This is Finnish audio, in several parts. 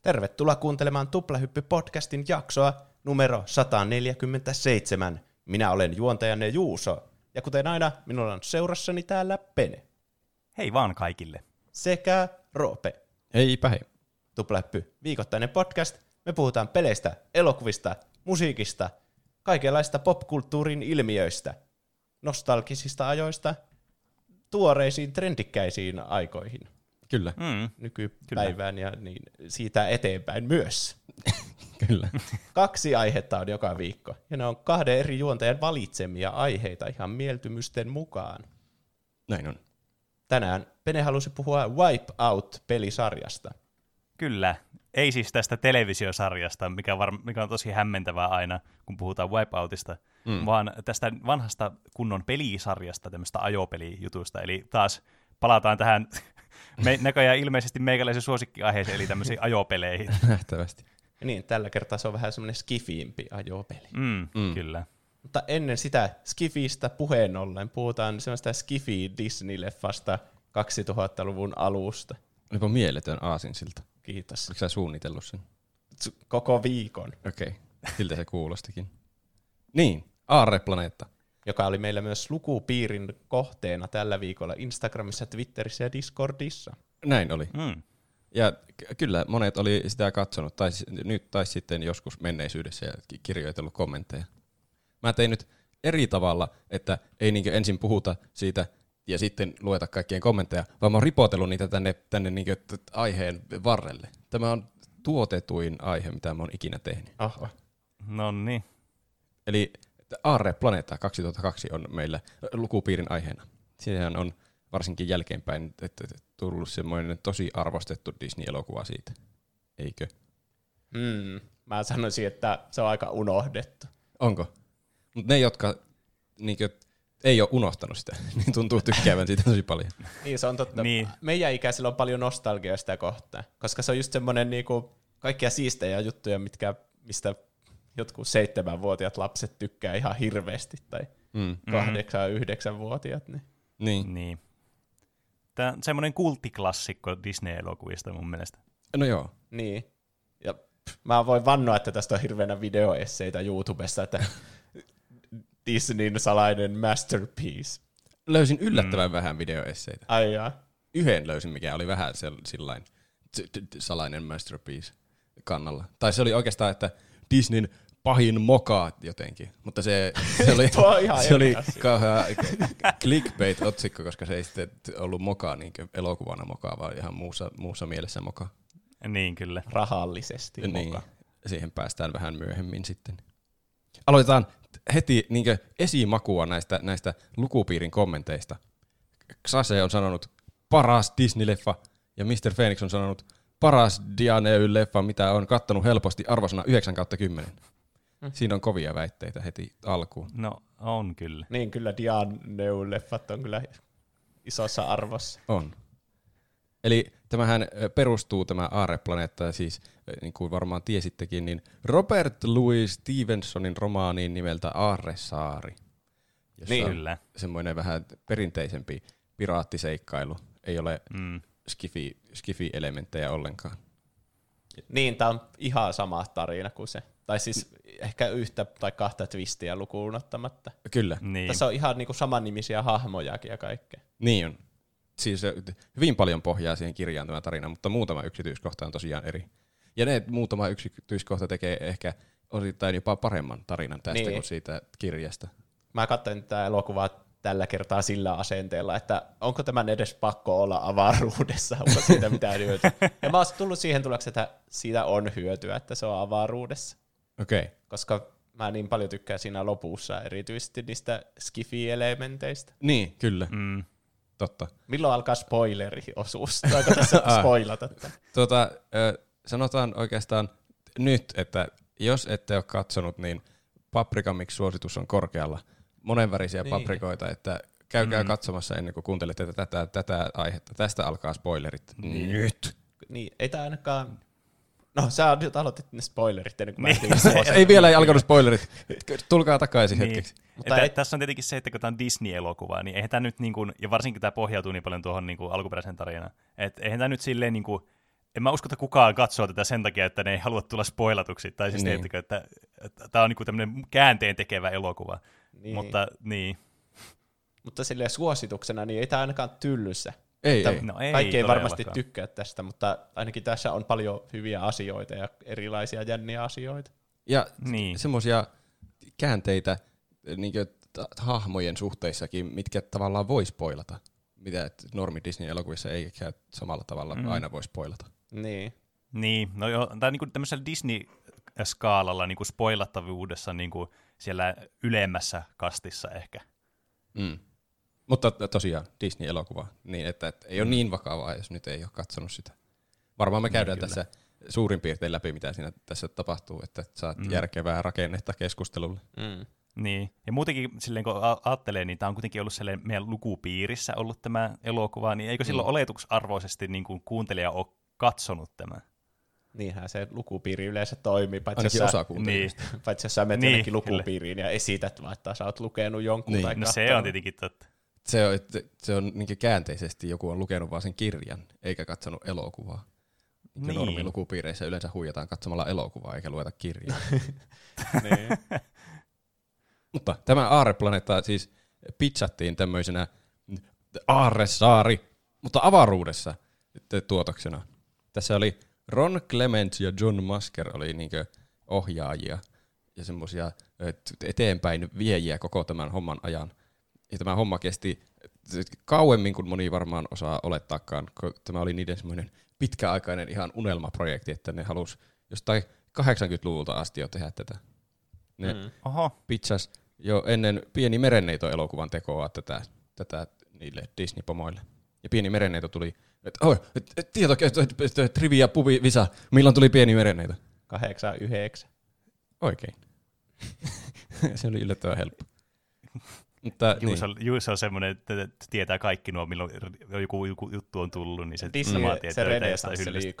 Tervetuloa kuuntelemaan Tuplahyppy-podcastin jaksoa numero 147. Minä olen juontajanne Juuso, ja kuten aina, minulla on seurassani täällä Pene. Hei vaan kaikille. Sekä Roope. Heipä hei. Tuplahyppy, viikoittainen podcast. Me puhutaan peleistä, elokuvista, musiikista, kaikenlaista popkulttuurin ilmiöistä, nostalgisista ajoista, tuoreisiin, trendikkäisiin aikoihin. Kyllä. Nykypäivään ja niin siitä eteenpäin myös. Kyllä. 2 aihetta on joka viikko, ja ne on 2 eri juontajan valitsemia aiheita ihan mieltymysten mukaan. Näin on. Tänään Pene halusi puhua Wipeout-pelisarjasta. Kyllä. Ei siis tästä televisiosarjasta, mikä on tosi hämmentävää aina, kun puhutaan Wipeoutista, vaan tästä vanhasta kunnon pelisarjasta, tämmöistä ajopelijutusta. Eli taas palataan tähän näköjään ilmeisesti meikäläisen suosikkiaiheeseen, eli tämmöisiin ajopeleihin. Nähtävästi. Niin, tällä kertaa se on vähän semmoinen skifiimpi ajopeli. Kyllä. Mutta ennen sitä skifistä puheen ollen puhutaan semmoista skifi-Disney-leffasta 2000-luvun alusta. Olipa mieletön aasinsilta. Kiitos. Oletko sä suunnitellut sen? Koko viikon. Okei, siltä se kuulostikin. Niin, Aarreplaneetta. Joka oli meillä myös lukupiirin kohteena tällä viikolla Instagramissa, Twitterissä ja Discordissa. Näin oli. Ja kyllä monet oli sitä katsonut, tai sitten joskus menneisyydessä ja kirjoitellut kommentteja. Mä tein nyt eri tavalla, että ei niinkö ensin puhuta siitä ja sitten lueta kaikkien kommentteja, vaan mä oon ripotellut niitä tänne niinkö aiheen varrelle. Tämä on tuotetuin aihe, mitä mä oon ikinä tehnyt. Aha. No niin. Eli Aarreplaneetta 2002 on meillä lukupiirin aiheena. Siinähän on varsinkin jälkeenpäin tullut semmoinen tosi arvostettu Disney-elokuva siitä. Eikö? Mä sanoisin, että se on aika unohdettu. Onko? Mutta ne, jotka niinkö ei ole unohtanut sitä, niin tuntuu tykkäävän siitä tosi paljon. Niin, se on totta. Niin. Meidän ikäisillä on paljon nostalgiaa sitä kohtaa, koska se on just semmoinen niinku kaikkia siistejä juttuja, mistä jotkut 7-vuotiaat lapset tykkää ihan hirveästi, tai 8-9-vuotiaat. Niin. Tämä on semmoinen kulttiklassikko Disney-elokuvista mun mielestä. No joo. Niin. Ja mä voin vannoa, että tästä on hirveänä videoesseitä YouTubessa, että Disneyn salainen masterpiece. Löysin yllättävän vähän videoesseitä. Ai jaa. Yhden löysin, mikä oli vähän sillain salainen masterpiece kannalla. Tai se oli oikeastaan, että Disneyn pahin moka jotenkin, mutta se oli kauhean clickbait-otsikko, koska se ei sitten ollut moka niin elokuvana moka, vaan ihan muussa mielessä moka. Niin kyllä. Rahallisesti niin, moka. Siihen päästään vähän myöhemmin sitten. Aloitetaan heti niin esimakua näistä lukupiirin kommenteista. Xase on sanonut paras Disney-leffa ja Mr. Phoenix on sanonut paras Dianey-leffa, mitä on kattonut helposti arvosana 9/10. Siinä on kovia väitteitä heti alkuun. No, on kyllä. Niin, kyllä Dianey-leffat on kyllä isossa arvossa. On. Eli tämähän perustuu tämä Aarreplaneetta, siis niin kuin varmaan tiesittekin, niin Robert Louis Stevensonin romaaniin nimeltä Aarresaari, jossa Kyllä. semmoinen vähän perinteisempi piraattiseikkailu. Ei ole skifi-elementtejä ollenkaan. Niin, tää on ihan sama tarina kuin se. Tai siis ehkä 1 tai 2 twistiä lukuun ottamatta. Kyllä. Niin. Tässä on ihan niinku samannimisiä hahmojakin ja kaikkea. Niin on. Siis hyvin paljon pohjaa siihen kirjaan tämä tarina, mutta muutama yksityiskohta on tosiaan eri. Ja ne muutama yksityiskohta tekee ehkä osittain jopa paremman tarinan tästä kuin siitä kirjasta. Mä katsoin tätä elokuvaa tällä kertaa sillä asenteella, että onko tämän edes pakko olla avaruudessa, onko siitä mitään hyötyä. Ja mä oon tullut siihen tulokseen, että siitä on hyötyä, että se on avaruudessa. Okei. Koska mä niin paljon tykkään siinä lopussa, erityisesti niistä skifi-elementeistä. Niin, kyllä. Totta. Milloin alkaa spoileriosuus? Voiko tässä spoilata? Sanotaan oikeastaan nyt, että jos ette ole katsonut, niin Paprika Mix-suositus on korkealla. Monenvärisiä paprikoita, että käykää katsomassa ennen kuin kuuntelette tätä aihetta. Tästä alkaa spoilerit. Nyt. Niin, ei tää ainakaan... No, sä aloitit ne spoilerit ennen kuin mä ei vielä alkanut spoilerit. Tulkaa takaisin hetkeksi. Mutta tässä on tietenkin se, että kun tämä on Disney-elokuva, niin eihän tämä nyt, niin kuin, ja varsinkin tämä pohjautuu niin paljon tuohon niin kuin alkuperäiseen tarinaan, että eihän tämä nyt silleen niin kuin, en mä usko, että kukaan katsoo tätä sen takia, että ne ei halua tulla spoilatuksi, tai siis Niin. teettekö, että tämä on niinku tämmöinen käänteen tekevä elokuva, Niin. mutta niin. Mutta silleen suosituksena niin ei tämä ainakaan tylsä. Ei, Että ei. No ei kaikki ei varmasti todellakaan. tykkää tästä, mutta ainakin tässä on paljon hyviä asioita ja erilaisia jänniä asioita. Ja Niin. semmoisia käänteitä niinkö hahmojen suhteissakin, mitkä tavallaan voi spoilata. Mitä normi Disney-elokuvissa ei käy samalla tavalla aina voi spoilata. Niin. Niin, no joo, tai niinku tämmöisellä Disney-skaalalla niinku spoilattavuudessa niinku siellä ylemmässä kastissa ehkä. Mm. Mutta tosiaan Disney-elokuva, niin että ei ole niin vakavaa, jos nyt ei ole katsonut sitä. Varmaan me käydään kyllä. tässä suurin piirtein läpi, mitä siinä tässä tapahtuu, että saat järkevää rakennetta keskustelulle. Mm. Niin, ja muutenkin silleen kun ajattelee, niin tämä on kuitenkin ollut silleen meidän lukupiirissä ollut tämä elokuva, niin eikö silloin oletuksarvoisesti niin kuin kuuntelija ole katsonut tämän? Niinhän se lukupiiri yleensä toimii, paitsi Ainakin jos osa sä, kuuntelijoista. paitsi jos sä menet Niin, jonnekin kyllä. lukupiiriin ja esität, vaikka sä oot lukenut jonkun Niin. tai No se katsonut. on tietenkin totta. Se on niin käänteisesti joku on lukenut vaan sen kirjan, eikä katsonut elokuvaa. Niin. Normilukupiireissä yleensä huijataan katsomalla elokuvaa, eikä lueta kirjaa. Niin. Mutta tämä aarreplaneetta siis pitchattiin tämmöisenä aarresaari, mutta avaruudessa tuotoksena. Tässä oli Ron Clements ja John Musker oli niinkö ohjaajia ja semmoisia eteenpäin viejiä koko tämän homman ajan. Ja tämä homma kesti kauemmin kuin moni varmaan osaa olettaakaan, kun tämä oli niiden semmoinen pitkäaikainen ihan unelmaprojekti, että ne halusi jostain 80-luvulta asti jo tehdä tätä. Ne Oho, pitchas jo ennen Pieni merenneito-elokuvan tekoa tätä niille Disney-pomoille. Ja Pieni merenneito tuli, että trivia pubi visa, milloin tuli Pieni merenneito? 89. Oikein. Se oli yllättävän helppo. Mutta Juuso on semmoinen, että tietää kaikki nuo, milloin joku juttu on tullut, niin se Disney, samaa tietää. se Renaissance oli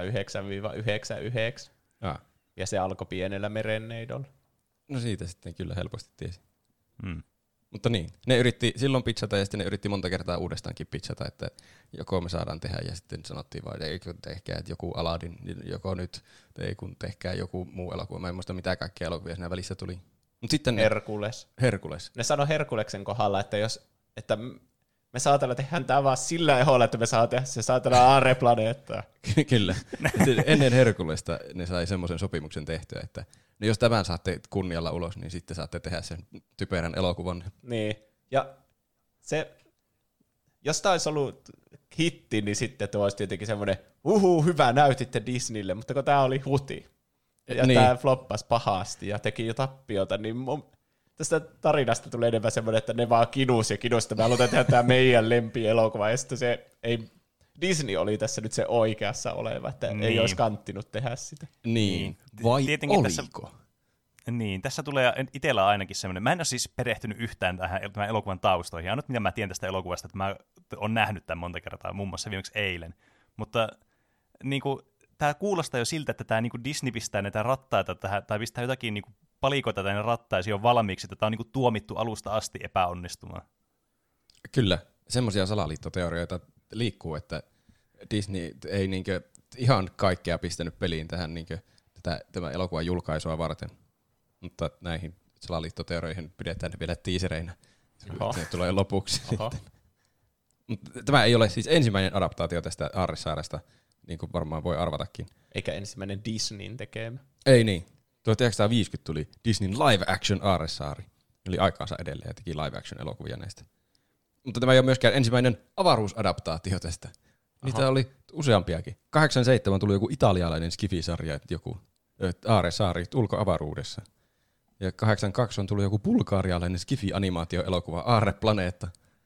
89-99, ja se alkoi Pienellä merenneidolla. No siitä sitten kyllä helposti tiesi. Mm. Mutta niin, ne yritti silloin pitchata ja sitten ne yritti monta kertaa uudestaankin pitchata, että joko me saadaan tehdä ja sitten sanottiin vaan, että ei kun tehkää että joku Aladdin, joko nyt, ei kun tehkää joku muu elokuva. Mä en muista mitä kaikkea elokuvia siinä välissä tuli. Mut sitten Herkules. Ne sanoi Herkuleksen kohdalla, että me saatella tehdään tämä vaan sillä eholla, että me saa tehdä se saatella aarreplaneettaa. Kyllä. Ennen Herkulesta ne sai semmoisen sopimuksen tehtyä, että no jos tämän saatte kunnialla ulos, niin sitten saatte tehdä sen typerän elokuvan. Niin. Ja se, jos tämä olisi ollut hitti, niin sitten tuo olisi tietenkin semmoinen, hyvä, näytitte Disneylle, mutta kun tämä oli huti, ja niin. tämä floppasi pahasti ja teki jo tappiota, niin tästä tarinasta tuli enemmän semmoinen, että ne vaan kinusi, että me halutaan tehdä tämä meidän lempielokuva, ja sitten se ei, Disney oli tässä nyt se oikeassa oleva, että ei olisi kanttinut tehdä sitä. Niin. Vai Tietenkin oliko? Niin, tässä tulee itsellä ainakin semmoinen, mä en ole siis perehtynyt yhtään tämän elokuvan taustoihin, ainut mitä mä tiedän tästä elokuvasta, että mä oon nähnyt tämän monta kertaa, muun muassa viimeksi eilen, mutta niin kuin, tämä kuulostaa jo siltä, että tämä niin kuin Disney pistää näitä rattaita tähän, tai pistää jotakin niin kuin palikoita tänne rattaisiin jo valmiiksi, että tämä on niin kuin tuomittu alusta asti epäonnistumaan. Kyllä, semmoisia salaliittoteorioita liikkuu, että Disney ei niinkö ihan kaikkea pistänyt peliin tähän niinkö tämän elokuvan julkaisua varten. Mutta näihin salaliittoteorioihin pidetään vielä tiisereinä. Se tulee lopuksi sitten. Mutta tämä ei ole siis ensimmäinen adaptaatio tästä Aarresaaresta, niin kuin varmaan voi arvatakin. Eikä ensimmäinen Disneyn tekemä. Ei niin. 1950 tuli Disneyn live action Aarresaari. Eli aikaansa edelleen ja teki live action elokuvia näistä. Mutta tämä ei ole myöskään ensimmäinen avaruusadaptaatio tästä. Niitä oli useampiakin. 87 tuli joku italialainen skifisarja, että joku Aarresaari ulkoavaruudessa. Ja 82 on tullut joku bulgaarialainen skifi-animaatioelokuva Aarreplaneetta.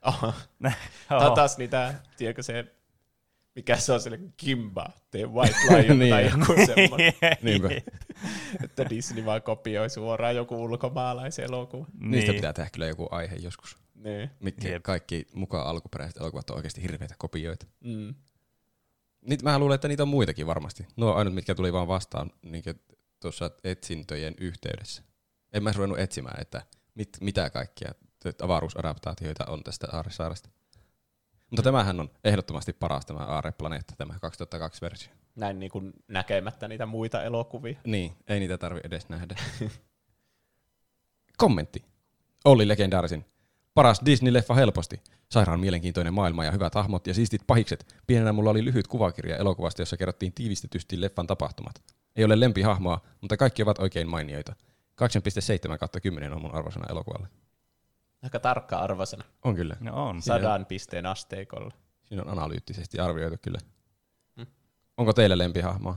Tämä on taas niitä, tiedätkö se, mikä se on sille Kimba, The White Lion Niin. tai joku semmoinen. Niinpä. Että Disney vaan kopioi suoraan joku ulkomaalaisen elokuva. Niistä pitää tehdä kyllä joku aihe joskus. Niin. Mitkä kaikki mukaan alkuperäiset elokuvat on oikeasti hirveitä kopioita. Mm. Mä luulen, että niitä on muitakin varmasti. Nuo on ainut, mitkä tuli vaan vastaan niin tuossa etsintöjen yhteydessä. En mä ruvennut etsimään, että mitä kaikkia avaruusadaptaatioita on tästä Aarresaaresta. Mutta tämähän on ehdottomasti paras tämä Aarreplaneetta, tämä 2002-versio. Näin niin kuin näkemättä niitä muita elokuvia. Niin, ei niitä tarvitse edes nähdä. Kommentti. Olli Legendaarisin. Paras Disney-leffa helposti. Sairaan mielenkiintoinen maailma ja hyvät hahmot ja siistit pahikset. Pienenä mulla oli lyhyt kuvakirja elokuvasta, jossa kerrottiin tiivistetysti leffan tapahtumat. Ei ole lempihahmoa, mutta kaikki ovat oikein mainioita. 8,7/10 on mun arvosana elokuvalle. Aika tarkka arvosana. On kyllä. No on. 100 pisteen asteikolla. Siinä on analyyttisesti arvioitu kyllä. Onko teille lempihahmoa?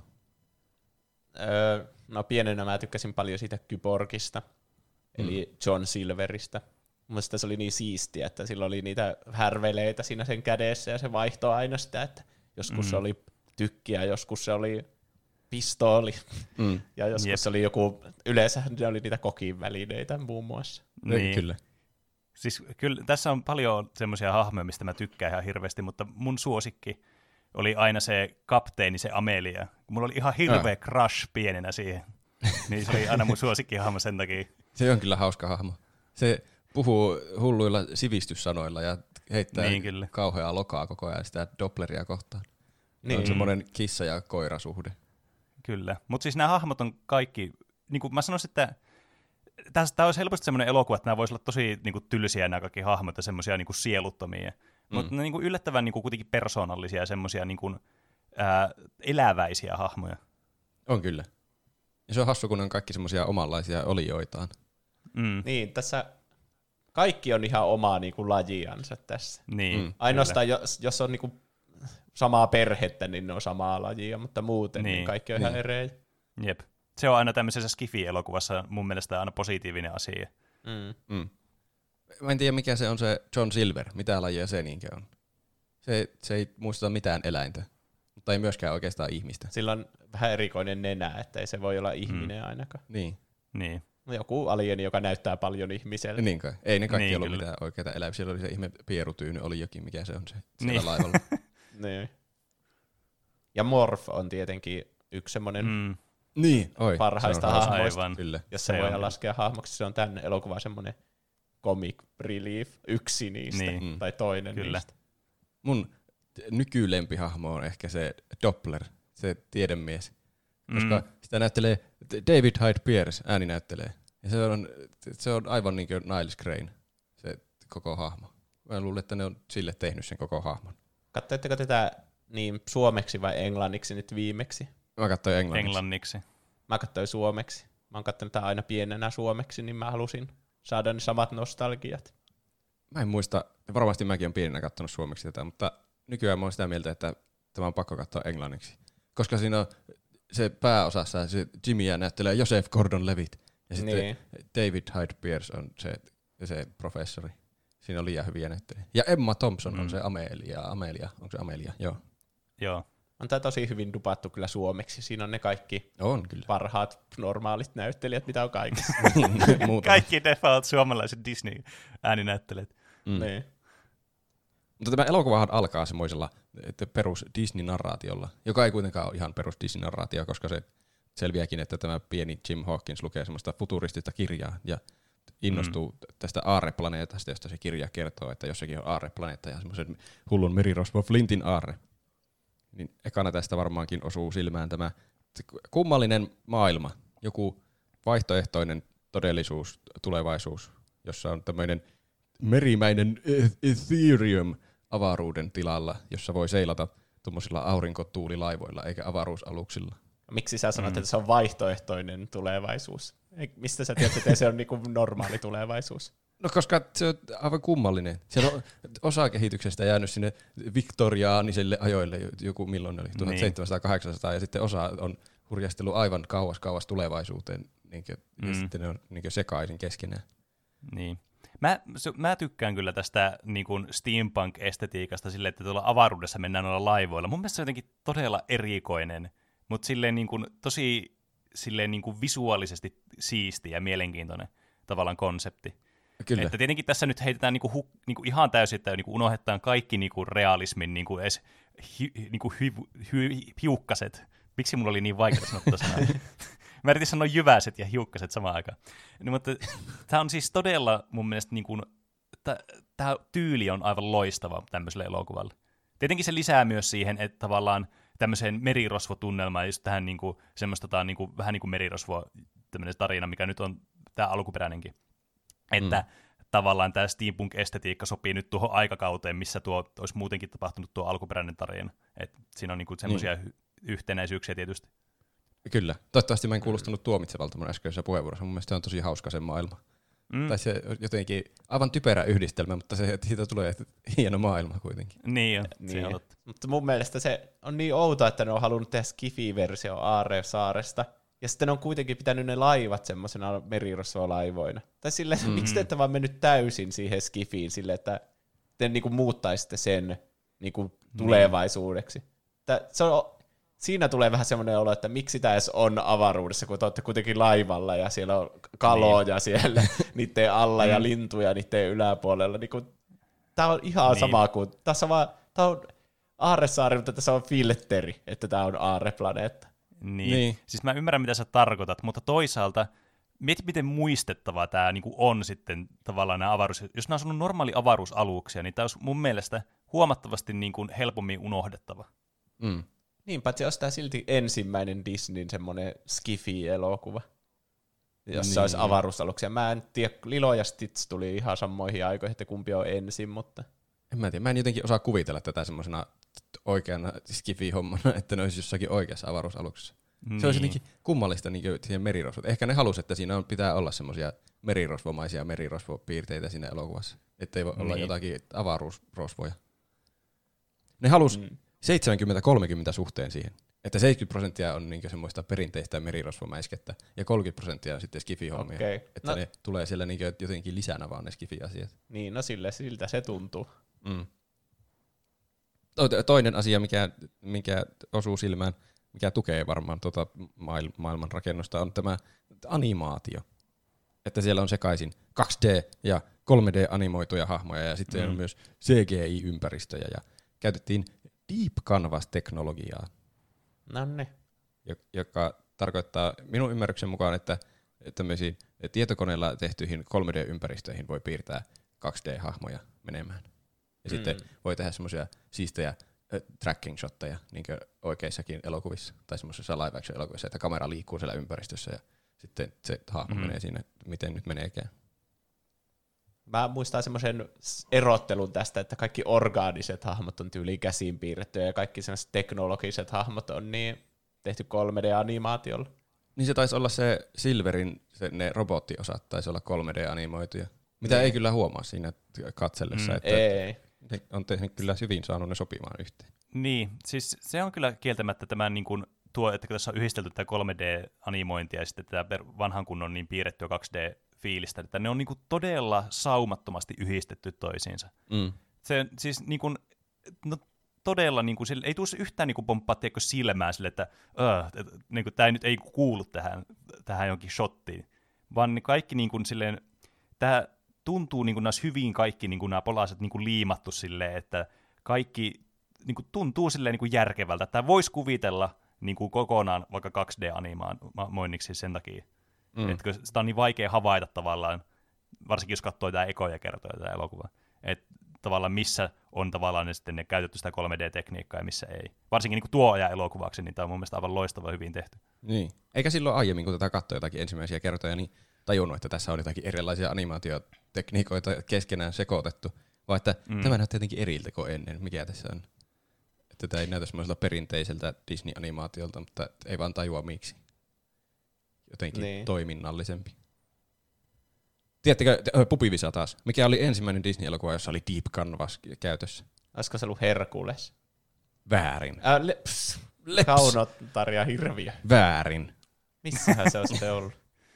No pienenä mä tykkäsin paljon siitä Kyborgista, eli John Silveristä. Mielestäni se oli niin siistiä, että sillä oli niitä härveleitä siinä sen kädessä ja se vaihtoi aina sitä, että joskus se oli tykkiä, joskus se oli pistooli ja joskus se oli joku, yleensä ne oli niitä kokin välineitä muun muassa. Niin. Kyllä. Siis kyllä tässä on paljon semmoisia hahmoja, mistä mä tykkään ihan hirveästi, mutta mun suosikki oli aina se kapteeni, se Amelia. Mulla oli ihan hirveä crush pienenä siihen. Niin se oli aina mun suosikkihahmo sen takia. Se on kyllä hauska hahmo. Se puhuu hulluilla sivistyssanoilla ja heittää kauheaa lokaa koko ajan sitä Doppleria kohtaan. Niin. On semmoinen kissa- ja koirasuhde. Kyllä, mutta siis nämä hahmot on kaikki, niin kuin mä sanoisin, että tämä olisi helposti semmoinen elokuva, että nämä voisi olla tosi niin kuin tylsiä nämä kaikki hahmot ja semmoisia niin kuin sieluttomia. Mutta ne niin kuin yllättävän niin kuin kuitenkin persoonallisia ja semmoisia niin kuin, eläväisiä hahmoja. On kyllä. Ja se on hassu, kun on kaikki semmoisia omanlaisia olioitaan. Niin, tässä kaikki on ihan omaa niin kuin lajiansa tässä. Niin, ainoastaan jos on niin kuin samaa perhettä, niin ne on samaa lajia, mutta muuten niin kaikki on ihan erejä. Jep. Se on aina tämmöisessä Skifi-elokuvassa mun mielestä aina positiivinen asia. Mä en tiedä, mikä se on se John Silver. Mitä lajia se niinkö on. Se ei muistuta mitään eläintä, mutta ei myöskään oikeastaan ihmistä. Sillä on vähän erikoinen nenä, että ei se voi olla ihminen ainakaan. Niin. Joku alieni, joka näyttää paljon ihmiselle. Niin kai. Ei ne kaikki ollut mitään oikeita eläimiä. Siellä oli se ihme pierutyyny, oli jokin, mikä se on se siellä laivalla. Niin. Ja Morph on tietenkin yksi semmoinen parhaista hahmoista, jos se voidaan laskea hahmoksi. Se on tämän elokuvan semmoinen comic relief, yksi niistä, tai toinen niistä. Mun nykylempihahmo on ehkä se Doppler, se tiedemies, koska sitä näyttelee David Hyde Pierce, ääni näyttelee. Ja se on aivan niin kuin Niles Crane, se koko hahmo. Mä luulen, että ne on sille tehnyt sen koko hahmon. Katsoitteko tätä niin suomeksi vai englanniksi nyt viimeksi? Mä katsoin englanniksi. Mä katsoin suomeksi. Mä oon katsonut tätä aina pienenä suomeksi, niin mä halusin saada ne samat nostalgiat. Mä en muista, varmasti mäkin olen pienenä katsonut suomeksi tätä, mutta nykyään mä oon sitä mieltä, että tämä on pakko katsoa englanniksi. Koska siinä on se pääosassa, se Jimmyä näyttelee Joseph Gordon-Levitt, ja sitten David Hyde Pierce on se professori. Siinä on liian hyviä näyttelyjä. Ja Emma Thompson on se Amelia. Onko se Amelia? Joo. On tää tosi hyvin dupattu kyllä suomeksi. Siinä on ne kaikki parhaat normaalit näyttelijät, mitä on kaikissa. Kaikki default suomalaiset Disney-ääninäyttelijät. Niin. Mutta tämä elokuvahan alkaa semmoisella perus Disney-narraatiolla, joka ei kuitenkaan ole ihan perus Disney-narraatio, koska se selviääkin, että tämä pieni Jim Hawkins lukee semmoista futuristista kirjaa ja innostuu tästä aarreplaneetasta, josta se kirja kertoo, että jossakin on aarreplaneetta ja semmoisen hullun merirosvo Flintin aarre. Niin ekana tästä varmaankin osuu silmään tämä kummallinen maailma, joku vaihtoehtoinen todellisuus, tulevaisuus, jossa on tämmöinen merimäinen Ethereum-avaruuden tilalla, jossa voi seilata tuommoisilla aurinkotuulilaivoilla eikä avaruusaluksilla. Miksi sä sanot, että se on vaihtoehtoinen tulevaisuus? Mistä sä tiedät, että se on niinku normaali tulevaisuus? No koska se on aivan kummallinen. Siellä on osa kehityksestä jäänyt sinne viktoriaaniselle ajoille, joku milloin oli, 1700-800, ja sitten osa on hurjastellut aivan kauas tulevaisuuteen, ja sitten ne on sekaisin keskenään. Niin. Mä tykkään kyllä tästä niin kuin steampunk-estetiikasta silleen, että tuolla avaruudessa mennään noilla laivoilla. Mun mielestä se on jotenkin todella erikoinen, mutta silleen niin kuin, tosi silleen niin kuin visuaalisesti siisti ja mielenkiintoinen tavallaan konsepti. Kyllä. Että tietenkin tässä nyt heitetään niinku ihan täysin, että niinku unohdetaan kaikki niinku realismin niinku edes hiukkaset. Miksi mulla oli niin vaikea sanoa tuota sanaa? Mä yritin sanoa jyväiset ja hiukkaset samaan aikaan. No, mutta tämä on siis todella mun mielestä, niinku, tämä tyyli on aivan loistava tämmöiselle elokuvalle. Tietenkin se lisää myös siihen, että tavallaan tämmöiseen merirosvotunnelmaan, just tähän niinku, semmoista niinku, vähän niin kuin merirosvo tämmöinen tarina, mikä nyt on tämä alkuperäinenkin. Että tavallaan tämä steampunk-estetiikka sopii nyt tuohon aikakauteen, missä tuo olisi muutenkin tapahtunut tuo alkuperäinen tarina. Et siinä on niinku semmoisia yhtenäisyyksiä tietysti. Kyllä. Toivottavasti mä en kuulostanut tuomitsevalta mun äskeisessä puheenvuorossa. Mun mielestä se on tosi hauska se maailma. Tai se jotenkin aivan typerä yhdistelmä, mutta siitä tulee hieno maailma kuitenkin. Niin, niin. Mutta mun mielestä se on niin outoa, että ne on halunnut tehdä Skifi-versio Aarresaaresta, ja sitten on kuitenkin pitänyt ne laivat semmoisena merirosvolaivoina. Tai silleen, miksi te ette vaan mennyt täysin siihen Skifiin silleen, että te niinku muuttaisitte sen niinku tulevaisuudeksi. Se on, siinä tulee vähän semmoinen olo, että miksi tämä edes on avaruudessa, kun te olette kuitenkin laivalla ja siellä on kaloja siellä niiden alla ja lintuja niiden yläpuolella. Tämä on ihan sama kuin, tämä on Aarresaari, mutta tässä on filtteri, että tämä on aarreplaneetta. Niin. Siis mä ymmärrän, mitä sä tarkoitat, mutta toisaalta mieti, miten muistettavaa tämä niinku on sitten tavallaan nämä jos nämä on ollut normaali avaruusaluksia, niin tämä olisi mun mielestä huomattavasti niinku helpommin unohdettava. Niin, paitsi olisi tämä silti ensimmäinen Disneyn semmoinen Skifi-elokuva, jossa olisi avaruusaluksia. Mä en tiedä, Lilo ja Stitch tuli ihan samoihin aikoihin, että kumpi on ensin, mutta... En mä tiedä, mä en jotenkin osaa kuvitella tätä semmoisena oikeana Skifi-hommana, että ne olisi jossakin oikeassa avaruusaluksessa. Se olisi jotenkin kummallista niin siihen merirosvot. Ehkä ne halusivat, että siinä pitää olla semmoisia merirosvomaisia merirosvopiirteitä siinä elokuvassa, ettei voi olla jotakin avaruusrosvoja. Ne halusi 70-30 suhteen siihen. Että 70% on niinku semmoista perinteistä merirosvomäiskettä ja 30% on sitten skifi-hommia. Okay. Että ne tulee siellä niinku jotenkin lisänä vaan ne skifi-asiat. Niin, no siltä se tuntuu. Toinen asia, mikä osuu silmään, mikä tukee varmaan maailman rakennusta, on tämä animaatio. Että siellä on sekaisin 2D- ja 3D-animoituja hahmoja ja sitten on myös CGI-ympäristöjä ja käytettiin Deep Canvas-teknologiaa, joka tarkoittaa minun ymmärryksen mukaan, että tämmöisiin tietokoneella tehtyihin 3D-ympäristöihin voi piirtää 2D-hahmoja menemään. Ja sitten voi tehdä semmoisia siistejä tracking-shotteja niin kuin oikeissakin elokuvissa tai semmoisessa live action elokuvissa, että kamera liikkuu siellä ympäristössä ja sitten se hahmo menee sinne, miten nyt meneekään. Mä muistan semmoisen erottelun tästä, että kaikki orgaaniset hahmot on tyyliin käsiin piirrettyjä ja kaikki semmoiset teknologiset hahmot on niin tehty 3D-animaatiolla. Niin se taisi olla se Silverin, ne robottiosat taisi olla 3D-animoituja. Mitä ei kyllä huomaa siinä katsellessa, että ne on tehnyt kyllä hyvin saanut ne sopimaan yhteen. Niin, siis se on kyllä kieltämättä tämän niin kuin tuo, että kun tässä on yhdistelty tätä 3D-animointia ja sitten tätä vanhan kunnon niin piirrettyä 2D-fiilistä, että ne on niin kuin todella saumattomasti yhdistetty toisiinsa. Se siis niin kuin, no, todella, niin kuin, ei tule yhtään niin kuin pomppaa silmään sille, että niin kuin, tämä nyt ei kuulu tähän jonkin shottiin, vaan kaikki niin kuin, silleen, tämä tuntuu niin kuin nämä hyvin kaikki niin kuin nämä polaset niin kuin liimattu silleen, että kaikki niin kuin tuntuu silleen niin kuin järkevältä. Tämä voisi kuvitella niin kuin kokonaan vaikka 2D-animoinniksi sen takia. Että sitä on niin vaikea havaita tavallaan, varsinkin jos katsoo tämä ekoja kertoja tätä elokuvaa, että tavallaan missä on tavallaan ne käytetty sitä 3D-tekniikkaa ja missä ei. Varsinkin niin kuin tuo ajan elokuvaksi, niin tämä on mun mielestä aivan loistava hyvin tehty. Niin. Eikä silloin aiemmin, kun tätä katsoi jotakin ensimmäisiä kertoja, niin tajunnut, että tässä on jotakin erilaisia animaatiotekniikoita keskenään sekoitettu, vaan että tämä näyttää jotenkin eriltä kuin ennen. Mikä tässä on? Että tämä ei näytä semmoiselta perinteiseltä Disney-animaatiolta, mutta ei vaan tajua miksi. Jotenkin toiminnallisempi. Tiedättekö, Pupivisa taas, mikä oli ensimmäinen Disney-elokuva, jossa oli Deep Canvas käytössä? Olisiko se ollut Herkules? Väärin. Kaunotarja hirviö. Väärin. Missähän se on sitten ollut?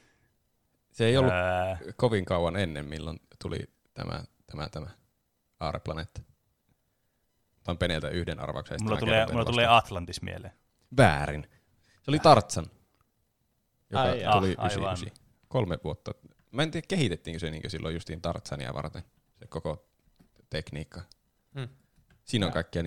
Se ei ollut kovin kauan ennen, milloin tuli tämä Aarreplaneetta. Otan Peneltä yhden arvauksen. Mulla tulee Atlantis mieleen. Väärin. Se oli Tarzan, joka tuli 99. 3 vuotta. Mä en tiedä, kehitettiinkö se niin silloin justiin Tarzania varten, se koko tekniikka. Siinä on kaikkia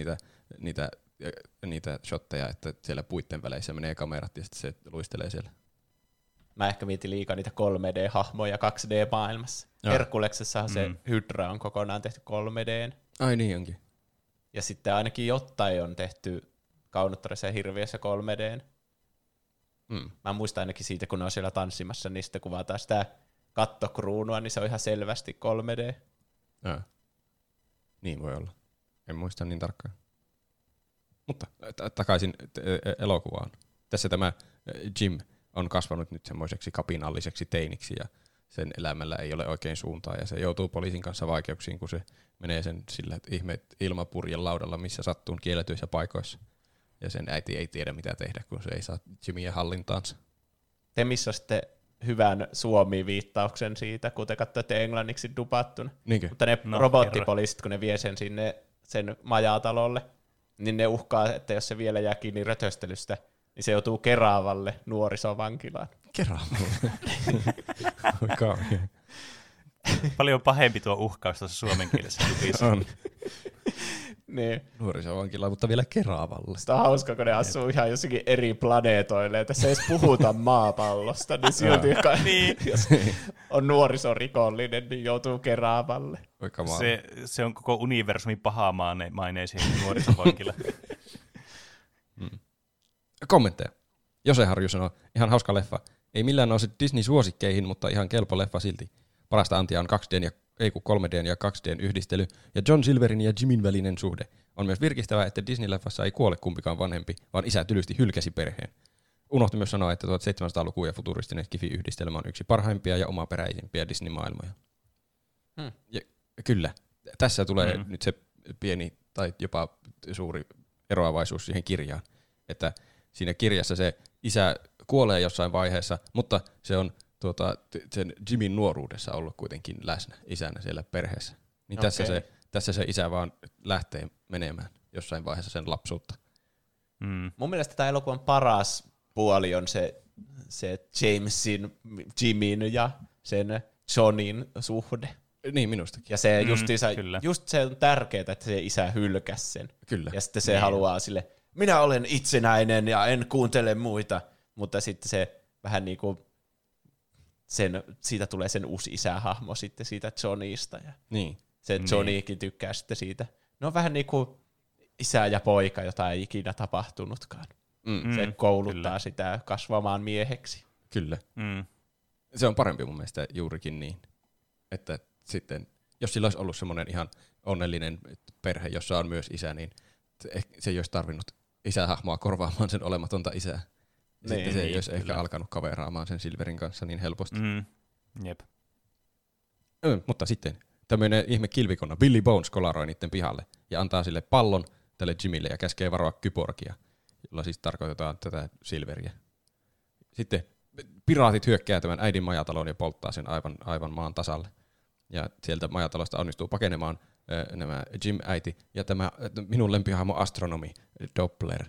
niitä shotteja, että siellä puitten väleissä menee kamerat ja sitten se luistelee siellä. mä ehkä mietin liikaa niitä 3D-hahmoja 2D-maailmassa. Herkuleksessahan se Hydra on kokonaan tehty 3D. Ai niin onkin. Ja sitten ainakin jotain on tehty Kaunottarissa ja Hirviössä 3D. Mä muistan ainakin siitä, kun ne on siellä tanssimassa, niin sitten kuvataan sitä kattokruunua, niin se on ihan selvästi 3D. Niin voi olla. En muista niin tarkkaan. Mutta takaisin elokuvaan. Tässä tämä Jim on kasvanut nyt semmoiseksi kapinalliseksi teiniksi ja sen elämällä ei ole oikein suuntaa ja se joutuu poliisin kanssa vaikeuksiin, kun se menee sen sillä ihme ilmapurjen laudalla, missä sattuu kielletyissä paikoissa. Ja sen äiti ei tiedä mitä tehdä, kun se ei saa Jimiä hallintaansa. Te missä sitten hyvän Suomi-viittauksen siitä, kun te katsoitte englanniksi dubattuna. Niinkö? Mutta ne robottipoliisit, kun ne vie sen sinne sen majatalolle, niin ne uhkaa, että jos se vielä jää kiinni rötöstelystä, niin se joutuu Keravalle nuorisovankilaan. Keravalle? Paljon pahempi tuo uhkaus tuossa suomen kielessä. On. Niin. Nuorisovankila, mutta vielä Keravalle. Sitä on hauska, kun ne asuu ihan jossakin eri planeetoille, että se ei edes puhuta maapallosta, niin silti jos on nuorisorikollinen, niin joutuu Keravalle. Se on koko universumin paha maineisiin nuorisovankila. Kommentteja. Jose Harju sanoo, ihan hauska leffa. Ei millään nouse Disney-suosikkeihin, mutta ihan kelpo leffa silti. Parasta antia on 3D:n ja 2D:n yhdistely ja John Silverin ja Jimin välinen suhde. On myös virkistävää, että Disney-leffassa ei kuole kumpikaan vanhempi, vaan isä tylysti hylkäsi perheen. Unohti myös sanoa, että 1700-luku ja futuristinen skifi-yhdistelmä on yksi parhaimpia ja omaperäisimpiä Disney-maailmoja. Ja kyllä, tässä tulee nyt se pieni tai jopa suuri eroavaisuus siihen kirjaan, että siinä kirjassa se isä kuolee jossain vaiheessa, mutta se on sen Jimin nuoruudessa ollut kuitenkin läsnä isänä siellä perheessä. Niin tässä se isä vaan lähtee menemään jossain vaiheessa sen lapsuutta. Mun mielestä tämä elokuvan paras puoli on se Jamesin, Jimin ja sen Johnin suhde. Niin minustakin. Ja se just se on tärkeää, että se isä hylkäsi sen. Kyllä. Ja sitten se haluaa sille, minä olen itsenäinen ja en kuuntele muita, mutta sitten se vähän niin kuin siitä tulee sen uusi isähahmo sitten siitä Johnista. Ja niin. Se Johnnykin tykkää sitten siitä. Ne on vähän niin kuin isä ja poika, jota ei ikinä tapahtunutkaan. Se kouluttaa sitä kasvamaan mieheksi. Kyllä. Se on parempi mun mielestä juurikin niin, että sitten, jos sillä olisi ollut semmoinen ihan onnellinen perhe, jossa on myös isä, niin se ei olisi tarvinnut isähahmoa korvaamaan sen olematonta isää. Sitten se ei olisi ehkä alkanut kaveraamaan sen Silverin kanssa niin helposti. Jep. Mutta sitten tämmöinen ihme kilvikonna Billy Bones kolaroi niiden pihalle ja antaa sille pallon tälle Jimille ja käskee varoa kyborgia, jolla siis tarkoitetaan tätä Silveriä. Sitten piraatit hyökkää tämän äidin majataloon ja polttaa sen aivan maan tasalle. Ja sieltä majatalosta onnistuu pakenemaan nämä Jim-äiti ja tämä minun lempihahmo astronomi Doppler.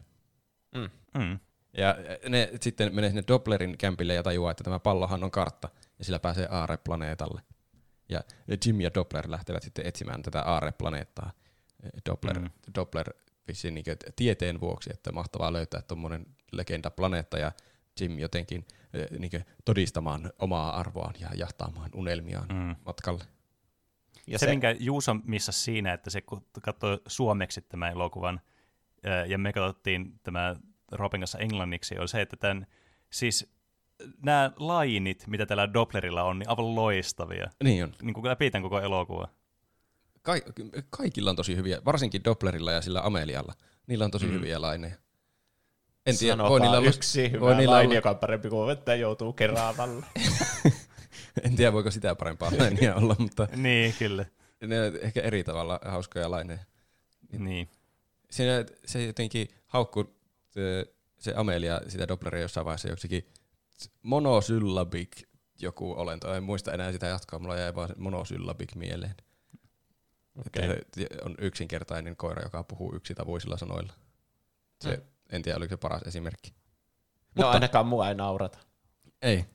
Ja ne sitten menee sinne Dopplerin kämpille ja tajuaa, että tämä pallohan on kartta ja sillä pääsee Aare-planeetalle. Ja Jim ja Doppler lähtevät sitten etsimään tätä Aare-planeettaa. Doppler vissiin niin tieteen vuoksi, että mahtavaa löytää tuommoinen legenda-planeetta ja Jim jotenkin niin todistamaan omaa arvoaan ja jahtaamaan unelmiaan matkalle. Ja se, minkä Juuso missasi siinä, että se katsoi suomeksi tämän elokuvan ja me katsottiin tämä Roopen kanssa englanniksi, on se, että siis nämä lainit, mitä tällä Dopplerilla on, niin aivan loistavia. Niin on. Niin kuin läpi tämän koko elokuva. Kaikilla on tosi hyviä, varsinkin Dopplerilla ja sillä Amelialla. Niillä on tosi hyviä laineja. En tiedä, voi niillä olla yksi hyvä laini, joka on parempi kuin että joutuu Keravalle. En tiedä, voiko sitä parempaa lainia olla, mutta niin, kyllä. Ne on ehkä eri tavalla hauskoja laineja. Niin. Se jotenkin haukkuu se Amelia sitä Doppleria jossain vaiheessa joksikin monosyllabic joku olento. En muista enää sitä jatkoa, mulla jäi vaan monosyllabic mieleen. Okay. On yksinkertainen koira, joka puhuu yksitavuisilla sanoilla. En tiedä, oliko se paras esimerkki. No ainakaan mua ei naurata. Ei.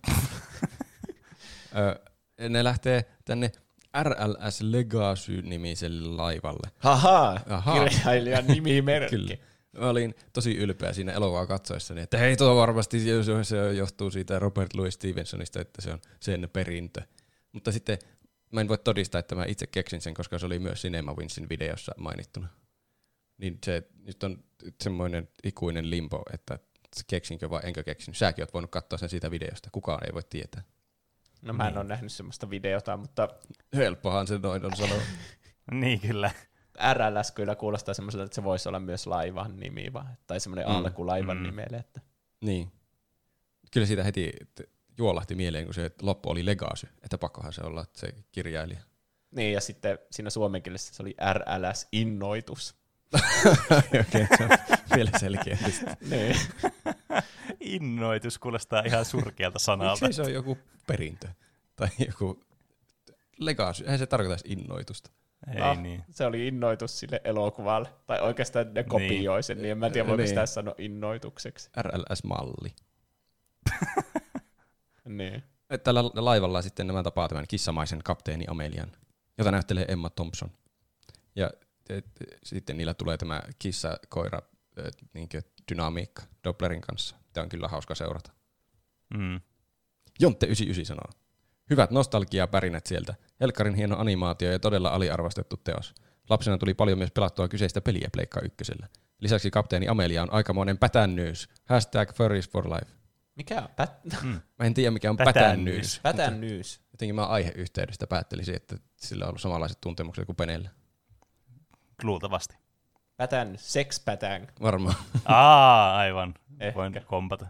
Ne lähtee tänne RLS Legacy-nimiselle laivalle. Kirjailijan nimimerkki. Kyllä. Mä olin tosi ylpeä siinä elokuvaa katsoessani, että hei, tuo varmasti se johtuu siitä Robert Louis Stevensonista, että se on sen perintö. Mutta sitten mä en voi todistaa, että mä itse keksin sen, koska se oli myös Cinema Winsin videossa mainittuna. Niin se nyt on semmoinen ikuinen limbo, että keksinkö vai enkö keksinyt. Säkin oot voinut katsoa sen siitä videosta. Kukaan ei voi tietää. No mä en ole nähnyt semmoista videota, mutta... Helppohan se noin on sanoa. Niin kyllä. RLS kyllä kuulostaa semmoiselta, että se voisi olla myös laivan nimi, tai semmoinen alku laivan nimelle. Että... Niin. Kyllä siitä heti juolahti mieleen, kun se loppu oli Legacy, että pakkohan se olla se kirjailija. Niin, ja sitten siinä suomenkielisessä se oli RLS-innoitus. Okei, se on vielä selkeästi. Niin. Innoitus kuulostaa ihan surkealta sanalta. Miksi se on joku perintö? Tai joku Legacy, eihän se tarkoita innoitusta. Ei niin. Se oli innoitus sille elokuvalle. Tai oikeastaan ne kopioi sen, niin en mä tiedä, voiko sitä sanoa innoitukseksi. RLS-malli. Niin. Tällä laivalla sitten nämä tapaa tämän kissamaisen kapteeni Amelian, jota näyttelee Emma Thompson. Ja sitten niillä tulee tämä kissa-koira dynamiikka Dopplerin kanssa. Tämä on kyllä hauska seurata. Jontte 99 sanoo. Hyvät nostalgiapärinät sieltä. Helkkarin hieno animaatio ja todella aliarvostettu teos. Lapsena tuli paljon myös pelattua kyseistä peliä Pleikka ykkösellä. Lisäksi kapteeni Amelia on aikamoinen pätännyys. #furries for life. Mikä on Mä en tiedä mikä on pätännyys. Pätännyys. Jotenkin mä aiheyhteydestä päättelisin, että sillä on ollut samanlaiset tuntemukset kuin Penellä. Luultavasti. Sex-pätäng. Varmaan. Aivan. Ehkä. Voin kompata.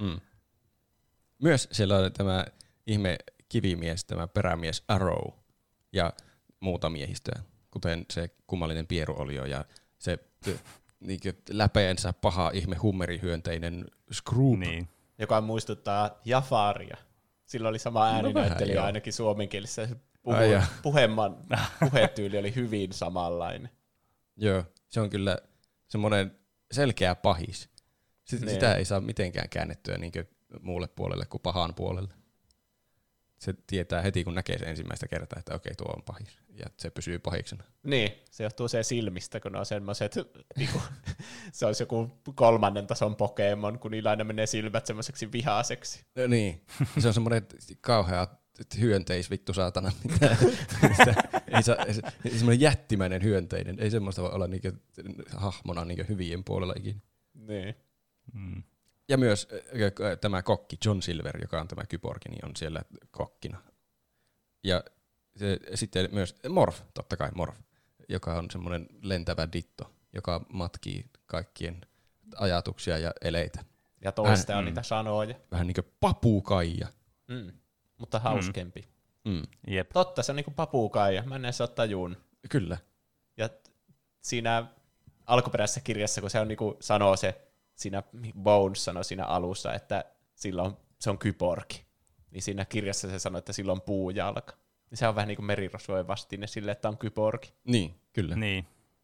Myös siellä on tämä ihme kivimies, tämä perämies Arrow ja muuta miehistöä, kuten se kummallinen pieruolio ja se läpeensä paha ihme hummerihyönteinen Scroob. Niin. Joka muistuttaa Jafaria. Sillä oli sama ääninäyttelijä ainakin suomenkielisessä. Puhetyyli oli hyvin samanlainen. Joo, se on kyllä semmoinen selkeä pahis. Sitä ei saa mitenkään käännettyä niin muulle puolelle kuin pahaan puolelle. Se tietää heti, kun näkee sen ensimmäistä kertaa, että okei, tuo on pahis. Ja se pysyy pahiksena. Niin, se johtuu sen silmistä, kun ne on semmoiset, niinku, se olisi joku 3. tason Pokemon, kun niillä aina menee silmät semmoiseksi vihaiseksi. No niin, se on semmoinen kauhea hyönteisvittu saatana. Semmoinen jättimäinen hyönteinen. Ei semmoista voi olla hahmona hyvien puolella ikinä. Niin. Ja myös tämä kokki John Silver, joka on tämä kyborgi, niin on siellä kokkina. Ja sitten myös Morph, totta kai Morph, joka on semmoinen lentävä ditto, joka matkii kaikkien ajatuksia ja eleitä. Ja toista on niitä sanoja. Vähän niin kuin papukaija. Mutta hauskempi. Jep. Totta, se on niin kuin papukaija. Mä en edes ole tajun. Kyllä. Ja siinä alkuperäisessä kirjassa, kun se on niin kuin sanoo se, siinä Bones sanoi siinä alussa, että se on kyborgi. Niin siinä kirjassa se sanoi, että sillä on puujalka. Niin se on vähän niin kuin merirosvojen vastine sille, että on kyborgi. Niin, kyllä. Niin.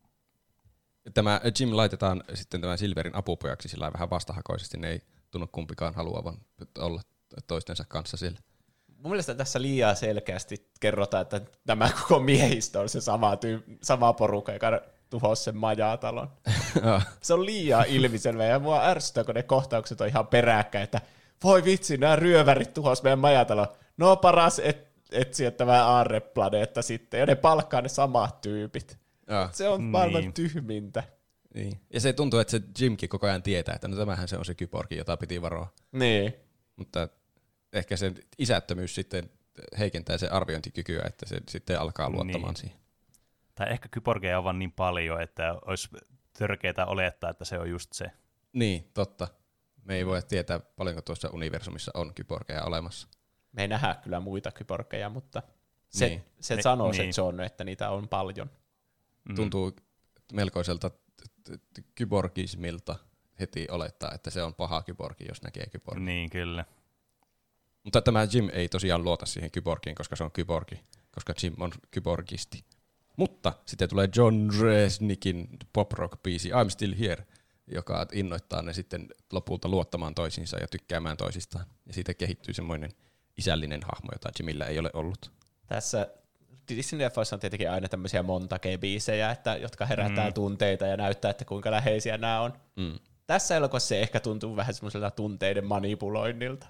Tämä Jim laitetaan sitten tämän Silverin apupojaksi sillä vähän vastahakoisesti. Ne ei tunnu kumpikaan haluavan olla toistensa kanssa siellä. Mun mielestä tässä liian selkeästi kerrotaan, että tämä koko miehistö on se sama porukka, joka tuhosi sen majatalon. Se on liian ilmiselvä ja mua ärsyttää, kun ne kohtaukset on ihan peräkkäin, että voi vitsi, nämä ryövärit tuhos meidän majatalon. No paras etsiä tämä aarreplaneetta sitten, ja ne palkkaa ne samat tyypit. Se on maailman tyhmintä. Niin. Ja se tuntuu, että se Jimkin koko ajan tietää, että no tämähän se on se kyborgi, jota piti varoa. Niin. Mutta ehkä sen isättömyys sitten heikentää se arviointikykyä, että se sitten alkaa luottamaan siihen. Tai ehkä kyborgeja on vaan niin paljon, että olisi törkeää olettaa, että se on just se. Niin, totta. Me ei voi tietää, paljonko tuossa universumissa on kyborgeja olemassa. Me ei nähdä kyllä muita kyborgeja, mutta se sanoo se John, että niitä on paljon. Tuntuu melkoiselta kyborgismilta heti olettaa, että se on paha kyborgi, jos näkee kyborgi. Niin, kyllä. Mutta tämä Jim ei tosiaan luota siihen kyborgiin, koska se on kyborgi, koska Jim on kyborgisti. Mutta sitten tulee John Resnickin pop-rock-biisi I'm Still Here, joka innoittaa ne sitten lopulta luottamaan toisiinsa ja tykkäämään toisistaan. Ja siitä kehittyy semmoinen isällinen hahmo, jota Jimillä ei ole ollut. Tässä Disney-leffoissa on tietenkin aina tämmöisiä montage-biisejä, jotka herättää tunteita ja näyttää, että kuinka läheisiä nämä on. Tässä elokuvassa se ehkä tuntuu vähän semmoiselta tunteiden manipuloinnilta.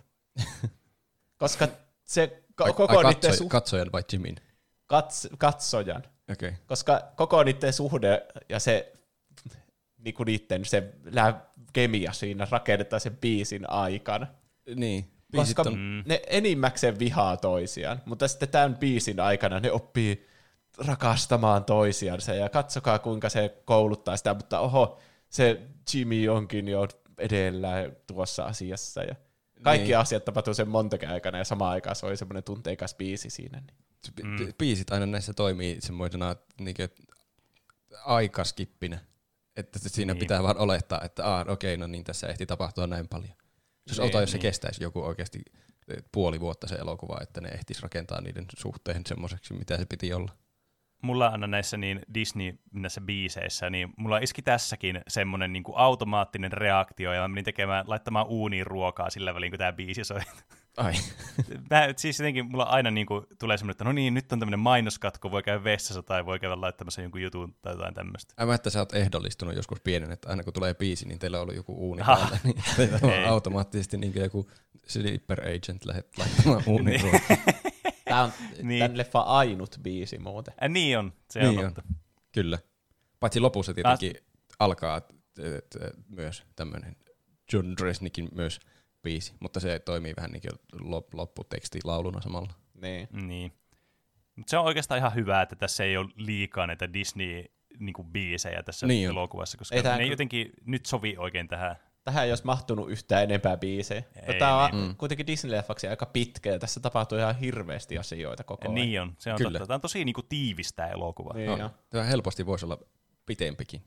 Koska se koko niiden katsojan vai Jimin? Katsojan. Okay. Koska koko niiden suhde ja se niinku niiden se kemia siinä rakennetaan sen biisin aikana. Niin. Koska ne enimmäkseen vihaa toisiaan, mutta sitten tämän biisin aikana ne oppii rakastamaan toisiansa ja katsokaa kuinka se kouluttaa sitä, mutta oho, se Jimmy onkin jo edellä tuossa asiassa ja kaikki asiat tapahtuu sen montakin aikana ja samaan aikaan se oli semmoinen tunteikas biisi siinä. Niin. Biisit aina näissä toimii semmoisena niin aikaskippinä, että siinä pitää vaan olettaa, että okei, no niin tässä ehti tapahtua näin paljon. Jos se kestäisi joku oikeasti puoli vuotta se elokuva, että ne ehtis rakentaa niiden suhteen semmoiseksi, mitä se piti olla. Mulla aina näissä Disney näissä biiseissä, niin mulla iski tässäkin semmoinen niin kuin automaattinen reaktio, ja mä menin laittamaan uuniin ruokaa sillä välin, kun tää biisi soi. Ai. Siis jotenkin mulla aina niin kuin tulee semmoinen, että no niin, nyt on tämmöinen mainoskatko, voi käydä vessassa tai voi käydä laittamassa jonkun jutun tai jotain tämmöistä. Aivan, että sä oot ehdollistunut joskus pienen, että aina kun tulee biisi, niin teillä on ollut joku uuni päällä, niin teillä on automaattisesti niin joku sleeper agent lähdet laittamaan uunin ruokaa. Tämä on tämän leffan ainut biisi muuten. Niin on, se on totta. Kyllä. Paitsi lopussa tietenkin alkaa myös tämmöinen John Dresnickin myös biisi, mutta se toimii vähän niin kuin lopputeksti lauluna samalla. Niin. Mutta se on oikeastaan ihan hyvä, että tässä ei ole liikaa näitä Disney-biisejä tässä elokuvassa, koska ne ei jotenkin nyt sovi oikein tähän. Tähän ei olisi mahtunut yhtään enempää biisejä. Tämä on kuitenkin Disney-leffaksi aika pitkä, ja tässä tapahtuu ihan hirveästi asioita koko ajan. Niin on, se on totta. Tämä on tosi niinku tiivistä elokuva. Niin tämä helposti voisi olla pitempikin.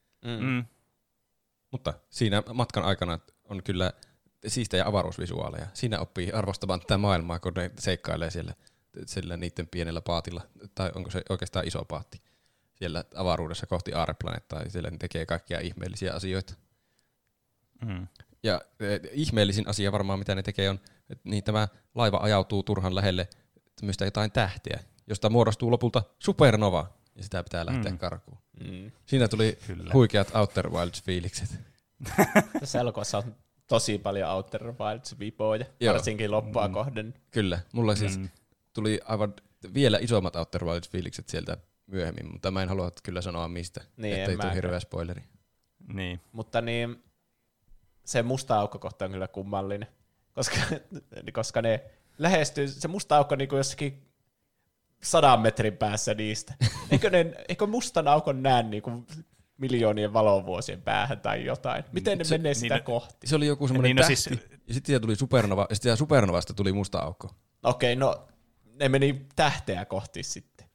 Mutta siinä matkan aikana on kyllä siistejä avaruusvisuaaleja. Siinä oppii arvostamaan tätä maailmaa, kun ne seikkailee siellä niiden pienellä paatilla, tai onko se oikeastaan iso paatti, siellä avaruudessa kohti aarreplaneettaa, ja siellä ne tekee kaikkia ihmeellisiä asioita. Ja ihmeellisin asia varmaan, mitä ne tekee, on, että niin tämä laiva ajautuu turhan lähelle tämmöistä jotain tähteä, josta muodostuu lopulta supernova, ja sitä pitää lähteä karkuun. Siinä tuli huikeat Outer Wilds-fiilikset. Tässä elokuvassa on tosi paljon Outer Wilds-vipoja, varsinkin loppua kohden. Kyllä, mulla siis tuli aivan vielä isommat Outer Wilds-fiilikset sieltä myöhemmin, mutta mä en halua kyllä sanoa mistä, ettei tule hirveä spoileri. Niin. Mutta se musta aukko-kohta on kyllä kummallinen, koska ne lähestyy, se musta aukko niin kuin jossakin 100 metrin päässä niistä. Eikö mustan aukon näe niin kuin miljoonien valovuosien päähän tai jotain? Miten ne menee sitä kohti? Se oli joku semmoinen tähti, ja sitten siitä tuli supernova, ja sitten supernovasta tuli musta aukko. Okei, no ne meni tähteä kohti sitten.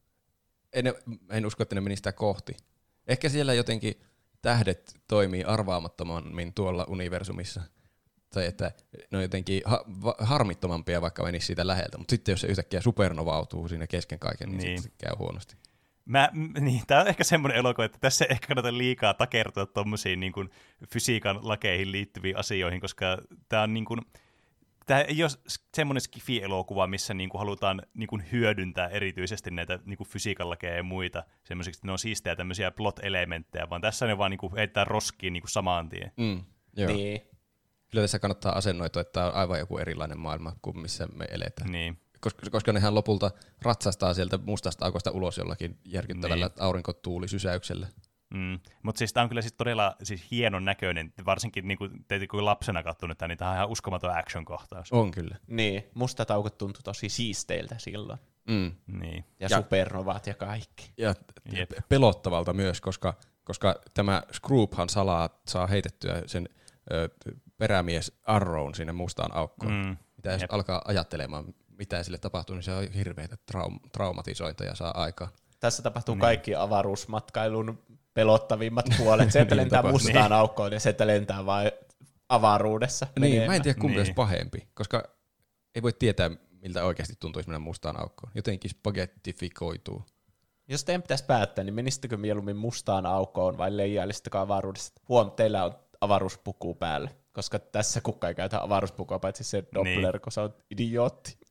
En usko, että ne meni sitä kohti. Ehkä siellä jotenkin tähdet toimii arvaamattomammin tuolla universumissa. Tai että ne on jotenkin harmittomampia, vaikka menisi siitä läheltä. Mutta sitten jos se yhtäkkiä supernovautuu siinä kesken kaiken, niin sitten se käy huonosti. Tämä on ehkä semmoinen elokuva, että tässä ei ehkä kannata liikaa takertua tuommoisiin niin kuin fysiikan lakeihin liittyviin asioihin, koska tämä on niin kuin, tämä ei ole semmoinen skifi-elokuva, missä niin kuin halutaan niin kuin hyödyntää erityisesti näitä niin kuin fysiikan lakeja ja muita semmoisiksi, että ne on siistejä tämmöisiä plot-elementtejä, vaan tässä ne vaan niin kuin heittää roskiin niin kuin samaan tien. Joo. Niin. Kyllä tässä kannattaa asennoitua, että tämä on aivan joku erilainen maailma kuin missä me eletään. Niin. Koska nehän lopulta ratsastaa sieltä mustasta aukosta ulos jollakin järkyttävällä aurinkotuulisysäyksellä. Mutta siis tämä on kyllä siis todella hienon näköinen, varsinkin niin kun lapsena katsonut, niin tämä on ihan uskomaton action-kohtaus. On kyllä. Niin, mustat aukot tuntui tosi siisteiltä silloin. Niin. Ja supernovat ja kaikki. Ja pelottavalta myös, koska tämä Scroophan saa heitettyä sen perämies Arrown sinne mustaan aukkoon. Mitä jos alkaa ajattelemaan, mitä sille tapahtuu, niin se on hirveitä traumatisointeja saa aikaan. Tässä tapahtuu kaikki avaruusmatkailun pelottavimmat puolet. Se, että lentää mustaan aukkoon ja se, että lentää vain avaruudessa. Niin, mä en tiedä kumpi olisi pahempi, koska ei voi tietää, miltä oikeasti tuntuisi mennä mustaan aukkoon. Jotenkin spagettifikoituu. Jos teidän pitäisi päättää, niin menisittekö mieluummin mustaan aukkoon vai leijailisitteko avaruudessa? Teillä on avaruuspuku päällä, koska tässä kukaan ei käytä avaruuspukua, paitsi se Doppler, kun se on idiootti.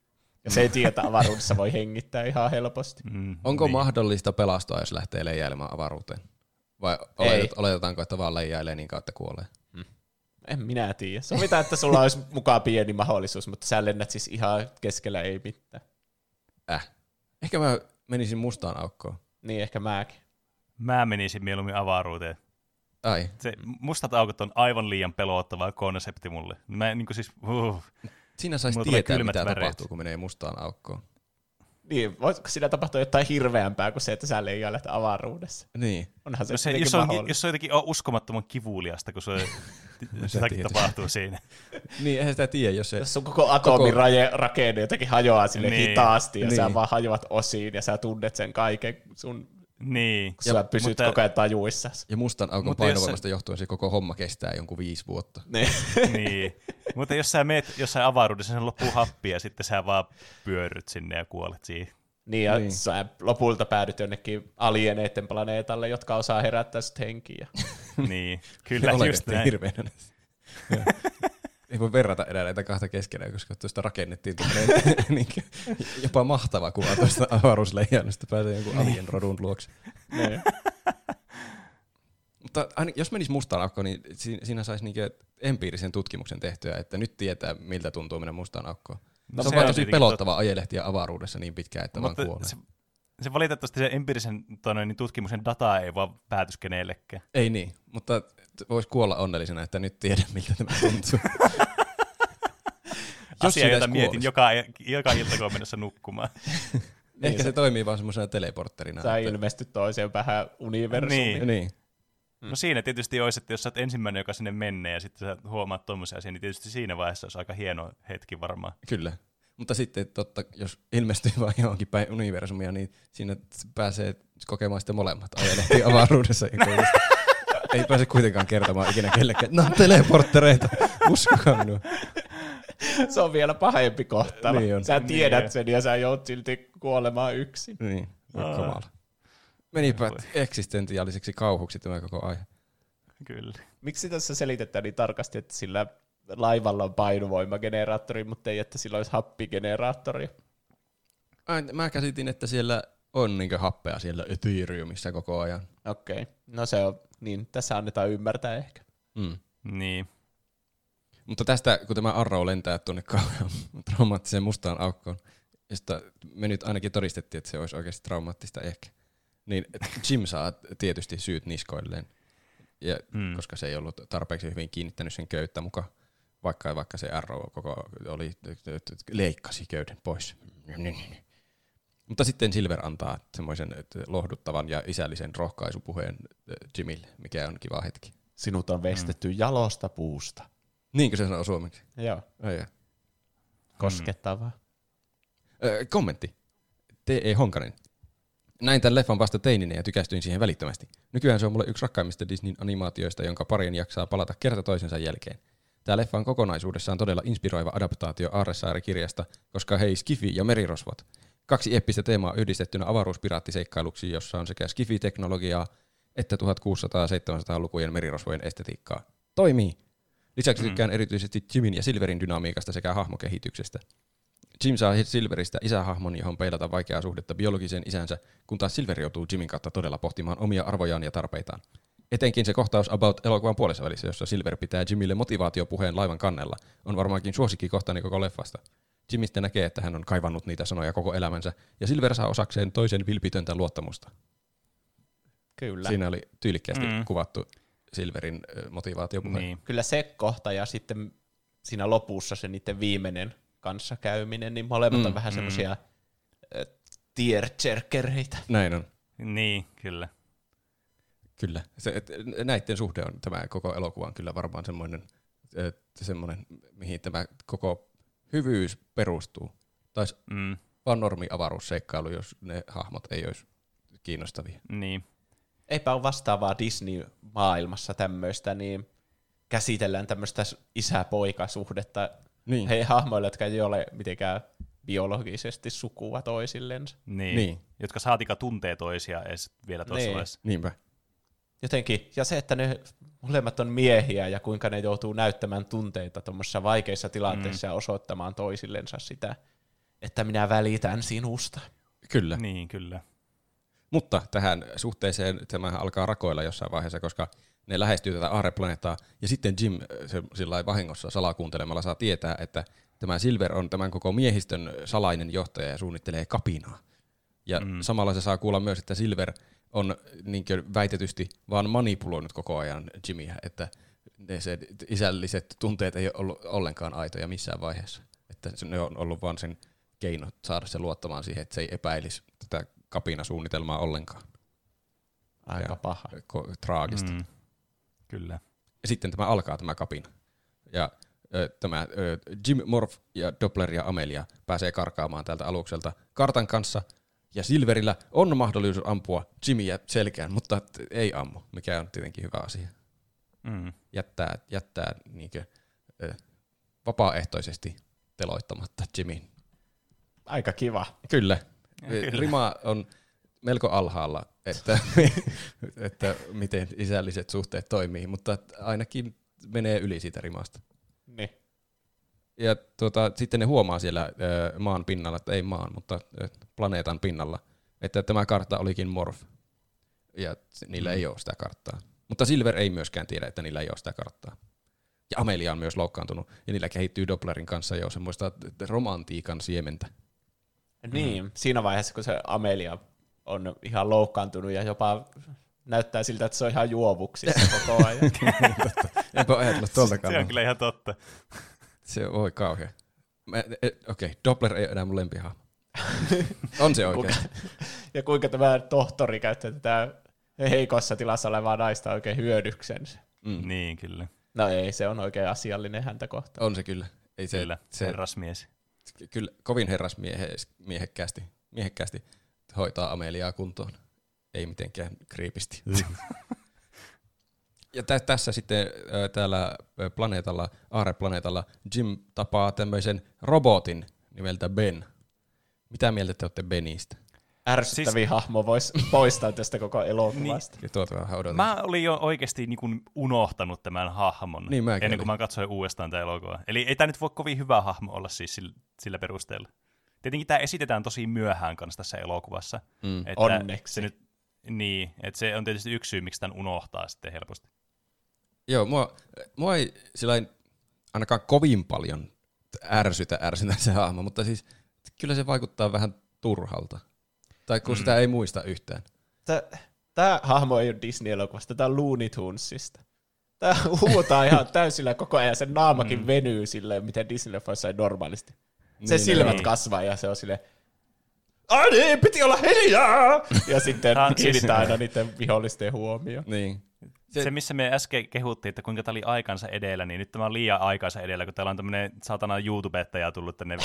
Ja se ei tiedä, että avaruudessa voi hengittää ihan helposti. Onko mahdollista pelastua, jos lähtee leijailemaan avaruuteen? Vai oletetaanko, että vaan leijailee niin kautta kuolee? En minä tiedä. Sovitaan, että sulla olisi mukaan pieni mahdollisuus, mutta sä lennät siis ihan keskellä ei mitään. Ehkä mä menisin mustaan aukkoon. Niin, ehkä mäkin. Mä menisin mieluummin avaruuteen. Ai. Se mustat aukot on aivan liian pelottava konsepti mulle. Mä niin kuin siis, Siinä saisi tietää, mitä tapahtuu, kun menee mustaan aukkoon. Niin, voisiko siinä tapahtua jotain hirveämpää kuin se, että sä leijailet avaruudessa? Niin. Onhan se jos se jotenkin on uskomattoman kivuliasta, kun se tapahtuu siinä. Niin, eihän sitä tiedä, jos se... Jos sun koko atomin rakenne jotenkin hajoaa sille hitaasti, ja sä vaan hajoat osiin, ja sä tunnet sen kaiken sun... Niin. Kun sä pysyt koko ajan tajuissa. Ja mustan aukon painovoimasta johtuen se koko homma kestää jonkun 5 vuotta. Niin. Mutta jos sä meet jossain avaruudessa, sen loppuu happi ja sitten sä vaan pyörryt sinne ja kuolet siihen. Niin, ja sä lopulta päädyt jonnekin alieneiden planeetalle, jotka osaa herättää sut henkiä. Niin, kyllä just näin. Hirveänä. Ei voi verrata enää näitä kahta keskenään, koska tuosta rakennettiin niin jopa mahtava kuva tuosta avaruusleijailusta. Pääsee jonkun alien rodun luokse. Mutta jos menisi mustaan aukkoon, niin siinä saisi empiirisen tutkimuksen tehtyä, että nyt tietää, miltä tuntuu mennä mustaan aukkoon. Se on vaan tosi pelottava ajelehtia avaruudessa niin pitkään, että vaan kuolee. Se valitettavasti se empiirisen tutkimuksen dataa ei vaan päätys kenellekään. Ei niin, mutta voisi kuolla onnellisena, että nyt tiedän, miltä tämä tuntuu. Asia, jota mietin joka ilta, kun on mennessä nukkumaan. Ehkä se toimii vaan semmoisena teleportterina. Sä ilmestyt toiseen vähän universumiin. Niin. No siinä tietysti olisi, että jos sä oot ensimmäinen, joka sinne menee, ja sitten sä huomaat tommosia asioita, niin tietysti siinä vaiheessa olisi aika hieno hetki varmaan. Kyllä. Mutta sitten jos ilmestyy vaan johonkin päin universumia, niin siinä pääsee kokemaan sitten molemmat. Ajelehtii avaruudessa. Ei pääse kuitenkaan kertomaan ikinä kellekään. No, teleporttereita, uskokaa minua. Se on vielä pahempi kohtalo. Niin sä tiedät sen ja sä joudut silti kuolemaan yksin. Niin, kamala. Menipä eksistentiaaliseksi kauhuksi tämä koko aihe. Kyllä. Miksi tässä selitetään niin tarkasti, että sillä laivalla on painovoimageneraattori, mutta ei, että sillä olisi happigeneraattori? Mä käsitin, että siellä on happea siellä Ethereumissa koko ajan. Okei. No se on, niin tässä annetaan ymmärtää ehkä. Niin. Mutta tästä, kun tämä Arrow lentää tuonne traumaattiseen mustaan aukkoon, josta me nyt ainakin todistettiin, että se olisi oikeasti traumaattista ehkä, niin Jim saa tietysti syyt niskoilleen, ja koska se ei ollut tarpeeksi hyvin kiinnittänyt sen köyttä mukaan, vaikka se Arrow leikkasi köyden pois. Mutta sitten Silver antaa semmoisen lohduttavan ja isällisen rohkaisupuheen Jimille, mikä on kiva hetki. Sinut on veistetty jalosta puusta. Niinkö se sanoo suomeksi? Joo. Koskettavaa. Kommentti. T.E. Honkanen. Näin tämän leffan vasta teininen ja tykästyin siihen välittömästi. Nykyään se on mulle yksi rakkaimmista Disneyn animaatioista, jonka parien jaksaa palata kerta toisensa jälkeen. Tämä leffa on kokonaisuudessaan todella inspiroiva adaptaatio Aarresaari-kirjasta, koska hei, skifi ja merirosvot. 2 eeppistä teemaa yhdistettynä avaruuspiraattiseikkailuksi, jossa on sekä skifi-teknologiaa että 1600-1700-lukujen merirosvojen estetiikkaa. Toimii! Lisäksi tykkään erityisesti Jimin ja Silverin dynamiikasta sekä hahmokehityksestä. Jim saa Silveristä isähahmon, johon peilata vaikeaa suhdetta biologiseen isänsä, kun taas Silver joutuu Jimin kautta todella pohtimaan omia arvojaan ja tarpeitaan. Etenkin se kohtaus about elokuvan puolessa välissä, jossa Silver pitää Jimille motivaatiopuheen laivan kannella, on varmaankin suosikkikohtani koko leffasta. Jimistä näkee, että hän on kaivannut niitä sanoja koko elämänsä, ja Silver saa osakseen toisen vilpitöntä luottamusta. Kyllä. Siinä oli tyylikkäästi kuvattu Silverin motivaatiopuhe. Niin. Kyllä se kohta ja sitten siinä lopussa se niiden viimeinen kanssakäyminen, niin molemmat on vähän semmoisia tearjerkereitä. Näin on. Niin, kyllä. Kyllä. Näiden suhde on tämä koko elokuva on kyllä varmaan semmoinen, mihin tämä koko hyvyys perustuu. Taisi vaan normi avaruusseikkailu, jos ne hahmot ei olisi kiinnostavia. Niin. Eipä ole vastaavaa Disney-maailmassa tämmöistä, niin käsitellään tämmöistä isä-poika-suhdetta hahmoille, jotka ei ole mitenkään biologisesti sukua toisillensa. Niin. Jotka saatika tuntee toisiaan edes vielä tuossa vaiheessa. Niinpä. Jotenkin, ja se, että ne molemmat on miehiä ja kuinka ne joutuu näyttämään tunteita tuommoisissa vaikeissa tilanteissa ja osoittamaan toisillensa sitä. että minä välitän sinusta. Kyllä. Niin, kyllä. Mutta tähän suhteeseen tämä alkaa rakoilla jossain vaiheessa, koska ne lähestyy tätä aarreplaneettaa, ja sitten Jim sillä vahingossa salakuuntelemalla saa tietää, että tämä Silver on tämän koko miehistön salainen johtaja ja suunnittelee kapinaa. Ja samalla se saa kuulla myös, että Silver on niin kuin väitetysti vaan manipuloinut koko ajan Jimmyä, että se isälliset tunteet ei ole ollut ollenkaan aitoja missään vaiheessa. Että ne on ollut vaan sen keino saada se luottamaan siihen, että se ei epäilisi tätä kapinasuunnitelmaa ollenkaan. Aika paha. Traagista. Kyllä. Ja sitten tämä kapina. Ja tämä Jim, Morph ja Doppler ja Amelia pääsee karkaamaan tältä alukselta kartan kanssa, ja Silverillä on mahdollisuus ampua Jimmyä selkään, mutta ei ammu, mikä on tietenkin hyvä asia. Jättää niinkö, vapaaehtoisesti teloittamatta Jimmyn. Aika kiva. Kyllä. Rima on melko alhaalla, että miten isälliset suhteet toimii, mutta ainakin menee yli siitä rimasta. Niin. Ja sitten ne huomaa siellä maan pinnalla, että ei maan, mutta planeetan pinnalla, että tämä kartta olikin Morph. Ja niillä ei ole sitä karttaa. Mutta Silver ei myöskään tiedä, että niillä ei ole sitä karttaa. Ja Amelia on myös loukkaantunut, ja niillä kehittyy Dopplerin kanssa jo semmoista romantiikan siementä. Niin, siinä vaiheessa, kun se Amelia on ihan loukkaantunut ja jopa näyttää siltä, että se on ihan juovuksissa koko ajan. Enpä ajatellut tuolta kannalta. Se on kyllä ihan totta. Se on kauhea. Okei, Doppler ei ole enää mun lempihahmo. On se oikeasti. Ja kuinka tämä tohtori käyttää tätä heikossa tilassa olevaa naista oikein hyödyksensä. Niin, kyllä. No ei, se on oikein asiallinen häntä kohtaan. On se kyllä. Ei se, kyllä, herrasmies. Kyllä, kovin miehekkäästi hoitaa Ameliaa kuntoon. Ei mitenkään kriipisti. Ja tässä sitten täällä aarreplaneetalla Jim tapaa tämmöisen robotin nimeltä Ben. Mitä mieltä te olette Benistä? Ärsyttävin hahmo voisi poistaa tästä koko elokuvasta. Niin. Mä olin jo oikeasti niin kuin unohtanut tämän hahmon ennen kuin mä katsoin uudestaan tämä elokuva. Eli ei tämä nyt voi kovin hyvä hahmo olla siis sillä perusteella. Tietenkin tämä esitetään tosi myöhään kanssa tässä elokuvassa. Että onneksi. Se nyt, niin, että se on tietysti yksi syy, miksi tämän unohtaa sitten helposti. Joo, mua ei sillain ainakaan kovin paljon ärsytä se hahmo, mutta siis kyllä se vaikuttaa vähän turhalta. Tai kun sitä ei muista yhtään. Tämä hahmo ei ole Disney-elokuvasta, tämä on Looney Tunesista. Tämä huutaa ihan täysillä koko ajan, sen naamakin venyy silleen, miten Disney-leffoissa ei normaalisti. Se silmät kasvaa ja se on silleen, ai niin, piti olla hiljaa! Ja sitten kiinnittää aina niiden vihollisten huomioon. Niin. Se, missä me äsken kehuttiin, että kuinka tämä oli aikansa edellä, niin nyt tämä on liian aikansa edellä, kun täällä on tämmöinen saatana YouTubettaja tullut tänne.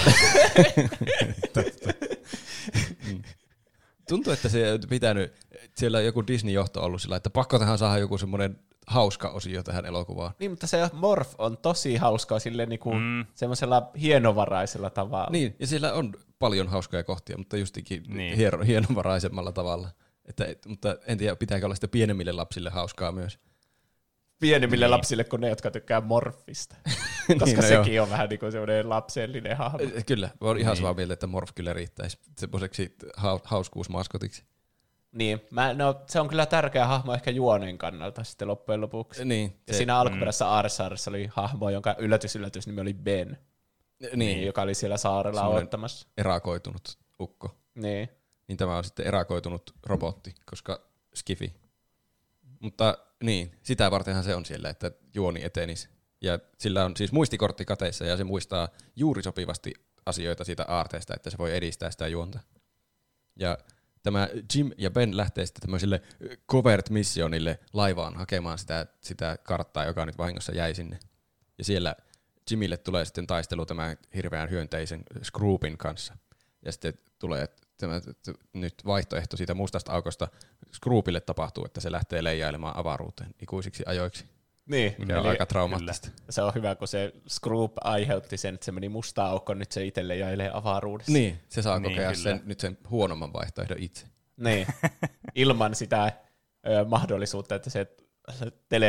Tuntuu, että se on pitänyt, siellä on joku Disney-johto ollut sillä, että pakko tähän saada joku semmoinen hauska osio tähän elokuvaan. Niin, mutta se Morph on tosi hauskaa silleen niinku semmoisella hienovaraisella tavalla. Niin, ja siellä on paljon hauskoja kohtia, mutta justikin hienovaraisemmalla tavalla. Mutta en tiedä, pitääkö olla sitä pienemmille lapsille hauskaa myös. Pienemmille lapsille kuin ne, jotka tykkää Morphista. Koska sekin on vähän niin kuin semmoinen lapsellinen hahmo. Kyllä, olen ihan samaa mieltä, että Morph kyllä riittäisi semmoiseksi hauskuusmaskotiksi. Niin, se on kyllä tärkeä hahmo ehkä juonen kannalta sitten loppujen lopuksi. Niin, ja siinä alkuperäisessä Aarresaaressa oli hahmo, jonka yllätys nimi oli Ben. Niin, joka oli siellä saarella odottamassa. Erakoitunut ukko. Niin tämä on sitten erakoitunut robotti, koska skifi. Mutta niin, sitä vartenhan se on siellä, että juoni etenisi. Ja sillä on siis muistikortti kateissa ja se muistaa juuri sopivasti asioita siitä aarteesta, että se voi edistää sitä juonta. Ja tämä Jim ja Ben lähtee sitten tämmöiselle covert-missionille laivaan hakemaan sitä karttaa, joka nyt vahingossa jäi sinne. Ja siellä Jimille tulee sitten taistelu tämän hirveän hyönteisen Scroopin kanssa. Ja sitten tulee nyt vaihtoehto siitä mustasta aukosta Scroopille tapahtuu, että se lähtee leijailemaan avaruuteen ikuisiksi ajoiksi. Niin. Mikä on aika traumaattista. Se on hyvä, kun se Scroop aiheutti sen, että se meni mustaan aukkoon, nyt se itse leijailee avaruudessa. Niin, se saa kokea sen huonomman vaihtoehdon itse. Niin, ilman sitä mahdollisuutta, että se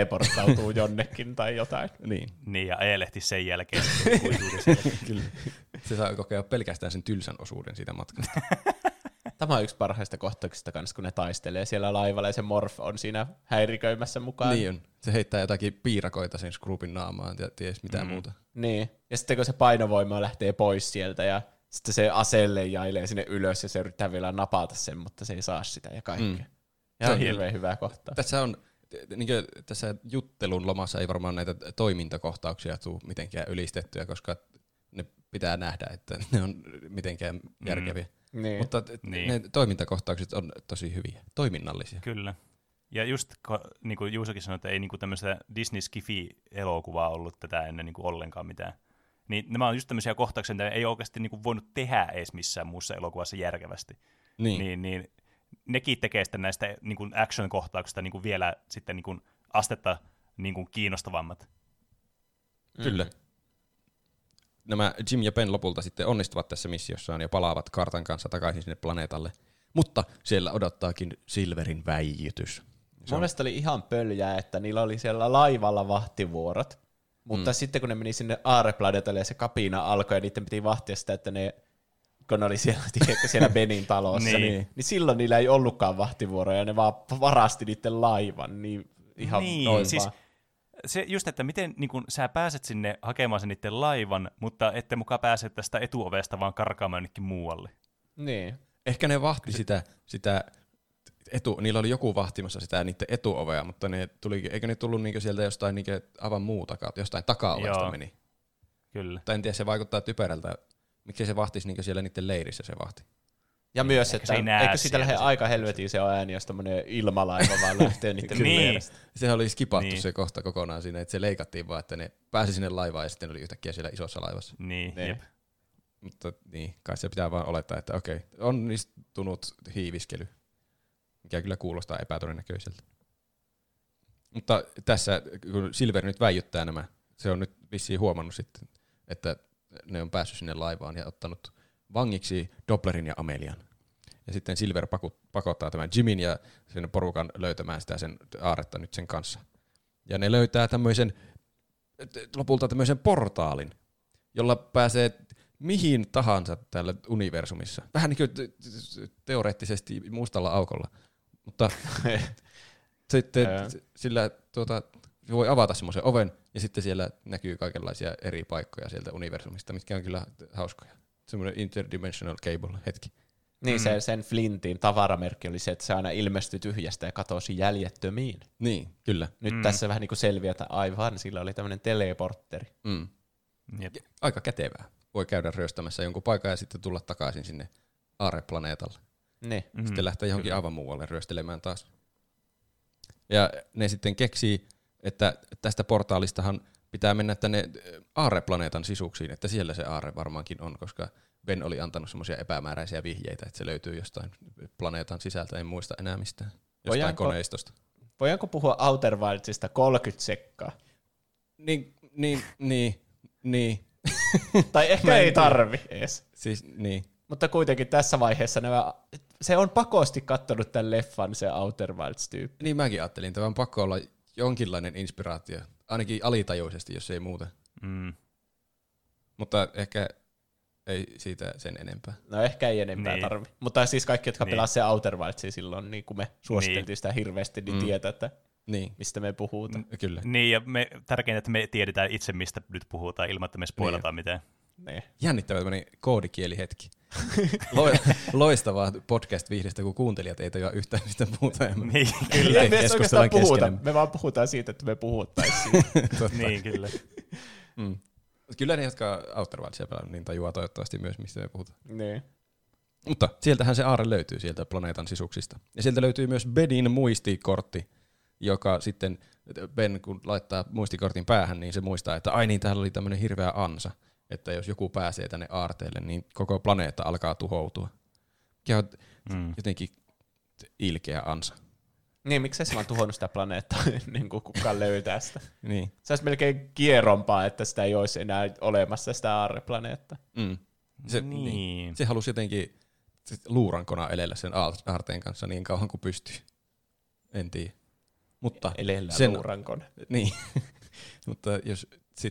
teleporttautuu jonnekin tai jotain. Niin, ja ajelehti sen jälkeen. Kyllä. Se saa kokea pelkästään sen tylsän osuuden siitä matkasta. Tämä on yksi parhaista kohtauksista kanssa, kun ne taistelee siellä laivalla ja se Morph on siinä häiriköimässä mukaan. Niin on. Se heittää jotakin piirakoita sen Scroopin naamaan ja ties mitään muuta. Niin. Ja sitten kun se painovoima lähtee pois sieltä ja sitten se aselle jailee sinne ylös ja se yrittää vielä napata sen, mutta se ei saa sitä ja kaikkea. Ja se on hirveän hyvä kohtaus. Tässä juttelun lomassa ei varmaan näitä toimintakohtauksia tule mitenkään ylistettyä, koska ne pitää nähdä, että ne on mitenkään järkeviä. Niin. Mutta ne toimintakohtaukset on tosi hyviä, toiminnallisia. Kyllä. Ja just niin kuin Juusokin sanoi, että ei niin tämmöistä Disney-skifi-elokuvaa ollut tätä ennen niin ollenkaan mitään. Niin nämä on just tämmöisiä kohtauksia, mitä ei oikeasti niin voinut tehdä edes missään muussa elokuvassa järkevästi. Niin nekin tekee sitten näistä niin action-kohtauksista niin vielä sitten niin astetta niin kiinnostavammat. Kyllä. Nämä Jim ja Ben lopulta sitten onnistuvat tässä missiossaan ja palaavat kartan kanssa takaisin sinne planeetalle. Mutta siellä odottaakin Silverin väijytys. Mun mielestä oli ihan pöljää, että niillä oli siellä laivalla vahtivuorot. Mutta sitten kun ne meni sinne Aare-planeetalle ja se kapina alkoi ja niiden piti vahtia sitä, että kun ne oli siellä Benin talossa, niin silloin niillä ei ollutkaan vahtivuoroja ja ne vaan varasti niiden laivan. Niin ihan noin siis vaan. Se just, että miten niin kun sä pääset sinne hakemaan sen niiden laivan, mutta ette mukaan pääse tästä etuovesta vaan karkaamaan jonnekin muualle. Niin. Ehkä ne vahti sitä niillä oli joku vahtimassa sitä niiden etuovea, mutta eikö ne tullut niinku sieltä jostain niinku aivan muuta kautta, jostain takaovesta meni. Kyllä. Tai en tiedä, se vaikuttaa typerältä. Miksei se vahtisi niinku siellä niiden leirissä se vahti? Ja myös, että eikö siitä lähde aika helvetin se ääni, jos tommonen ilmalaiva vaan lähtee niiden leiristä. Sehän oli skipattu se kohta kokonaan siinä, että se leikattiin vaan, että ne pääsi sinne laivaan ja sitten oli yhtäkkiä siellä isossa laivassa. Niin. Mutta kai se pitää vaan olettaa, että okei, onnistunut hiiviskely, mikä kyllä kuulostaa epätodennäköiseltä. Mutta tässä, kun Silver nyt väijyttää nämä, se on nyt vissiin huomannut sitten, että ne on päässyt sinne laivaan ja ottanut vangiksi Dopplerin ja Amelian. Ja sitten Silver pakottaa tämän Jimin ja sen porukan löytämään sitä sen aaretta nyt sen kanssa. Ja ne löytää lopulta tämmöisen portaalin, jolla pääsee mihin tahansa täällä universumissa. Vähän niin kuin teoreettisesti mustalla aukolla. Mutta sitten sillä voi avata semmoisen oven ja sitten siellä näkyy kaikenlaisia eri paikkoja sieltä universumista, mitkä on kyllä hauskoja. Semmoinen interdimensional cable hetki. Niin, sen Flintin tavaramerkki oli se, että se aina ilmestyi tyhjästä ja katosi jäljettömiin. Niin, kyllä. Nyt tässä vähän niin kuin selviää, että aivan, sillä oli tämmöinen teleportteri. Aika kätevää. Voi käydä ryöstämässä jonkun paikan ja sitten tulla takaisin sinne Aare-planeetalle. Niin. Sitten lähtee johonkin aivan muualle ryöstelemään taas. Ja ne sitten keksii, että tästä portaalistahan pitää mennä tänne Aare-planeetan sisuksiin, että siellä se Aare varmaankin on, koska Ben oli antanut semmoisia epämääräisiä vihjeitä, että se löytyy jostain planeetan sisältä, en muista enää mistään, jostain koneistosta. Voidaanko puhua Outer Wildsista 30 sekkaa? Niin. Tai ehkä ei tarvi edes. Siis, niin. Mutta kuitenkin tässä vaiheessa se on pakosti kattonut tämän leffan, se Outer Wilds-tyyppi. Niin mäkin ajattelin, että on pakko olla jonkinlainen inspiraatio, ainakin alitajuisesti, jos ei muuta. Mutta ehkä ei siitä sen enempää. No ehkä ei enempää tarvi. Mutta siis kaikki, jotka pelasivat se Outer Wildsia silloin, niin kun me suositeltiin sitä hirveästi, niin tietää, että mistä me puhutaan. Kyllä. Niin, ja tärkeintä, että me tiedetään itse, mistä nyt puhutaan, ilman, että me spoilataan mitään. Niin. Jännittävä tämmöinen koodikielihetki. Loistavaa podcast-viihdestä, kun kuuntelijat ei tajua yhtään mistä puhutaan. Niin, kyllä. Me vaan puhutaan siitä, että me puhuttaisiin. Niin, kyllä. Kyllä ne, jotka Outer Wildsia pelannut, niin tajuaa toivottavasti myös, mistä me puhutaan. Niin. Mutta sieltähän se aare löytyy sieltä planeetan sisuksista. Ja sieltä löytyy myös Benin muistikortti, joka sitten Ben, kun laittaa muistikortin päähän, niin se muistaa, että ai niin, täällä oli tämmöinen hirveä ansa, että jos joku pääsee tänne aarteelle, niin koko planeetta alkaa tuhoutua. Mikä on jotenkin ilkeä ansa. Niin, miksei se vaan tuhonnut sitä planeettaa ennen kuin kukaan löytää sitä. Niin. Se olisi melkein kierompaa, että sitä ei olisi enää olemassa sitä aarreplaneetta. Se halusi jotenkin luurankona elellä sen aarteen kanssa niin kauan kuin pystyy. En tiedä. Mutta elellä luurankona. Niin. Mutta jos sitten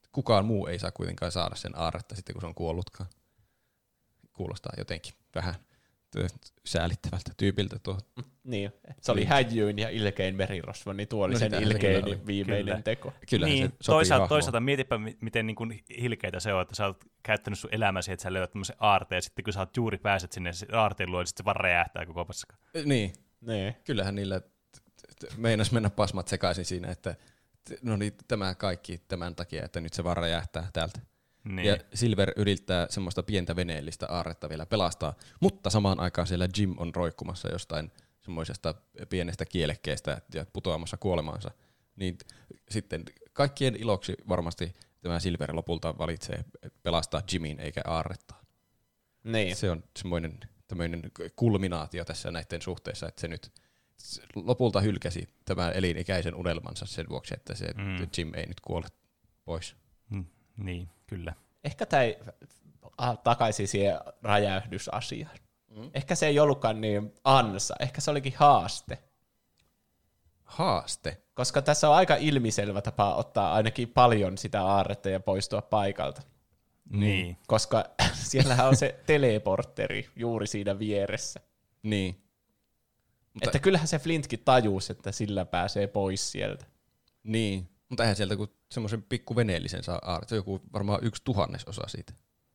kukaan muu ei saa kuitenkaan saada sen aarretta sitten, kun se on kuollutkaan. Kuulostaa jotenkin vähän säälittävältä tyypiltä tuo. Niin, se oli häijyin ja ilkein merirosvo, niin tuo oli sen ilkein viimeinen teko. Kyllähän niin, se sopii toisaalta mietipä, miten niin kuin hilkeitä se on, että sä oot käyttänyt sun elämäsi, että sä löydät tämmöisen aarteen, ja sitten kun sä oot juuri pääset sinne aarteen luo, niin sitten se vaan räjähtää koko paska. Niin. Kyllähän niillä meinas mennä pasmat sekaisin siinä, että no niin, tämä kaikki tämän takia, että nyt se vaan räjähtää täältä. Niin. Ja Silver yrittää semmoista pientä veneellistä aarretta vielä pelastaa, mutta samaan aikaan siellä Jim on roikkumassa jostain semmoisesta pienestä kielekkeestä ja putoamassa kuolemaansa. Niin sitten kaikkien iloksi varmasti tämä Silver lopulta valitsee pelastaa Jimin eikä aarretta. Niin. Se on semmoinen tämmöinen kulminaatio tässä näiden suhteessa, että se nyt lopulta hylkäsi tämän elinikäisen unelmansa sen vuoksi, että se Jim ei nyt kuole pois. Niin, kyllä. Ehkä tämä ei takaisin siihen räjähdysasiaan. Ehkä se ei ollutkaan niin ansa, ehkä se olikin haaste. Haaste? Koska tässä on aika ilmiselvä tapa ottaa ainakin paljon sitä aarretta ja poistua paikalta. Niin. Koska siellähän on se teleporteri juuri siinä vieressä. Niin. Että kyllähän se Flintkin tajusi, että sillä pääsee pois sieltä. Niin, mutta eihän sieltä kuin semmoisen pikku veneellisen saa aarret. Se on joku varmaan 1/1000 siitä.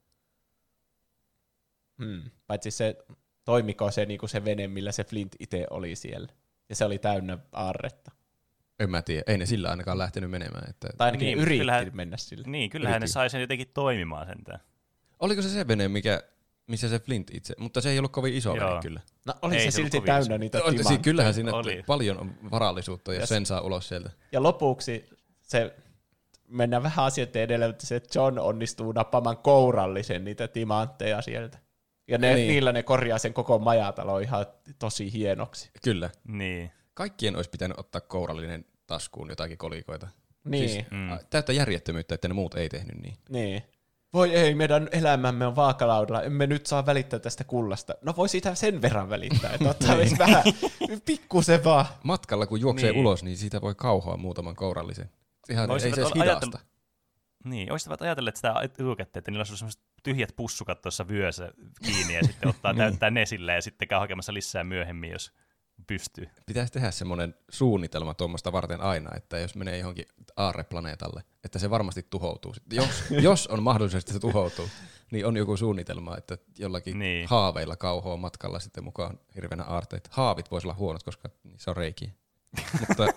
Paitsi se, toimiko se, niin kuin se vene, millä se Flint itse oli siellä. Ja se oli täynnä aarretta. En mä tiedä, ei ne sillä ainakaan lähtenyt menemään. Että tai ainakin niin, yritti mennä sillä. Niin, kyllähän ne sai sen jotenkin toimimaan sentään. Oliko se vene, missä se Flint itse, mutta se ei ollut kovin iso vene kyllä. No oli se silti täynnä niitä timantteja. Kyllähän siinä paljon on varallisuutta, jos sen saa ulos sieltä. Ja lopuksi se, mennään vähän asioiden edellä, että se John onnistuu nappamaan kourallisen niitä timantteja sieltä. Ja niillä ne korjaa sen koko majatalo ihan tosi hienoksi. Kyllä. Niin. Kaikkien olisi pitänyt ottaa kourallinen taskuun jotakin kolikoita. Niin. Siis, täyttä järjettömyyttä, että ne muut ei tehnyt niin. Niin. Voi ei, meidän elämämme on vaakalaudalla, emme nyt saa välittää tästä kullasta. No voi sitä sen verran välittää, että ottaa vähän pikkusen vaan. Matkalla kun juoksee ulos, niin siitä voi kauhoa muutaman kourallisen. Ihan ei se edes hidasta. Niin, olisivat ajatelleet sitä etukäteen, että niillä on sellaiset tyhjät pussukat tuossa vyössä kiinni ja sitten ottaa täyttää ne silleen ja sitten käy hakemassa lisää myöhemmin, jos pystyy. Pitäisi tehdä semmoinen suunnitelma tuommoista varten aina, että jos menee johonkin aarreplaneetalle, että se varmasti tuhoutuu. Jos on mahdollisesti se tuhoutuu, niin on joku suunnitelma, että jollakin haaveilla kauhoa matkalla sitten mukaan hirveänä aarteita. Haavit voisi olla huonot, koska niissä on reikiä. Mutta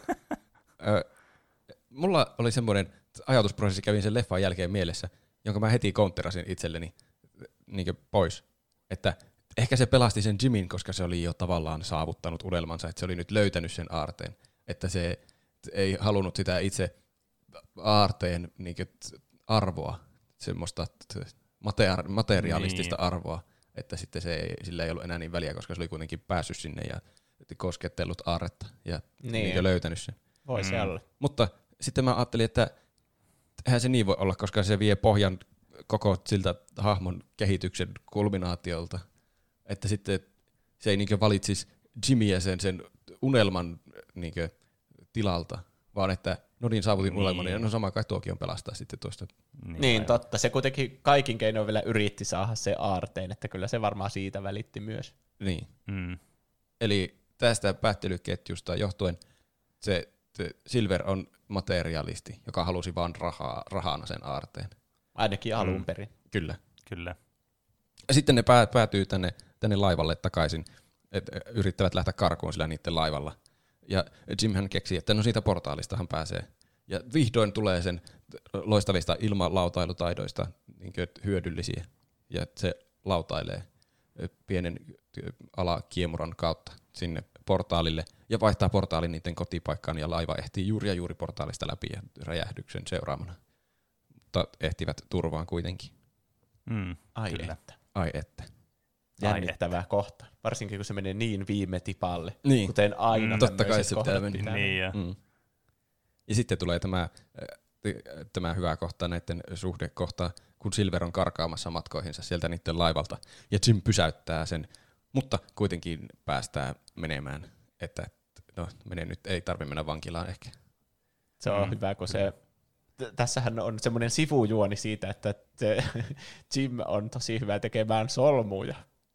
mulla oli semmoinen ajatusprosessi, kävin sen leffan jälkeen mielessä, jonka mä heti counterasin itselleni niin pois, että ehkä se pelasti sen Jimin, koska se oli jo tavallaan saavuttanut unelmansa, että se oli nyt löytänyt sen aarteen, että se ei halunnut sitä itse aarteen niin arvoa, semmoista materialistista arvoa, että sitten sillä ei ollut enää niin väliä, koska se oli kuitenkin päässyt sinne ja koskettellut aarretta ja niin löytänyt sen. Voi se olla. Mutta sitten mä ajattelin, että eihän se niin voi olla, koska se vie pohjan koko siltä hahmon kehityksen kulminaatiolta. Että sitten se ei niinkö valitsisi Jimmyä sen unelman niinkö tilalta, vaan että no niin, saavutin unelman, ja no sama kai tuokin on pelastaa sitten tuosta. Niin, totta. Se kuitenkin kaikin keinoin vielä yritti saada se aarteen, että kyllä se varmaan siitä välitti myös. Niin. Eli tästä päättelyketjusta johtuen se Silver on materialisti, joka halusi vaan rahana sen aarteen. Ainakin alun perin. Kyllä. Ja sitten ne päätyy tänne laivalle takaisin, että yrittävät lähteä karkuun sillä niiden laivalla. Ja Jim hän keksii, että no siitä portaalistahan pääsee. Ja vihdoin tulee sen loistavista ilmalautailutaidoista niin hyödyllisiä. Ja se lautailee pienen alakiemuran kautta sinne portaalille ja vaihtaa portaalin niiden kotipaikkaan ja laiva ehtii juuri portaalista läpi ja räjähdyksen seuraamana. Mutta ehtivät turvaan kuitenkin. Ai että. Jännittävää kohta. Varsinkin kun se menee niin viime tipalle, niin. Kuten aina totta kai se pitää mennä. Niin, ja sitten tulee tämä hyvä kohta, näiden suhdekohta, kun Silver on karkaamassa matkoihinsa sieltä niiden laivalta. Ja Jim pysäyttää sen, mutta kuitenkin päästää menemään, että no mene nyt, ei tarvitse mennä vankilaan ehkä. Se on hyvä, kun se tässähän on semmoinen sivujuoni siitä, että Jim on tosi hyvä tekemään solmuja.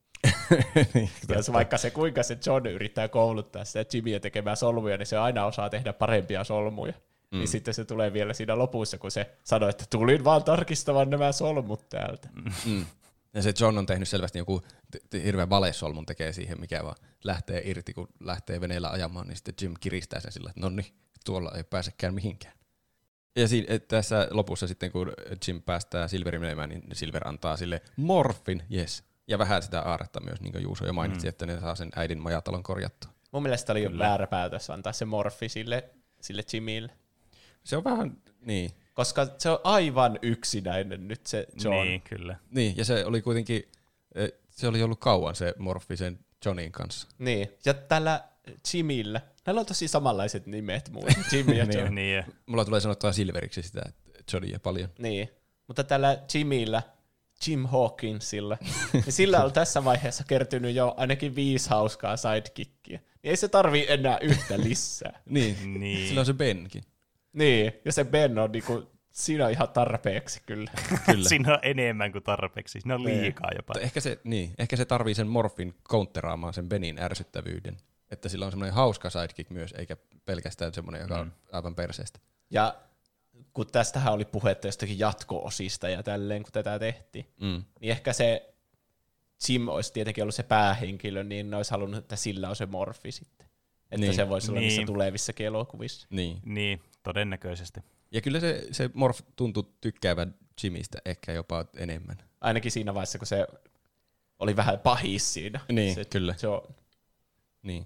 Niin, ja vaikka se kuinka se John yrittää kouluttaa sitä Jimia tekemään solmuja, niin se aina osaa tehdä parempia solmuja. Niin sitten se tulee vielä siinä lopussa, kun se sanoi, että tulin vaan tarkistamaan nämä solmut täältä. Ja se John on tehnyt selvästi joku hirveän valesolmun tekee siihen, mikä vaan lähtee irti, kun lähtee veneellä ajamaan, niin sitten Jim kiristää sen sillä, että no niin, tuolla ei pääsekään mihinkään. Ja tässä lopussa sitten, kun Jim päästää Silverin menemään, niin Silver antaa sille morfin, yes. Ja vähän sitä aaretta myös, niin kuin Juuso jo mainitsi, että ne saa sen äidin majatalon korjattua. Mun mielestä oli jo väärä päätös antaa se morfi sille Jimille. Se on vähän, niin. Koska se on aivan yksinäinen nyt se John. Niin, kyllä. Niin, ja se oli kuitenkin, se oli ollut kauan se morfi sen Johnin kanssa. Niin, ja tällä Jimillä, näillä on tosi samanlaiset nimet muuten, Jim ja John. Niin. Mulla tulee sanottua Silveriksi sitä, että Johnia paljon. Niin, mutta tällä Jimillä, Jim Hawkinsilla, niin sillä on tässä vaiheessa kertynyt jo ainakin 5 hauskaa sidekickia. Niin ei se tarvii enää yhtä lisää. niin. Sillä on se Benkin. Niin, ja se Ben on niinku, siinä on ihan tarpeeksi kyllä. Siinä on enemmän kuin tarpeeksi, siinä on liikaa jopa. Ehkä se tarvii sen morfin counteraamaan sen Benin ärsyttävyyden. Että sillä on semmoinen hauska sidekick myös, eikä pelkästään semmoinen, joka on aivan perseestä. Ja kun tästähän oli puhetta jostakin jatko-osista ja tälleen, kun tätä tehtiin, niin ehkä se Jim olisi tietenkin ollut se päähenkilö, niin ne olisi halunnut, että sillä on se morfi sitten. Että se voisi olla niissä tulevissa elokuvissa. Niin, todennäköisesti. Ja kyllä se morf tuntui tykkäävän Jimistä ehkä jopa enemmän. Ainakin siinä vaiheessa, kun se oli vähän pahis siinä. Niin, se, kyllä. Se on... Niin.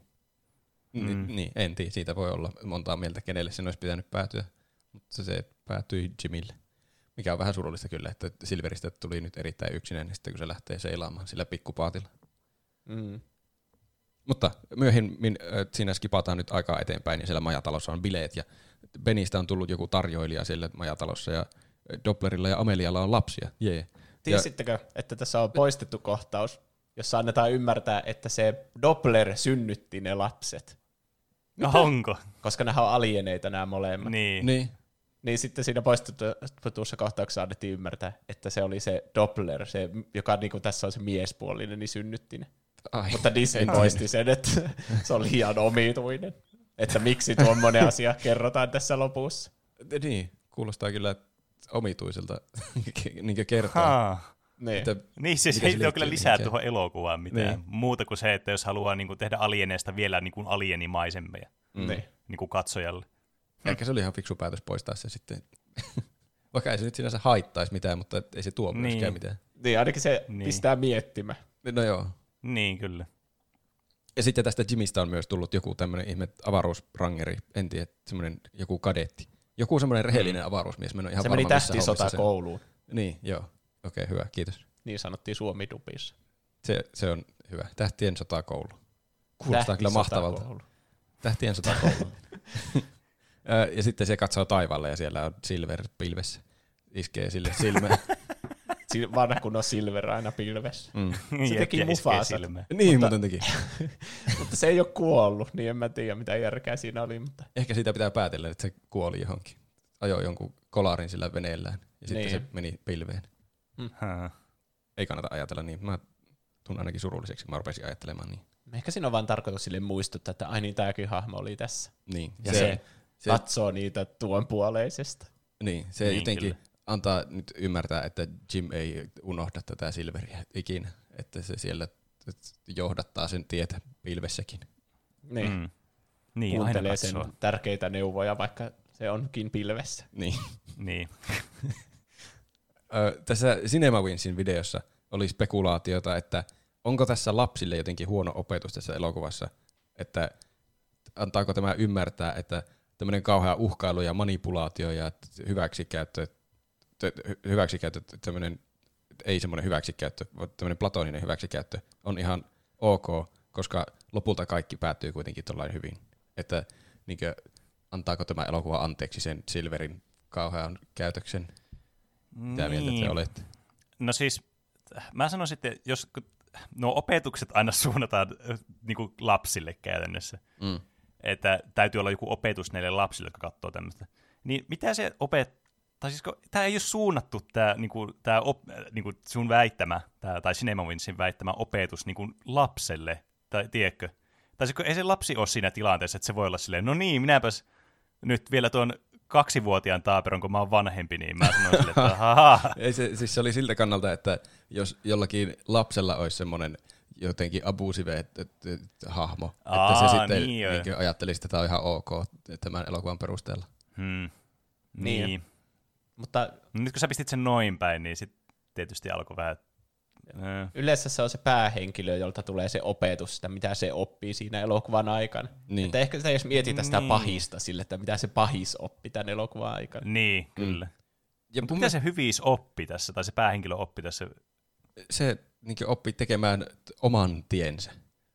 Niin, en tiedä. Siitä voi olla montaa mieltä, kenelle sen olisi pitänyt päätyä. Mutta se päätyi Jimille. Mikä on vähän surullista kyllä, että Silveristä tuli nyt erittäin yksinäinen sitten, kun se lähtee seilaamaan sillä pikkupaatilla. Mutta myöhemmin siinä skipataan nyt aikaa eteenpäin, ja siellä majatalossa on bileet, ja Benistä on tullut joku tarjoilija siellä majatalossa, ja Dopplerilla ja Amelialla on lapsia. Jee. Tiesittekö, että tässä on poistettu kohtaus, jossa annetaan ymmärtää, että se Doppler synnytti ne lapset? Onko? Koska nämä on alieneita nämä molemmat. Niin sitten siinä poistetussa kohtauksessa annettiin ymmärtää, että se oli se Doppler, se, joka niin kuin tässä on se miespuolinen, niin synnytti ne. Mutta Disney poisti sen, että se on liian omituinen. Että miksi tuommoinen asia kerrotaan tässä lopussa. Niin, kuulostaa kyllä omituiselta niin kertaa. Niin, siis ei ole kyllä lisää tuohon elokuvaan mitään. Muuta kuin se, että jos haluaa niin kuin tehdä alieneista vielä niin kuin alienimaisemmin niin kuin katsojalle. Ehkä se oli ihan fiksu päätös poistaa se sitten. Vaikka ei se nyt sinänsä haittaisi mitään, mutta ei se tuo myöskään mitään. Niin, ainakin se pistää miettimään. No joo. Niin, kyllä. Ja sitten tästä Jimistä on myös tullut joku tämmöinen ihme avaruusrangeri, en tiedä, semmoinen joku kadetti. Joku semmoinen rehellinen avaruusmies. Mä en ole ihan se varma, meni tähtisotakouluun. Niin, joo. Okei, hyvä, kiitos. Niin sanottiin Suomi-dubissa. Se on hyvä. Tähtien sotakoulu. Kuulostaa kyllä mahtavalta. Tähtien sotakoulu. Ja sitten se katsoo taivaalle ja siellä on Silver pilvessä. Iskee sille silmään. Vanha kun on Silver aina pilvessä. Se teki Mufasat. Niin, muuten teki. Mutta se ei ole kuollut, niin en mä tiedä mitä järkeä siinä oli. Mutta... Ehkä siitä pitää päätellä, että se kuoli johonkin. Ajoi jonkun kolarin sillä veneellään ja sitten se meni pilveen. Ei kannata ajatella niin. Mä tunnen ainakin surulliseksi, mä rupesin ajattelemaan niin. Ehkä siinä on vaan tarkoitus sille muistuttaa, että ai niin, tämäkin hahmo oli tässä. Niin. Ja se katsoo niitä tuonpuoleisesta. Niin, se niin, jotenkin kyllä antaa nyt ymmärtää, että Jim ei unohda tätä Silveria ikinä. Että se siellä johdattaa sen tietä pilvessäkin. Niin. Niin, kuuntelee sen tärkeitä neuvoja, vaikka se onkin pilvessä. Niin. Tässä CinemaWinsin videossa oli spekulaatiota, että onko tässä lapsille jotenkin huono opetus tässä elokuvassa, että antaako tämä ymmärtää, että tämmöinen kauhea uhkailu ja manipulaatio ja hyväksikäyttö, tämmöinen, ei semmoinen hyväksikäyttö, vaan tämmöinen platoninen hyväksikäyttö on ihan ok, koska lopulta kaikki päättyy kuitenkin tollain hyvin. Että niinkö, antaako tämä elokuva anteeksi sen Silverin kauhean käytöksen? Mitä mieltä te olette? No siis, mä sanoisin, että jos nuo opetukset aina suunnataan niin kuin lapsille käytännössä, että täytyy olla joku opetus näille lapsille, jotka katsoo tämmöistä, niin mitä se tai siis tämä ei ole suunnattu tämä sun väittämä, tai Cinemawinsin väittämä opetus lapselle, tai tiedätkö? Tai siis ei se lapsi ole siinä tilanteessa, että se voi olla silleen, no niin, minäpäs nyt vielä tuon 2-vuotiaan taaperon, kun mä oon vanhempi, niin mä sanon sille, että haha. Ei siis se oli siltä kannalta, että jos jollakin lapsella olisi semmoinen jotenkin abusive hahmo, että se sitten niin ajattelisi, että tämä on ihan ok tämän elokuvan perusteella. Niin. Mutta nyt kun sä pistit sen noin päin, niin sitten tietysti alkoi vähän. Yleensä se on se päähenkilö, jolta tulee se opetus, sitä mitä se oppii siinä elokuvan aikana. Niin. Että ehkä sitä jos mietitään sitä pahista sille, että mitä se pahis oppi tämän elokuvan aikana. Niin, kyllä. Ja mitä se hyvis oppi tässä, tai se päähenkilö oppi tässä? Se niin oppi tekemään oman tiensä.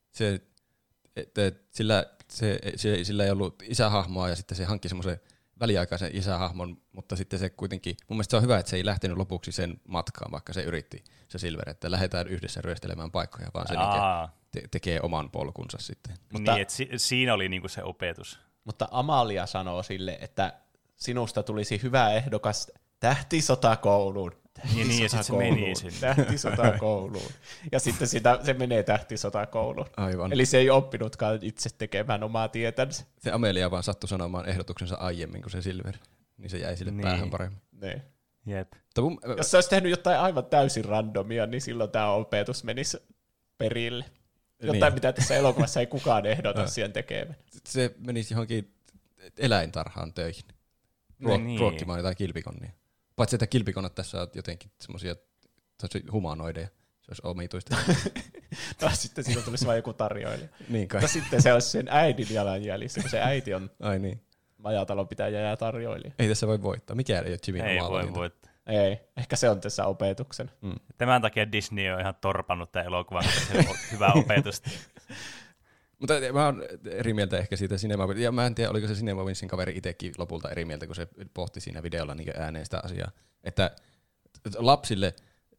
Sillä ei ollut isähahmoa, ja sitten se hankki semmoisen väliaikaisen isähahmon, mutta sitten se kuitenkin, mun mielestä se on hyvä, että se ei lähtenyt lopuksi sen matkaan, vaikka se yritti, se Silver, että lähdetään yhdessä ryöstelemään paikkoja, vaan se tekee oman polkunsa sitten. Mutta, niin, että siinä oli niinku se opetus. Mutta Amalia sanoo sille, että sinusta tulisi hyvä ehdokas tähtisotakouluun. Niin, ja sitten se meni sinne. Tähtisotakouluun. Ja sitten se menee tähtisotakouluun. Aivan. Eli se ei oppinutkaan itse tekemään omaa tietänsä. Se Amelia vaan sattui sanomaan ehdotuksensa aiemmin kuin se Silver. Niin se jäi sille päähän paremmin. Niin. Jep. Jos se olisi tehnyt jotain aivan täysin randomia, niin silloin tämä opetus menisi perille. Jotain, mitä tässä elokuvassa ei kukaan ehdota siihen tekemään. Se menisi johonkin eläintarhaan töihin. Ruokkimaan jotain kilpikonnia. Paitsi että kilpikonnat tässä on jotenkin semmoisia humanoideja. Se olisi omituista. Taas sitten siinä tulisi vain joku tarjoilija. Niin kai. Mutta sitten se olisi sen äidin jalanjäljissä, kun se äiti on majatalonpitäjä ja tarjoilija. Ei tässä voi voittaa. Mikään ei ole Jimin ei oma voi valinta. voittaa. Ei, ehkä se on tässä opetuksen. Tämän takia Disney on ihan torpannut tämän elokuvan, koska se on hyvää opetusta. Mutta mä oon eri mieltä ehkä siitä Cinemawinsin, ja mä en tiedä, oliko se Cinemawinsin kaveri itsekin lopulta eri mieltä, kun se pohti siinä videolla niin ääneen sitä asiaa. Että lapsille,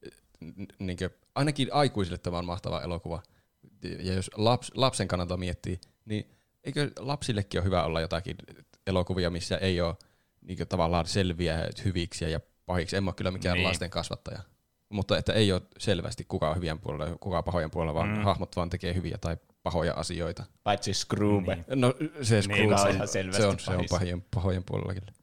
niin ainakin aikuisille tämä on mahtava elokuva, ja jos lapsen kannalta miettii, niin eikö lapsillekin ole hyvä olla jotakin elokuvia, missä ei ole niin tavallaan selviä hyviksiä ja pahiksi. En mä ole kyllä mikään lasten kasvattaja. Mutta että ei ole selvästi kuka on hyvien puolella ja kuka on pahojen puolella, vaan hahmot vaan tekee hyviä tai pahoja asioita. Paitsi Scrooge. Niin. No se Scrooge on ihan selvästi se on pahojen puolella kyllä.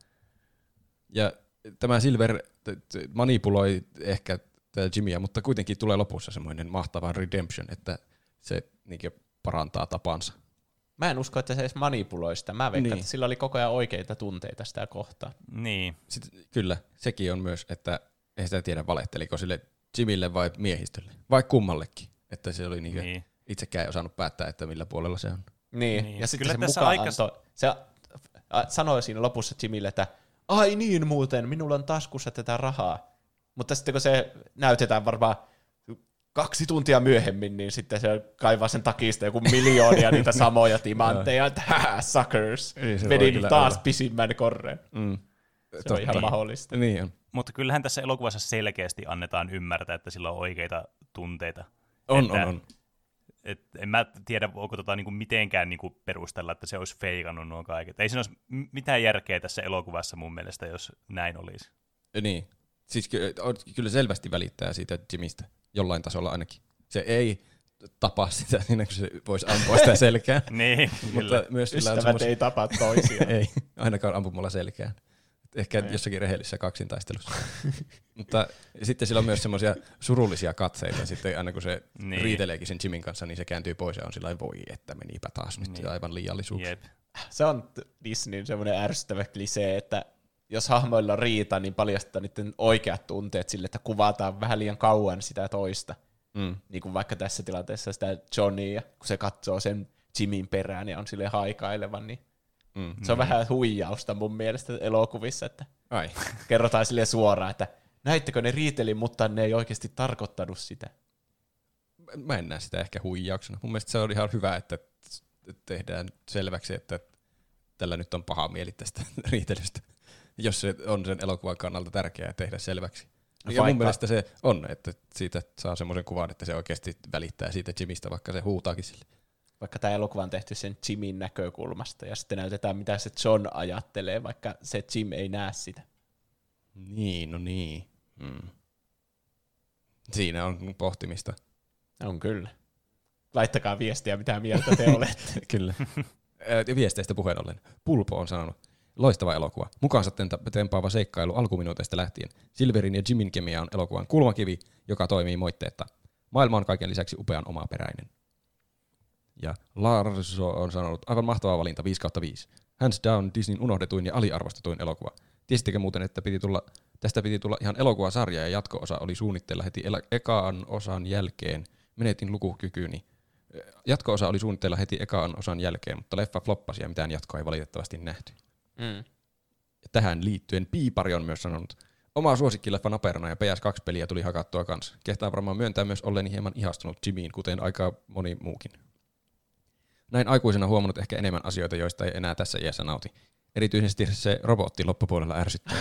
Ja tämä Silver manipuloi ehkä Jimmyä, mutta kuitenkin tulee lopussa semmoinen mahtava redemption, että se niinkö parantaa tapansa. Mä en usko, että se edes manipuloi sitä. Mä veikkaan, että sillä oli koko ajan oikeita tunteita sitä kohtaa. Niin. Sitten, kyllä, sekin on myös, että ei sitä tiedä valetteliko sille Jimmille vai miehistölle. Vai kummallekin. Että se oli niin. Itsekään ei osannut päättää, että millä puolella se on. Niin. Ja sitten kyllä se mukaan se sanoi siinä lopussa Jimmille, että ai niin muuten, minulla on taskussa tätä rahaa. Mutta sitten kun se näytetään varmaan 2 tuntia myöhemmin, niin sitten se kaivaa sen takista joku miljoonia niitä samoja timantteja, että suckers, vedin taas pisimmän korreen. Se on ihan mahdollista. Niin on. Mutta kyllähän tässä elokuvassa selkeästi annetaan ymmärtää, että sillä on oikeita tunteita. On. En mä tiedä, voiko niinku mitenkään niinku perustella, että se olisi feikannut nuo kaiket. Ei siinä olisi mitään järkeä tässä elokuvassa mun mielestä, jos näin olisi. Niin. Siis kyllä selvästi välittää siitä Jimmistä, jollain tasolla ainakin. Se ei tapa sitä niin kuin se voisi ampua sitä selkään. Niin, mutta myös ystävät ei tapa toisiaan. Ei, ainakaan ampumalla selkään. Ehkä jossakin rehellisessä kaksintaistelussa. Mutta sitten sillä on myös semmoisia surullisia katseita. Sitten aina kun se riiteleekin sen Jimin kanssa, niin se kääntyy pois ja on sillä voi, että menipä taas nyt aivan liiallisuus. Jep. Se on Disneyn semmoinen ärsyttävä klisee, että jos hahmoilla on riita, niin paljastaa niiden oikeat tunteet sille, että kuvataan vähän liian kauan sitä toista. Niin kuin vaikka tässä tilanteessa sitä Johnia, kun se katsoo sen Jimin perään ja on silleen haikailevan, niin se on vähän huijausta mun mielestä elokuvissa, että kerrotaan silleen suoraan, että näittekö ne riiteli, mutta ne ei oikeasti tarkoittanut sitä. Mä en näe sitä ehkä huijauksena. Mun mielestä se on ihan hyvä, että tehdään selväksi, että tällä nyt on paha mieli tästä riitelystä, jos se on sen elokuvan kannalta tärkeää tehdä selväksi. Ja mun mielestä se on, että siitä saa semmoisen kuvan, että se oikeasti välittää siitä Jimistä, vaikka se huutaakin sille. Vaikka tämä elokuva on tehty sen Jimin näkökulmasta, ja sitten näytetään, mitä se John ajattelee, vaikka se Jim ei näe sitä. Niin, no niin. Siinä on pohtimista. On kyllä. Laittakaa viestiä, mitä mieltä te olette. Kyllä. Viesteistä puheen ollen. Pulpo on sanonut, loistava elokuva. Mukaansa tempaava seikkailu alkuminuuteista lähtien. Silverin ja Jimin kemia on elokuvan kulmakivi, joka toimii moitteetta. Maailma on kaiken lisäksi upean omaperäinen. Ja Larso on sanonut, aivan mahtava valinta 5/5. Hands down Disneyn unohdetuin ja aliarvostetuin elokuva. Tiesittekö muuten, että tästä piti tulla ihan elokuvasarja ja jatko-osa oli suunnitteilla heti ekaan osan jälkeen. Menetin lukukykyni. Jatko-osa oli suunnitteilla heti ekaan osan jälkeen, mutta leffa floppasi ja mitään jatkoa ei valitettavasti nähty. Ja tähän liittyen Piipari on myös sanonut, oma suosikkileffa naperana ja PS2-peliä tuli hakattua kanssa. Kehtaa varmaan myöntää myös olleeni hieman ihastunut Jimiin, kuten aika moni muukin. Näin aikuisena huomannut ehkä enemmän asioita, joista ei enää tässä iässä nauti. Erityisesti se robotti loppupuolella ärsyttää.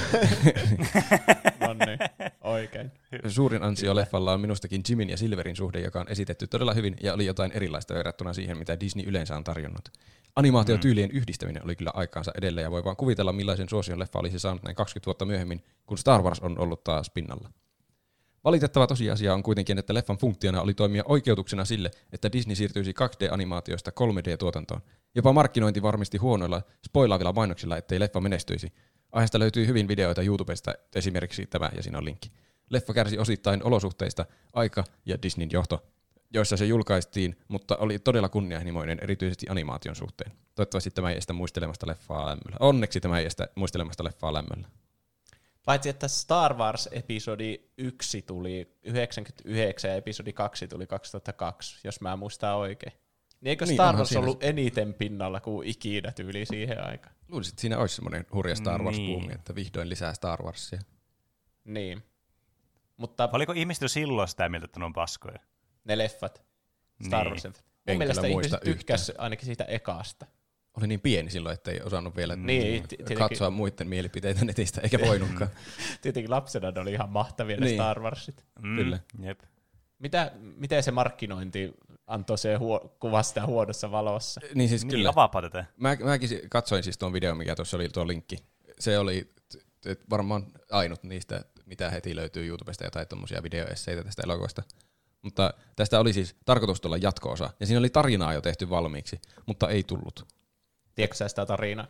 No niin, oikein. Suurin ansio leffalla on minustakin Jimin ja Silverin suhde, joka on esitetty todella hyvin ja oli jotain erilaista verrattuna siihen, mitä Disney yleensä on tarjonnut. Animaatiotyylien yhdistäminen oli kyllä aikaansa edellä ja voi vaan kuvitella, millaisen suosion leffa olisi saanut näin 20 vuotta myöhemmin, kun Star Wars on ollut taas pinnalla. Valitettava tosiasia on kuitenkin, että leffan funktiona oli toimia oikeutuksena sille, että Disney siirtyisi 2D-animaatioista 3D-tuotantoon. Jopa markkinointi varmisti huonoilla, spoilaavilla mainoksilla, ettei leffa menestyisi. Aiheesta löytyy hyvin videoita YouTubesta, esimerkiksi tämä, ja siinä on linkki. Leffa kärsi osittain olosuhteista, aika ja Disneyn johto, joissa se julkaistiin, mutta oli todella kunnianhimoinen, erityisesti animaation suhteen. Toivottavasti tämä ei estä muistelemasta leffaa lämmöllä. Onneksi tämä ei estä muistelemasta leffaa lämmöllä. Paitsi, että Star Wars episodi 1 tuli 99 ja episodi 2 tuli 2002, jos mä muistan oikein. Niin eikö Star Wars ollut eniten pinnalla kuin ikinä tyyli siihen aikaan? Luulisin, että siinä olisi semmoinen hurja Star Wars-buumi, että vihdoin lisää Star Warsia. Niin. Mutta oliko ihmiset jo silloin sitä mieltä, että ne on paskoja? Ne leffat. Star Wars. Mun mielestä ihmiset tykkäs ainakin siitä ekasta. Oli niin pieni silloin, ettei osannut vielä katsoa muiden mielipiteitä netistä, eikä voinutkaan. Tietenkin lapsena ne oli ihan mahtavia ne Star Warsit. Kyllä. Jep. Miten se markkinointi antoi se kuvaa sitä huonossa valossa? Niin siis kyllä. Avaapa tätä. Mäkin katsoin siis tuon videon, mikä tuossa oli tuo linkki. Se oli varmaan ainut niistä, mitä heti löytyy YouTubesta, jotain tuommoisia videoesseitä tästä elokuvasta. Mutta tästä oli siis tarkoitus tulla jatko-osa, ja siinä oli tarinaa jo tehty valmiiksi, mutta ei tullut. Tiedätkö sä sitä tarinaa?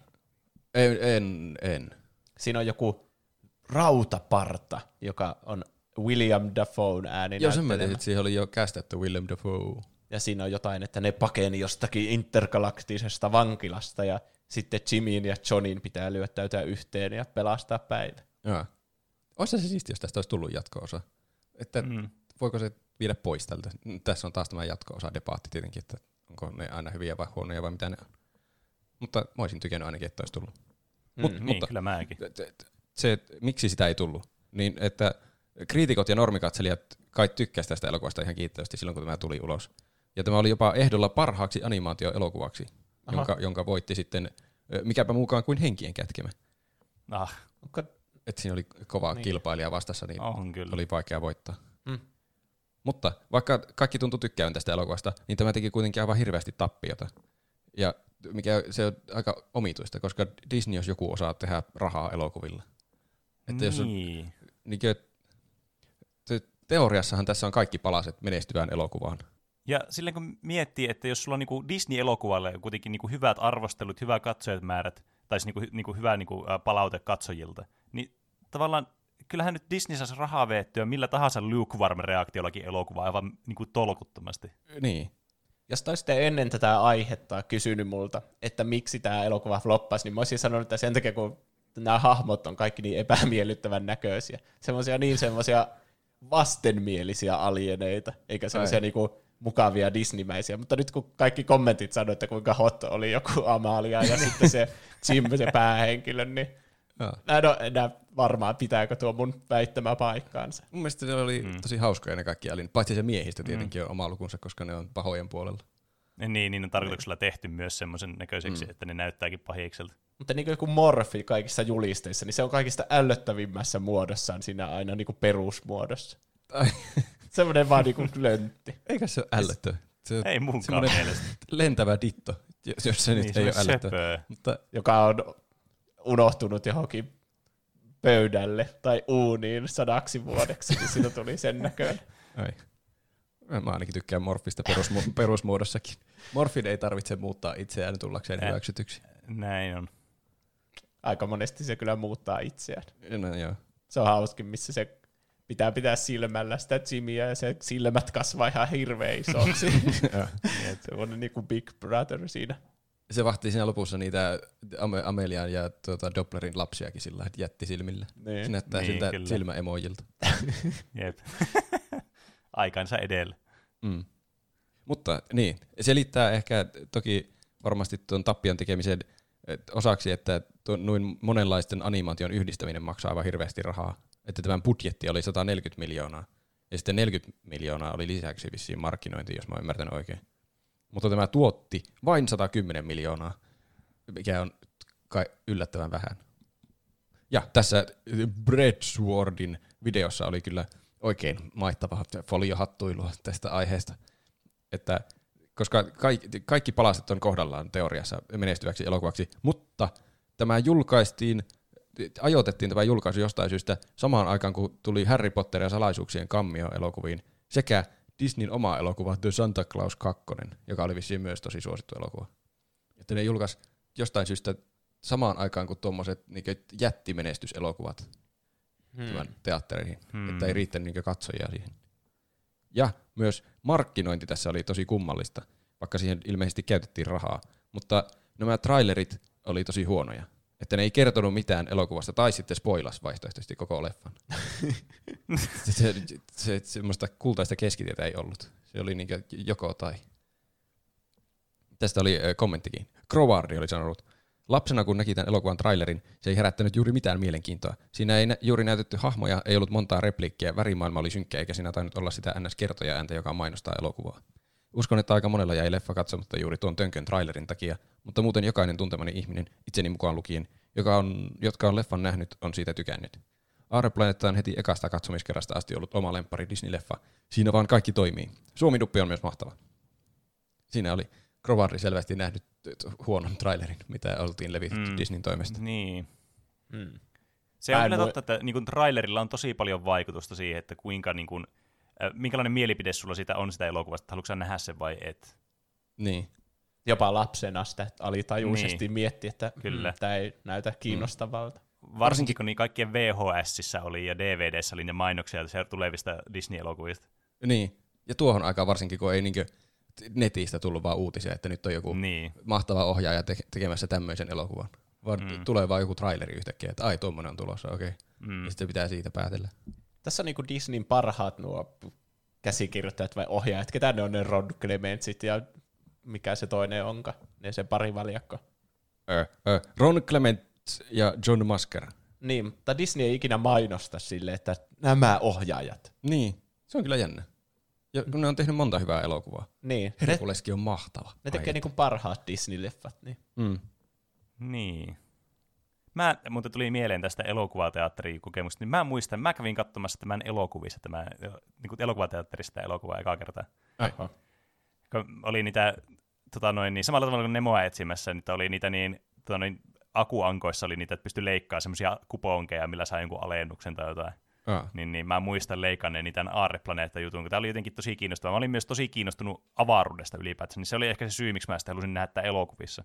En. Siinä on joku rautaparta, joka on William Dafoen ääninäyttelemä. Joo, sen mä tiedän, että siihen oli jo kästetty William Dafoe. Ja siinä on jotain, että ne pakeni jostakin intergalaktisesta vankilasta, ja sitten Jimin ja Johnin pitää lyöttäytyä yhteen ja pelastaa päivä. Joo. Olisi se siistiä, jos tästä olisi tullut jatko-osa. Että voiko se viedä pois tältä? Tässä on taas tämä jatko-osa-debaatti tietenkin, että onko ne aina hyviä vai huonoja vai mitä ne on. Mutta mä olisin tykännyt ainakin, että olisi tullut. Mutta kyllä mäkin. Se, miksi sitä ei tullut, niin että kriitikot ja normikatselijat kai tykkäsivät tästä elokuvasta ihan kiittävästi silloin, kun tämä tuli ulos. Ja tämä oli jopa ehdolla parhaaksi animaatioelokuvaksi, jonka voitti sitten mikäpä muukaan kuin Henkien kätkemä. Että siinä oli kova kilpailija vastassa, niin oli vaikea voittaa. Mutta vaikka kaikki tuntui tykkäävän tästä elokuvasta, niin tämä teki kuitenkin aivan hirveästi tappiota. Ja mikä se on aika omituista, koska Disney, jos joku osaa tehdä rahaa elokuvilla. Että jos on, niin teoriassahan tässä on kaikki palaset menestyvään elokuvaan. Ja silleen kun miettii, että jos sulla on niinku Disney-elokuvalle kuitenkin niinku hyvät arvostelut, hyvät katsojamäärät, tai niinku hyvä niinku palaute katsojilta, niin tavallaan kyllähän nyt Disney saisi rahaa veettyä millä tahansa lukewarm-reaktiollakin elokuvaa aivan niinku tolkuttomasti. Niin. Jos te olisitte ennen tätä aihetta kysynyt multa, että miksi tämä elokuva floppasi, niin mä olisin sanonut, että sen takia, kun nämä hahmot on kaikki niin epämiellyttävän näköisiä. Semmoisia vastenmielisiä alieneita, eikä semmoisia niinku mukavia Disneymäisiä. Mutta nyt kun kaikki kommentit sanoo, että kuinka hot oli joku Amalia ja sitten se Jim, se päähenkilö, niin mä en ole enää varmaan, pitääkö tuo mun väittämä paikkaansa. Mun mielestä ne oli tosi hauskoja ne kaikki alin. Paitsi se miehistä tietenkin on oma lukunsa, koska ne on pahojen puolella. Niin on tarkoituksella tehty myös semmoisen näköiseksi, että ne näyttääkin pahikselta. Mutta niin kuin joku morfi kaikissa julisteissa, niin se on kaikista ällöttävimmässä muodossaan siinä aina niin kuin perusmuodossa. Semmoinen vaan niin kuin löntti. Eikä se ole ällöttävä. Ei munkaan mielestä. Lentävä ditto, jos se nyt ei ole ällöttävä. Mutta joka on unohtunut johonkin pöydälle tai uuniin 100 vuodeksi, niin siitä tuli sen näköinen. Ai. Mä ainakin tykkään morfista perusmuodossakin. Morfin ei tarvitse muuttaa itseään tullakseen hyväksytyksi. Näin on. Aika monesti se kyllä muuttaa itseään. No, joo. Se on hauskin, missä se pitää silmällä sitä Jimmyä ja se silmät kasvaa ihan hirveän isoksi. Se on niin kuin Big Brother siinä. Se vahtii siinä lopussa niitä Amelian ja Dopplerin lapsiakin sillä jättisilmillä. Niin. Se näyttää siltä silmäemojilta. Jep. Aikansa edellä. Mm. Mutta niin, se liittää ehkä toki varmasti tuon tappion tekemisen osaksi, että noin monenlaisten animaation yhdistäminen maksaa aivan hirveästi rahaa. Että tämän budjetti oli 140 miljoonaa. Ja sitten 40 miljoonaa oli lisäksi vissiin markkinointi, jos mä oon ymmärtänyt oikein. Mutta tämä tuotti vain 110 miljoonaa, mikä on kai yllättävän vähän. Ja tässä Breadswordin videossa oli kyllä oikein maittavaa foliohattuilua tästä aiheesta. Että koska kaikki palaset on kohdallaan teoriassa menestyväksi elokuvaksi, mutta tämä ajoitettiin tämä julkaisu jostain syystä samaan aikaan, kun tuli Harry Potter ja salaisuuksien kammio-elokuviin sekä Disneyn oma elokuva The Santa Claus 2, joka oli vissiin myös tosi suosittu elokuva. Että ne julkaisi jostain syystä samaan aikaan kuin tuommoiset jättimenestyselokuvat tämän teatteriin, että ei riittänyt katsojia siihen. Ja myös markkinointi tässä oli tosi kummallista, vaikka siihen ilmeisesti käytettiin rahaa, mutta nämä trailerit oli tosi huonoja. Että ne ei kertonut mitään elokuvasta, tai sitten spoilas vaihtoehtoisesti koko leffan. Semmoista kultaista keskitietä ei ollut. Se oli niinkö joko tai. Tästä oli kommenttikin. Crowardi oli sanonut, lapsena kun näki tämän elokuvan trailerin, se ei herättänyt juuri mitään mielenkiintoa. Siinä ei juuri näytetty hahmoja, ei ollut montaa repliikkiä, värimaailma oli synkkä, eikä siinä tainnut olla sitä NS-kertoja ääntä, joka mainostaa elokuvaa. Uskon, että aika monella jäi leffa katsomatta juuri tuon tönkön trailerin takia, mutta muuten jokainen tuntemani ihminen, itseni mukaan lukien, jotka on leffan nähnyt, on siitä tykännyt. Aareplanetta on heti ekasta katsomiskerrasta asti ollut oma lemppari Disney-leffa. Siinä vaan kaikki toimii. Suomi-duppi on myös mahtava. Siinä oli Crowardi selvästi nähnyt huonon trailerin, mitä oltiin levitetty Disneyn toimesta. Niin. Se on kyllä totta, että niin trailerilla on tosi paljon vaikutusta siihen, että kuinka, minkälainen mielipide sulla siitä on sitä elokuvasta, että haluatko sä nähdä sen vai et. Niin. Jopa lapsena sitä alitajuisesti mietti, että tämä ei näytä kiinnostavalta. Varsinkin kun niin kaikkien VHSissä oli ja DVDissä oli ne mainoksia tulevista Disney-elokuvista. Niin, ja tuohon aikaan varsinkin, kun ei netistä tullut vaan uutisia, että nyt on joku mahtava ohjaaja tekemässä tämmöisen elokuvan. Vaan tulee vaan joku traileri yhtäkkiä, että ai tuommoinen on tulossa, okei. Ja sitten pitää siitä päätellä. Tässä on niinku Disneyn parhaat nuo käsikirjoittajat vai ohjaajat. Ketä ne on ne Ron Clementsit ja mikä se toinen onka? Ne se parivaljakko. Ron Clement ja John Musker. Niin, mutta Disney ei ikinä mainosta sille, että nämä ohjaajat. Niin, se on kyllä jännä. Ja kun ne on tehnyt monta hyvää elokuvaa. Niin. Herkuleski on mahtava. Ne tekee niinku parhaat Disney-leffat. Niin. Niin. Mutta tuli mieleen tästä elokuvateatterikokemusta, niin mä muistan, mä kävin katsomassa tämän elokuvissa, niin elokuvateatterista elokuvaa ekaa kertaa. Kun oli niitä, samalla tavalla kuin Nemoa etsimässä, niin oli niitä akuankoissa oli niitä, että pystyi leikkaamaan semmoisia kuponkeja, millä sai jonkun alennuksen tai jotain. Niin mä muistan leikanneen niitä Aarreplaneetta-jutun, kun tämä oli jotenkin tosi kiinnostavaa. Mä olin myös tosi kiinnostunut avaruudesta ylipäätään, niin se oli ehkä se syy, miksi mä sitä halusin nähdä tämä elokuvissa.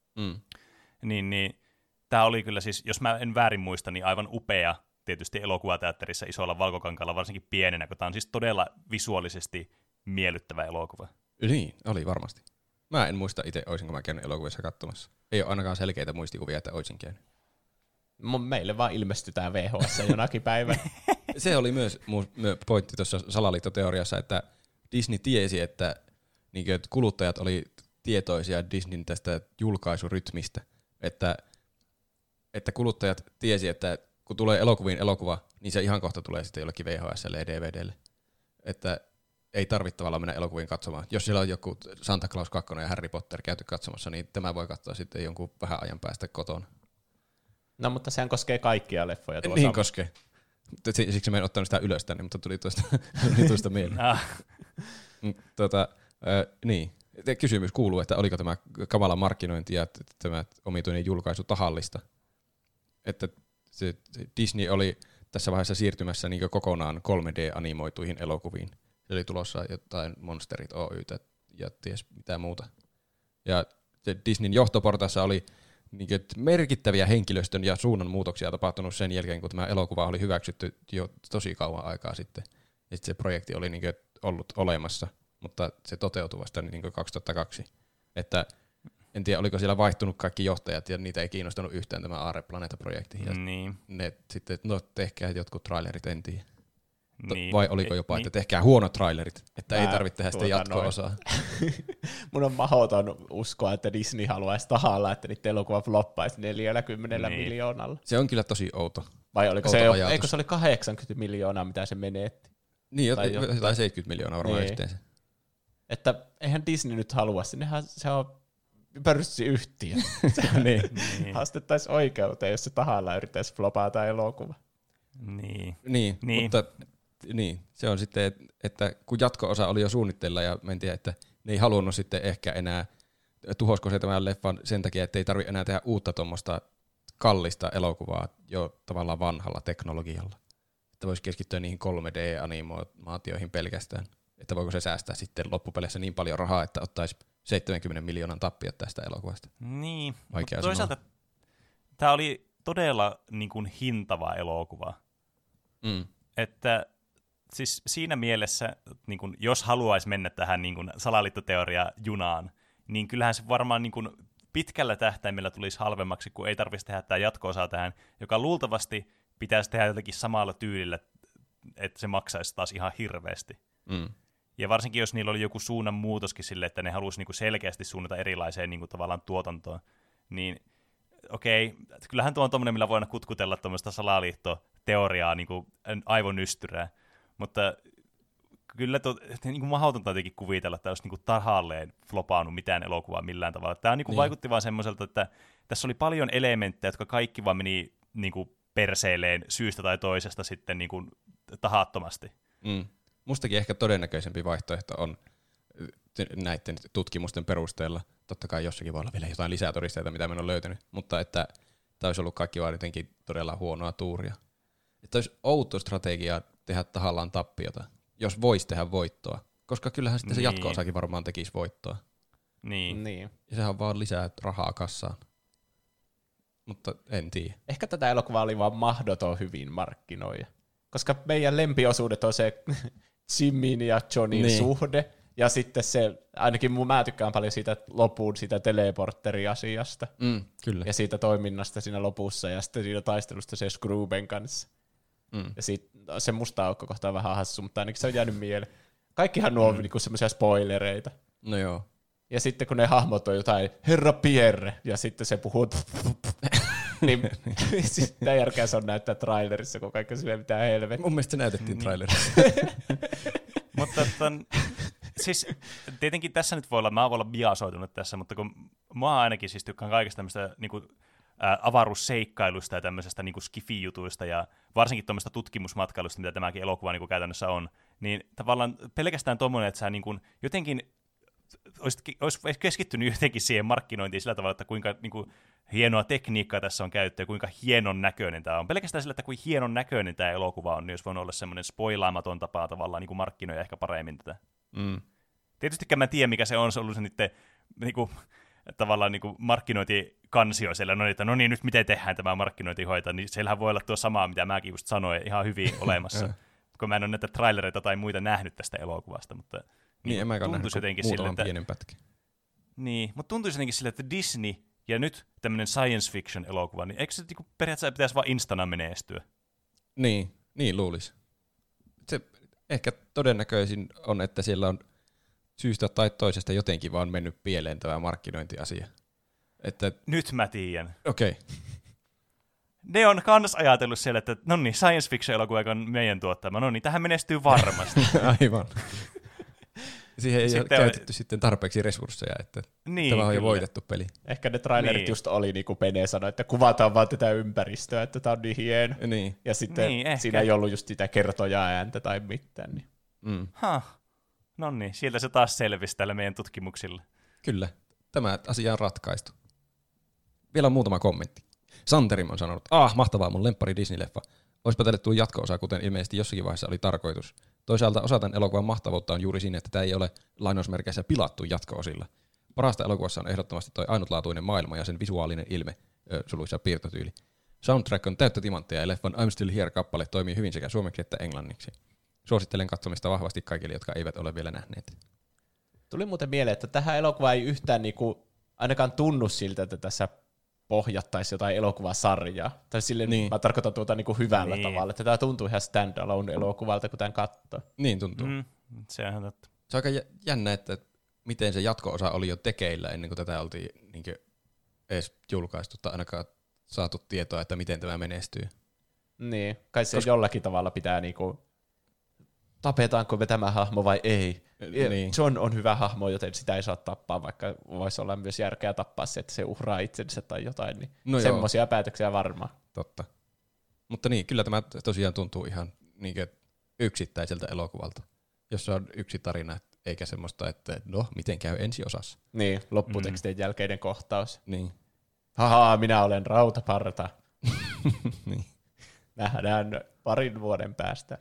Niin tämä oli kyllä siis, jos mä en väärin muista, niin aivan upea tietysti elokuvateatterissa isolla valkokankaalla, varsinkin pienenä, kun tämä on siis todella visuaalisesti miellyttävä elokuva. Niin, oli varmasti. Mä en muista itse, olisinko mä käynyt elokuvissa katsomassa. Ei ole ainakaan selkeitä muistikuvia, että olisin käynyt. Meille vaan ilmestytään VHS jonakin päivänä. Se oli myös pointti tuossa salaliittoteoriassa, että Disney tiesi, että kuluttajat oli tietoisia Disneyn tästä julkaisurytmistä. Että kuluttajat tiesi, että kun tulee elokuviin elokuva, niin se ihan kohta tulee sitten jollekin VHSlle ja DVDlle. Että ei tarvitse tavallaan mennä elokuviin katsomaan. Jos siellä on joku Santa Claus 2 ja Harry Potter käyty katsomassa, niin tämä voi katsoa sitten jonkun vähän ajan päästä kotona. No, mutta sehän koskee kaikkia leffoja. Niin koskee. Siksi mä en ottanut sitä ylös tänne, mutta tuli tuosta mieleen. Niin. Kysymys kuuluu, että oliko tämä kamala markkinointi ja tämä omituinen julkaisu tahallista. Että Disney oli tässä vaiheessa siirtymässä niin kokonaan 3D-animoituihin elokuviin. Se oli tulossa jotain Monsterit Oy:tä ja ties mitä muuta. Ja Disneyn johtoportaassa oli niin merkittäviä henkilöstön ja suunnanmuutoksia tapahtunut sen jälkeen, kun tämä elokuva oli hyväksytty jo tosi kauan aikaa sitten. Ja sitten se projekti oli niin ollut olemassa, mutta se toteutui vasta niin 2002. Että en tiedä, oliko siellä vaihtunut kaikki johtajat ja niitä ei kiinnostanut yhtään tämä Aarreplaneetta-projekti. Ja niin. Ne sitten, tehkää jotkut trailerit, en tiedä. Niin. Vai oliko jopa, että tehkää huonot trailerit, että ei tarvitse tehdä sitä jatko-osaa. Mun on mahdoton uskoa, että Disney haluaisi tahalla, että niitä elokuva floppaisi 40 miljoonalla. Se on kyllä tosi outo. Vai oliko eikö se oli 80 miljoonaa, mitä se menetti? Niin, jotain 70 miljoonaa varmaan yhteensä. Että eihän Disney nyt halua, se on pörssiyhtiö. niin. Haastettaisiin oikeuteen, jos se tahalla yrittäisi flopata elokuva. Niin, mutta se on sitten, että kun jatko-osa oli jo suunnitteilla ja mentiin, että ne ei halunnut sitten ehkä enää, tuhosko se tämän leffan sen takia, että ei tarvitse enää tehdä uutta tuommoista kallista elokuvaa jo tavallaan vanhalla teknologialla. Että voisi keskittyä niihin 3D-animaatioihin pelkästään. Että voiko se säästää sitten loppupeleissä niin paljon rahaa, että ottaisi 70 miljoonan tappiot tästä elokuvasta. Niin, vaikea toisaalta tämä oli todella niin kuin hintava elokuva. Että siis siinä mielessä, niin kuin, jos haluaisi mennä tähän niin kuin salaliittoteoria-junaan, niin kyllähän se varmaan niin kuin pitkällä tähtäimellä tulisi halvemmaksi, kun ei tarvitsisi tehdä tämä jatko-osaa tähän, joka luultavasti pitäisi tehdä jotenkin samalla tyylillä, että se maksaisi taas ihan hirveästi. Ja varsinkin, jos niillä oli joku suunnan muutoskin sille, että ne halusi niinku selkeästi suunnata erilaiseen niinku tavallaan tuotantoon, niin okei, kyllähän tuo on tommoinen, millä voidaan kutkutella tuommoista salaliittoteoriaa, niinku aivonystyrää, mutta kyllä niinku mahdotonta jotenkin kuvitella, että olisi niinku tahalleen flopaanut mitään elokuvaa millään tavalla. Tämä niinku vaikutti vaan semmoiselta, että tässä oli paljon elementtejä, jotka kaikki vaan meni niinku perseelleen syystä tai toisesta sitten niinku tahattomasti. Mustakin ehkä todennäköisempi vaihtoehto on näiden tutkimusten perusteella. Totta kai jossakin voi olla vielä jotain lisätodisteita, mitä minä olen löytänyt, mutta että tämä olisi ollut kaikki vaan jotenkin todella huonoa tuuria. Että olisi outo strategia tehdä tahallaan tappiota, jos voisi tehdä voittoa, koska kyllähän sitten se jatko-osakin varmaan tekisi voittoa. Niin. Ja sehän on vaan lisää rahaa kassaan. Mutta en tiedä. Ehkä tätä elokuvaa oli vaan mahdoton hyvin markkinoida. Koska meidän lempiosuudet on se Jimmyn ja Johnin suhde, ja sitten se, ainakin mä tykkään paljon siitä lopun siitä teleporteriasiasta. Kyllä. Ja siitä toiminnasta siinä lopussa, ja sitten siinä taistelusta se Scrooben kanssa. Ja se musta aukko kohtaa vähän hassu, mutta ainakin se on jäänyt mieleen. Kaikkihan nuo on niinku semmoisia spoilereita. No joo. Ja sitten kun ne hahmot on jotain, Herra Pierre, ja sitten se puhuu, niin sitä järkeä se on näyttää trailerissa, kun kaikki silleen mitään helvettiä. Mun mielestä se näytettiin trailerissa. Mutta siis tietenkin tässä nyt mä voin olla biasoitunut tässä, mutta kun mä ainakin siis tykkään kaikesta tämmöistä niinku, avaruusseikkailusta ja tämmöisestä niinku skifi-jutuista ja varsinkin tuommoista tutkimusmatkailusta, mitä tämäkin elokuva niinku käytännössä on, niin tavallaan pelkästään tommoinen, että sä niinku jotenkin olisi keskittynyt jotenkin siihen markkinointiin sillä tavalla, että kuinka niinku hienoa tekniikkaa tässä on käytetty ja kuinka hienon näköinen tämä on. Pelkästään sillä, että kuinka hienon näköinen tämä elokuva on, niin olisi voinut olla semmoinen spoilaamaton tapa tavallaan niin markkinoida ehkä paremmin tätä. Tietystikään mä en tiedä, mikä se on ollut se niiden niinku, tavallaan niinku markkinointikansio siellä, että no niin, nyt miten tehdään tämä markkinointi hoitaa, niin siellähän voi olla tuo samaa, mitä mäkin just sanoin, ihan hyvin olemassa, kun mä en ole näitä trailereita tai muita nähnyt tästä elokuvasta, mutta niin, en mä tuntuisi jotenkin sille, että pienen pätkin. Niin, mutta tuntuisi jotenkin sille, että Disney ja nyt tämmöinen science fiction elokuva, niin eikö se niinku periaatteessa pitäisi vaan instana menestyä? Niin luulisi. Se ehkä todennäköisin on, että siellä on syystä tai toisesta jotenkin vaan mennyt pieleen tämä markkinointiasia. Että nyt mä tiedän. Okei. Ne on kans ajatellut siellä, että no niin, science fiction elokuva, joka on meidän tuottama, no niin, tähän menestyy varmasti. Aivan. Siihen ei sitten ole käytetty sitten tarpeeksi resursseja, että tämä on jo voitettu peli. Ehkä ne trailerit just oli, niin kuin Pene sanoi, että kuvataan vaan tätä ympäristöä, että tämä on niin hieno. Niin. Ja sitten siinä ei ollut just sitä kertojaa ääntä tai mitään. Niin. No niin, sieltä se taas selvisi tällä meidän tutkimuksilla. Kyllä, tämä asia on ratkaistu. Vielä muutama kommentti. Santerim on sanonut, mahtavaa, mun lemppari Disney-leffa. Oispa tälle tullut jatko-osa, kuten ilmeisesti jossakin vaiheessa oli tarkoitus. Toisaalta osa tämän elokuvan mahtavuutta on juuri siinä, että tämä ei ole lainausmerkeissä pilattu jatko-osilla. Parasta elokuvassa on ehdottomasti toi ainutlaatuinen maailma ja sen visuaalinen ilme, suluissa piirtotyyli. Soundtrack on täyttä timanttia ja leffan I'm Still Here-kappale toimii hyvin sekä suomeksi että englanniksi. Suosittelen katsomista vahvasti kaikille, jotka eivät ole vielä nähneet. Tuli muuten mieleen, että tähän elokuvaan ei yhtään ainakaan tunnu siltä, että tässä pohjattaisi jotain elokuvasarjaa. Tai silleen, niin. Mä tarkoitan tuota hyvällä tavalla, että tämä tuntuu ihan stand-alone elokuvalta, kun tämän katsoo. Niin tuntuu. Se on totta. Se on aika jännä, että miten se jatko-osa oli jo tekeillä ennen kuin tätä oltiin edes julkaistu tai ainakaan saatu tietoa, että miten tämä menestyy. Niin, kai se jollakin tavalla pitää tapetaanko me tämä hahmo vai ei. Niin. John on hyvä hahmo, joten sitä ei saa tappaa, vaikka voisi olla myös järkeä tappaa se, että se uhraa itsensä tai jotain. Niin semmoisia päätöksiä varmaan. Totta. Mutta niin, kyllä tämä tosiaan tuntuu ihan yksittäiseltä elokuvalta, jossa on yksi tarina, eikä semmoista, että miten käy ensi osassa. Niin, lopputekstien jälkeinen kohtaus. Niin. Haha, minä olen rautaparta. Niin. Nähdään 2 vuoden päästä.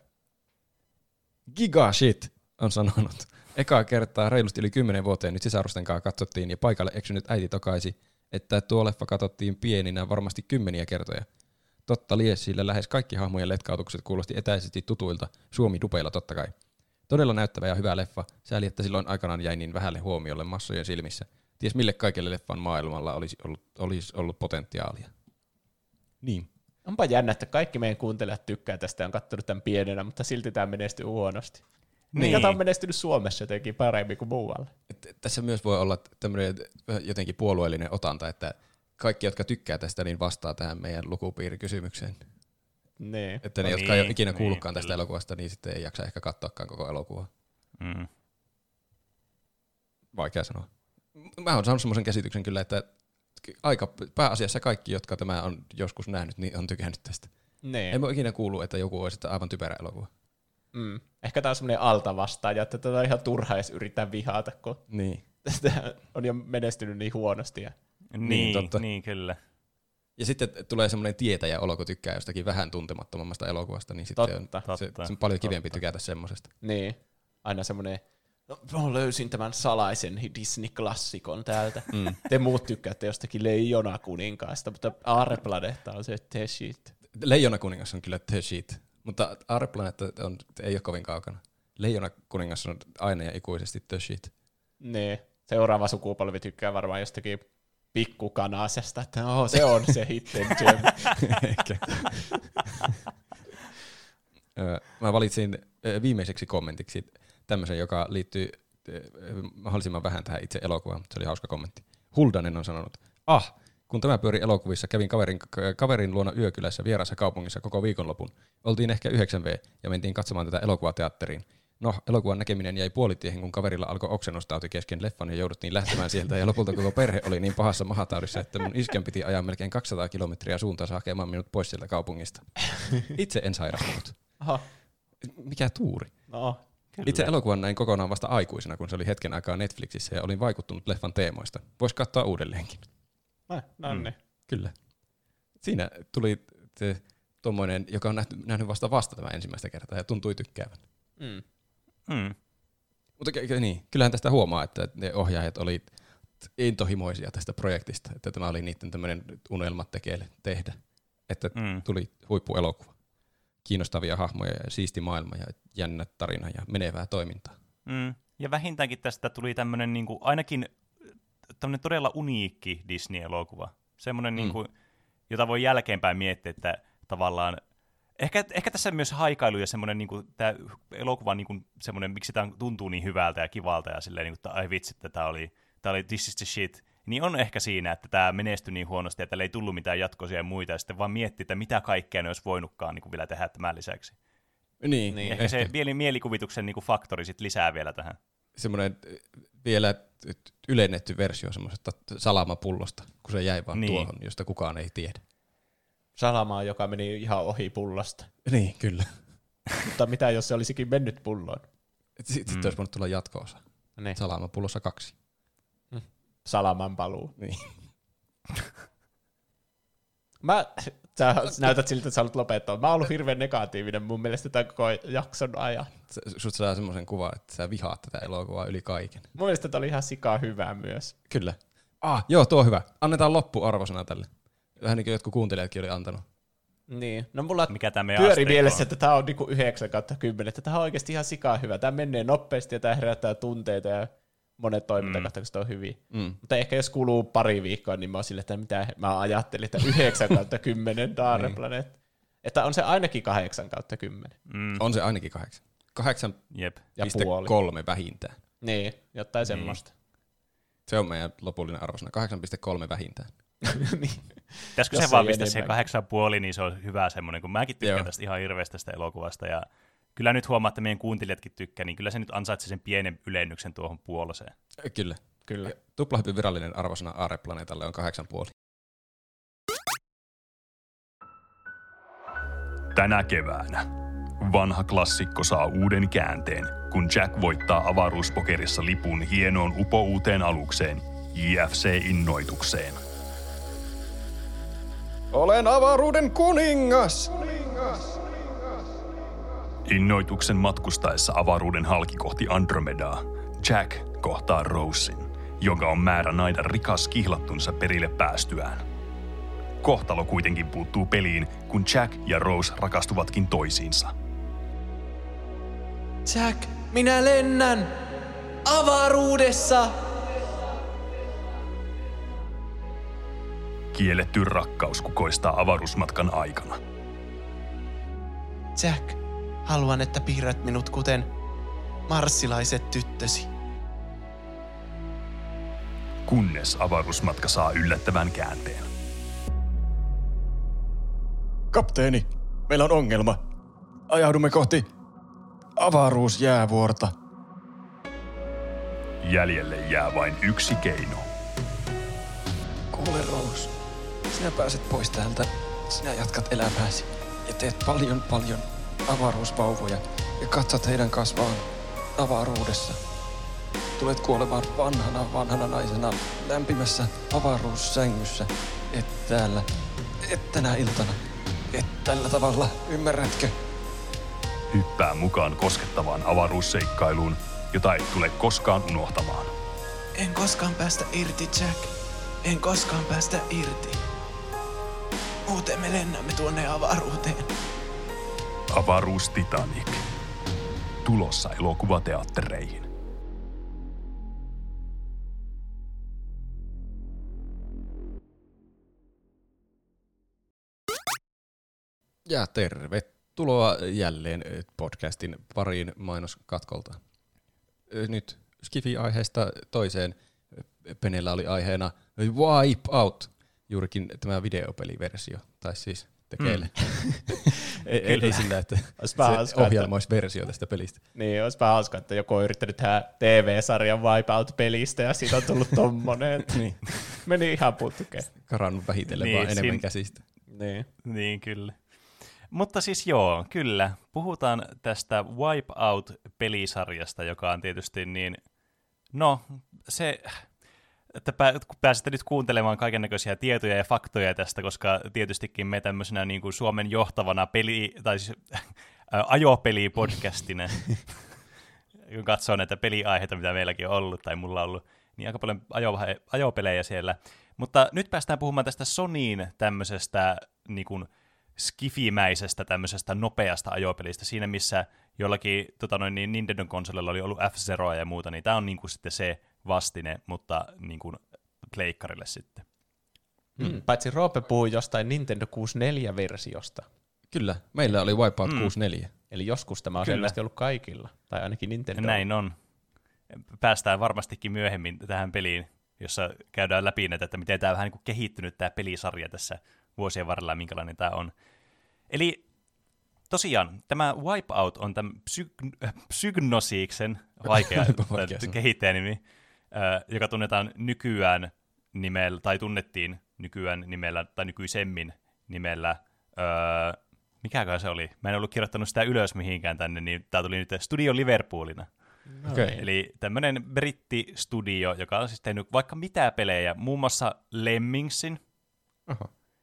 Giga shit on sanonut. Ekaa kertaa reilusti yli 10 vuoteen nyt sisarusten kanssa katsottiin ja paikalle eksynyt äiti tokaisi, että tuo leffa katsottiin pieninä varmasti 10 kertoja. Totta lies, sillä lähes kaikki hahmojen letkautukset kuulosti etäisesti tutuilta, Suomi-dupeilla totta kai. Todella näyttävä ja hyvä leffa, sääli että silloin aikanaan jäi niin vähälle huomiolle massojen silmissä. Ties mille kaikille leffan maailmalla olisi ollut potentiaalia. Niin. Onpa jännä, että kaikki meidän kuuntelijat tykkää tästä ja on katsonut tämän pienenä, mutta silti tämä menestyy huonosti. Niin. Tämä on menestynyt Suomessa jotenkin paremmin kuin muualla. Tässä myös voi olla tämmöinen jotenkin puolueellinen otanta, että kaikki, jotka tykkää tästä, niin vastaa tähän meidän lukupiirikysymykseen. Niin. Että ne, jotka ei ole ikinä kuullutkaan tästä elokuvasta, niin sitten ei jaksa ehkä katsoakaan koko elokuvaa. Vaikea sanoa. Mä oon saanut semmoisen käsityksen kyllä, että aika pääasiassa kaikki, jotka tämä on joskus nähnyt, niin on tykännyt tästä. Niin. En ole ikinä kuullut, että joku olisi aivan typerä elokuva. Ehkä tämä on semmoinen altavastaaja, että tätä on ihan turha edes yrittää vihata, kun tästä on jo menestynyt niin huonosti. Niin, totta. Niin, kyllä. Ja sitten tulee semmoinen tietäjä olo, kun tykkää jostakin vähän tuntemattomammasta elokuvasta, niin sitten se on paljon kivempi tykätä semmoisesta. Niin, aina semmoinen, mä löysin tämän salaisen Disney-klassikon täältä. Te muut tykkäätte jostakin Leijona kuninkaasta, mutta Aareplanetta on se the shit. Leijona kuningas on kyllä the shit, mutta Aareplanetta ei ole kovin kaukana. Leijona kuningas on aina ja ikuisesti the shit. Niin, seuraava sukupolvi tykkää varmaan jostakin pikkukanasesta, että se on se hidden gem. Ehkä. Mä valitsin viimeiseksi kommentiksi tämmöisen, joka liittyy mahdollisimman vähän tähän itse elokuvaan, mutta se oli hauska kommentti. Huldanen on sanonut, kun tämä pyöri elokuvissa, kävin kaverin luona yökylässä vieraassa kaupungissa koko viikonlopun. Oltiin ehkä 9V ja mentiin katsomaan tätä elokuvateatteriin. No, elokuvan näkeminen jäi puolitiehen, kun kaverilla alkoi oksennustauti kesken leffan ja jouduttiin lähtemään sieltä. Ja lopulta koko perhe oli niin pahassa mahataudissa, että mun isken piti ajaa melkein 200 kilometriä suuntaansa hakemaan minut pois sieltä kaupungista. Itse en sairastunut. Aha. Mikä tuuri. No, itse elokuvan näin kokonaan vasta aikuisena, kun se oli hetken aikaa Netflixissä ja olin vaikuttunut leffan teemoista. Voisi katsoa uudelleenkin. Niin. Kyllä. Siinä tuli tuommoinen, joka on nähnyt vasta tämä ensimmäistä kertaa ja tuntui tykkäävän. Mutta niin, kyllähän tästä huomaa, että ne ohjaajat oli intohimoisia tästä projektista, että tämä oli niiden tämmöinen unelmat tehdä, että tuli huippuelokuva. Kiinnostavia hahmoja ja siisti maailma ja jännä tarina ja menevää toimintaa. Ja vähintäänkin tästä tuli tämmöinen niinku, ainakin tämmöinen todella uniikki Disney-elokuva. Semmoinen, niinku, jota voi jälkeenpäin miettiä, että tavallaan Ehkä tässä myös haikailu ja semmoinen niinku, tämä elokuva niinku, semmoinen, miksi tämä tuntuu niin hyvältä ja kivalta ja silleen, niinku, että ai vitsi, että tämä oli this is the shit, niin on ehkä siinä, että tämä menestyi niin huonosti, että ei tullut mitään jatkoisia ja muita, ja sitten vaan miettii, että mitä kaikkea ne olisi voinutkaan niinku, vielä tehdä tämän lisäksi. Niin, ehkä se mielikuvituksen niinku, faktori sit lisää vielä tähän. Semmoinen vielä ylennetty versio semmoisesta salamapullosta, kun se jäi vaan tuohon, josta kukaan ei tiedä. Salamaa, joka meni ihan ohi pullosta. Niin, kyllä. Mutta mitä jos se olisikin mennyt pulloon? Sitten olisi voinut tulla jatko-osa. Niin. Salamapullossa 2. Salaman paluu. Niin. Sä näytät siltä, että sä haluat lopettaa. Mä oon ollut hirveän negatiivinen mun mielestä tämän koko jakson ajan. Sut saa semmoisen kuvan, että sä vihaat tätä elokuvaa yli kaiken. Mun mielestä tää oli ihan sikaa hyvää myös. Kyllä. Joo, tuo on hyvä. Annetaan loppuarvosana tälle. Vähän niin kuin jotkut kuuntelijatkin oli antanut. Niin. No mulla mikä pyöri mielessä, että tää on niinku 9/10. Että tää on oikeasti ihan sikaa hyvä. Tää menee nopeasti ja tää herättää tunteita ja monet toimintakohtaukset on hyviä. Mutta ehkä jos kuluu pari viikkoa, niin mä oon sille, että mitä mä ajattelin, että 9/10 Daare Planet. Että on se ainakin 8/10. On se ainakin 8. 8,3 vähintään. Niin, jotain semmoista. Se on meidän lopullinen arvosana. 8,3 vähintään. Niin. Pitäisikö se vaan pistää siihen 8,5, niin se on hyvä semmoinen, kun mäkin tykkään tästä ihan hirveästi tästä elokuvasta, ja kyllä nyt huomaa, että meidän kuuntelijatkin tykkää, niin kyllä se nyt ansaitsee sen pienen ylennyksen tuohon puoleseen. Kyllä. Tuplahypyn virallinen arvosana Aare-planeetalle on 8,5. Tänä keväänä vanha klassikko saa uuden käänteen, kun Jack voittaa avaruuspokerissa lipun hienoon upouuteen alukseen, JFC-innoitukseen. Olen avaruuden kuningas! Innoituksen matkustaessa avaruuden halki kohti Andromedaa, Jack kohtaa Rosen, jonka on määrä naida rikas kihlattunsa perille päästyään. Kohtalo kuitenkin puuttuu peliin, kun Jack ja Rose rakastuvatkin toisiinsa. Jack, minä lennän! Avaruudessa! Kielletty rakkaus kukoistaa avaruusmatkan aikana. Jack, haluan, että piirrät minut kuten marssilaiset tyttösi. Kunnes avaruusmatka saa yllättävän käänteen. Kapteeni, meillä on ongelma. Ajaudumme kohti avaruusjäävuorta. Jäljelle jää vain yksi keino. Kuule Rose, sinä pääset pois täältä. Sinä jatkat elämääsi ja teet paljon avaruusvauvoja ja katsot heidän kasvaan avaruudessa. Tulet kuolemaan vanhana naisena lämpimässä avaruussängyssä. Et täällä, et tänä iltana, et tällä tavalla, ymmärrätkö? Hyppää mukaan koskettavaan avaruusseikkailuun, jota et tule koskaan unohtamaan. En koskaan päästä irti, Jack. En koskaan päästä irti. Muuten me lennämme tuonne avaruuteen. Avaruus Titanic. Tulossa elokuvateattereihin. Ja tervetuloa jälleen podcastin pariin mainoskatkolta. Nyt Skifi-aiheesta toiseen. Penellä oli aiheena Wipe Out, juurikin tämä videopeliversio, tai siis tekeille. Ei sillä, että se ohjelmoisversio tästä pelistä. Niin, olisipa hauska, että joku on yrittänyt tehdä TV-sarjan Wipeout-pelistä ja siitä on tullut tommonen. Niin. Meni ihan putkeen. Karannut vähitellen vaan enemmän käsistä. Niin, kyllä. Mutta siis joo, kyllä. Puhutaan tästä Wipeout-pelisarjasta, joka on tietysti niin, no se, että kun pääsette nyt kuuntelemaan kaikennäköisiä tietoja ja faktoja tästä, koska tietystikin me tämmöisenä niin kuin Suomen johtavana ajopeli-podcastina, kun katsoo näitä peliaiheita, mitä meilläkin on ollut tai mulla on ollut, niin aika paljon ajopelejä siellä. Mutta nyt päästään puhumaan tästä Sonyin tämmöisestä niin kuin skifimäisestä tämmöisestä nopeasta ajopelistä, siinä missä jollakin Nintendo-konsolilla oli ollut F-Zeroa ja muuta, niin tämä on niinku sitten se vastine, mutta niinku pleikkarille sitten. Paitsi Roope puhui jostain Nintendo 64-versiosta. Kyllä, meillä oli Wipeout 64. Eli joskus tämä on selvästi ollut kaikilla, tai ainakin Nintendo. Näin on. Päästään varmastikin myöhemmin tähän peliin, jossa käydään läpi näitä, että miten tämä on vähän niin kuin kehittynyt tämä pelisarja tässä vuosien varrella, minkälainen tämä on. Eli tosiaan, tämä Wipeout on tämän Psygnosiksen vaikea kehittäjänimi, joka tunnetaan nykyään nimellä, tai tunnettiin nykyään nimellä, tai nykyisemmin nimellä, mikäkään se oli? Mä en ollut kirjoittanut sitä ylös mihinkään tänne, niin tämä tuli nyt Studio Liverpoolina. Okay. Eli tämmöinen brittistudio, joka on siis tehnyt vaikka mitä pelejä, muun muassa Lemmingsin. Aha.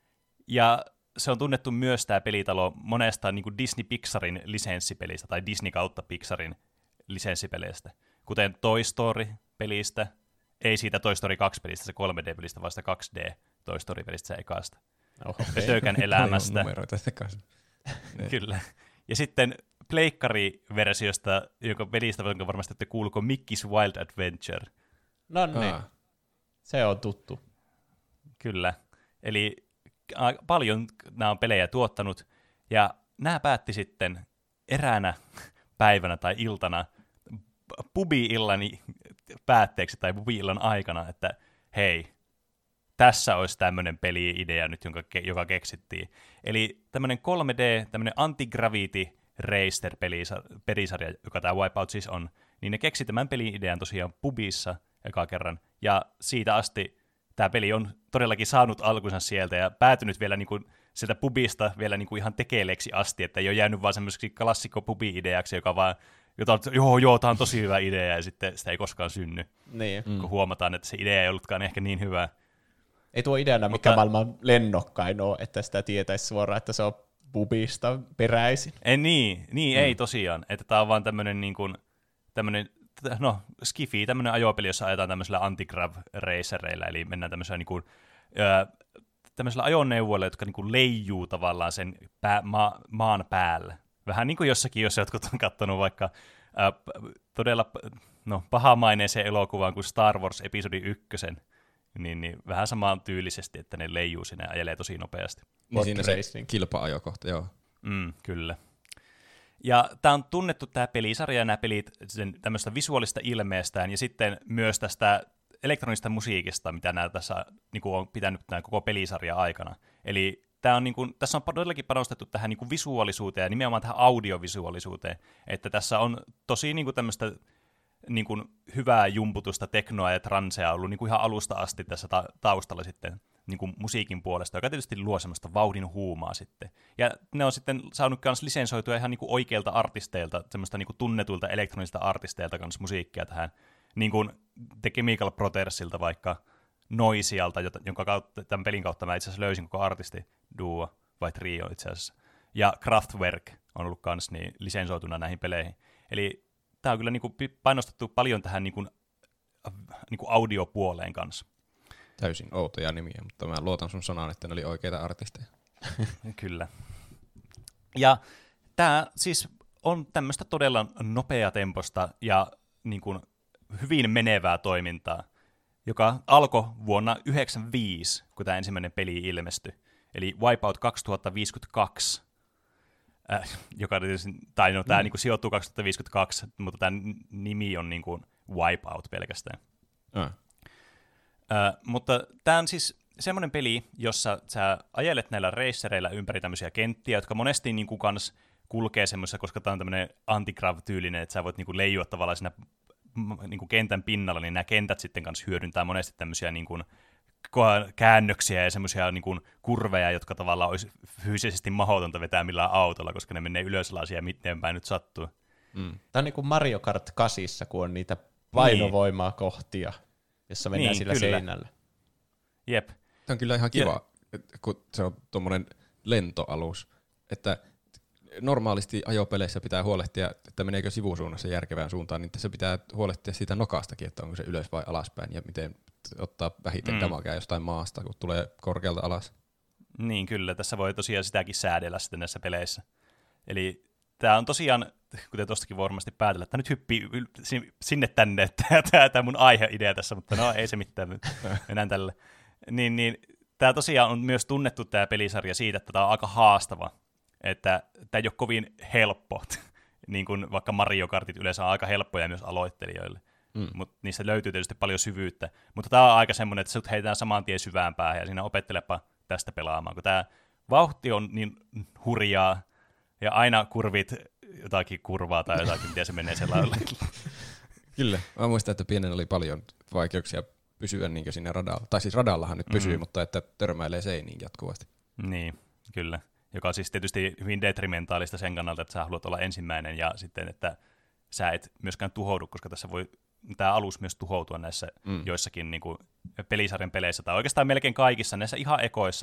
Ja se on tunnettu myös tämä pelitalo monesta niin kuin Disney Pixarin lisenssipelistä tai Disney kautta Pixarin lisenssipeleistä, kuten Toy Story-pelistä, ei siitä Toy Story 2-pelistä, se 3D-pelistä, vaan sitä 2D Toy Story-pelistä se ekasta. Pötökän elämästä. Kyllä. Ja sitten pleikkariversiosta, jonka pelistä, jonka varmasti ette kuulko, Mickey's Wild Adventure. No niin, se on tuttu. Kyllä, eli paljon nämä on pelejä tuottanut, ja nämä päätti sitten eräänä päivänä tai iltana pubi-illan päätteeksi tai pubi-illan aikana, että hei, tässä olisi tämmöinen peli-idea nyt, joka keksittiin. Eli tämmöinen 3D, tämmöinen anti-gravity racer-pelisarja, joka tämä Wipeout siis on, niin ne keksi tämän peli-idean tosiaan pubissa eka kerran, ja siitä asti tämä peli on todellakin saanut alkunsa sieltä ja päätynyt vielä niin kuin sieltä pubista vielä niin kuin ihan tekeleeksi asti, että ei ole jäänyt vaan semmoiseksi klassikko pubi-ideaksi, joka vaan, joo, tämä on tosi hyvä idea, ja sitten sitä ei koskaan synny, niin. kun huomataan, että se idea ei ollutkaan ehkä niin hyvä. Ei tuo ideana mikä maailman lennokkain ole, että sitä tietäisi suoraan, että se on pubista peräisin. Ei tosiaan, että tämä on vaan tämmöinen niin kuin, skifi, tämmöinen ajopeli, jossa ajetaan tämmöisellä anti-grav-racereillä, eli mennään tämmöisellä, niin kuin, tämmöisellä ajoneuvoilla, jotka niin kuin leijuu tavallaan sen maan päällä. Vähän niin kuin jossakin, jos jotkut on katsonut vaikka todella pahamaineeseen elokuvaan kuin Star Wars episodi 1, niin vähän samaan tyylisesti, että ne leijuu sinne ja ajelee tosi nopeasti. Niin siinä se kilpa-ajokohta, joo. Kyllä. Ja tämä on tunnettu tämä pelisarja ja nämä pelit tämmöistä visuaalista ilmeestään ja sitten myös tästä elektronista musiikista, mitä nämä tässä niin kuin on pitänyt tämän koko pelisarja aikana. Eli tämä on, niin kuin, tässä on todellakin panostettu tähän niin kuin visuaalisuuteen ja nimenomaan tähän audiovisuaalisuuteen, että tässä on tosi niin kuin tämmöistä niin kuin hyvää jumputusta teknoa ja transea ollut niin kuin ihan alusta asti tässä taustalla sitten niin kuin musiikin puolesta, joka tietysti luo semmoista vauhdin huumaa sitten. Ja ne on sitten saanut myös lisensoitua ihan niin kuin oikeilta artisteilta, semmoista niin kuin tunnetuilta elektronisista artisteilta kanssa musiikkia tähän, niin kuin The Chemical Brothersilta vaikka Noisialta, jonka kautta, tämän pelin kautta mä itse asiassa löysin koko artistiduo, vai trio itse asiassa. Ja Kraftwerk on ollut myös niin lisensoituna näihin peleihin. Eli tämä on kyllä niin kuin painostettu paljon tähän niin kuin audiopuoleen kanssa. Täysin outoja nimiä, mutta mä luotan sun sanaan, että ne oli oikeita artisteja. Kyllä. Ja tämä siis on tämmöistä todella nopeatempoista ja niin kuin hyvin menevää toimintaa, joka alkoi vuonna 1995, kun tämä ensimmäinen peli ilmestyi. Eli Wipeout 2052, joka tämä niin kuin sijoittuu 2052, mutta tämä nimi on niin kuin Wipeout pelkästään. Mutta tämä on siis semmoinen peli, jossa sä ajelet näillä racereilla ympäri tämmöisiä kenttiä, jotka monesti niin kuin kans kulkee semmoisessa, koska tämä on tämmöinen anti-grav-tyylinen, että sä voit niin kuin leijua tavallaan siinä niin kuin kentän pinnalla, niin nämä kentät sitten kanssa hyödyntää monesti tämmöisiä niin kuin käännöksiä ja semmoisia niin kuin kurveja, jotka tavallaan olisi fyysisesti mahdotonta vetää millään autolla, koska ne menee ylös alas ja miten päin nyt sattuu. Tämä on niin kuin Mario Kart 8, kun on niitä painovoimaa kohtia, jossa mennään sillä kyllä seinällä. Jep. Tämä on kyllä ihan kiva, kun se on tuommoinen lentoalus, että normaalisti ajopeleissä pitää huolehtia, että meneekö sivusuunnassa järkevään suuntaan, niin tässä pitää huolehtia siitä nokastakin, että onko se ylös vai alaspäin ja miten ottaa vähiten damagea jostain maasta, kun tulee korkealta alas. Niin kyllä, tässä voi tosiaan sitäkin säädellä sitten näissä peleissä. Eli tämä on tosiaan, kuten tuostakin varmasti päätellä, että nyt hyppii sinne tänne, että tämä mun aiheidea tässä, mutta no ei se mitään, mennään tälle. Niin, tämä tosiaan on myös tunnettu tämä pelisarja siitä, että tämä on aika haastava, että tämä ei ole kovin helppo, niin kuin vaikka Mario Kartit yleensä on aika helppoja myös aloittelijoille, mutta niistä löytyy tietysti paljon syvyyttä, mutta tämä on aika semmoinen, että sut heitetään saman tien syvään päähän ja siinä opettelepa tästä pelaamaan, kun tämä vauhti on niin hurjaa ja aina kurvit jotakin kurvaa tai jotakin, miten se menee sellainen. Kyllä, mä muistan, että pienen oli paljon vaikeuksia pysyä niin siinä radalla, tai siis radallahan nyt pysyy, mutta että törmäilee seiniin jatkuvasti. Niin, kyllä. Joka on siis tietysti hyvin detrimentaalista sen kannalta, että sä haluat olla ensimmäinen ja sitten, että sä et myöskään tuhoudu, koska tässä voi tämä alus myös tuhoutua näissä joissakin niin kuin pelisarjan peleissä, tai oikeastaan melkein kaikissa näissä ihan ekoissa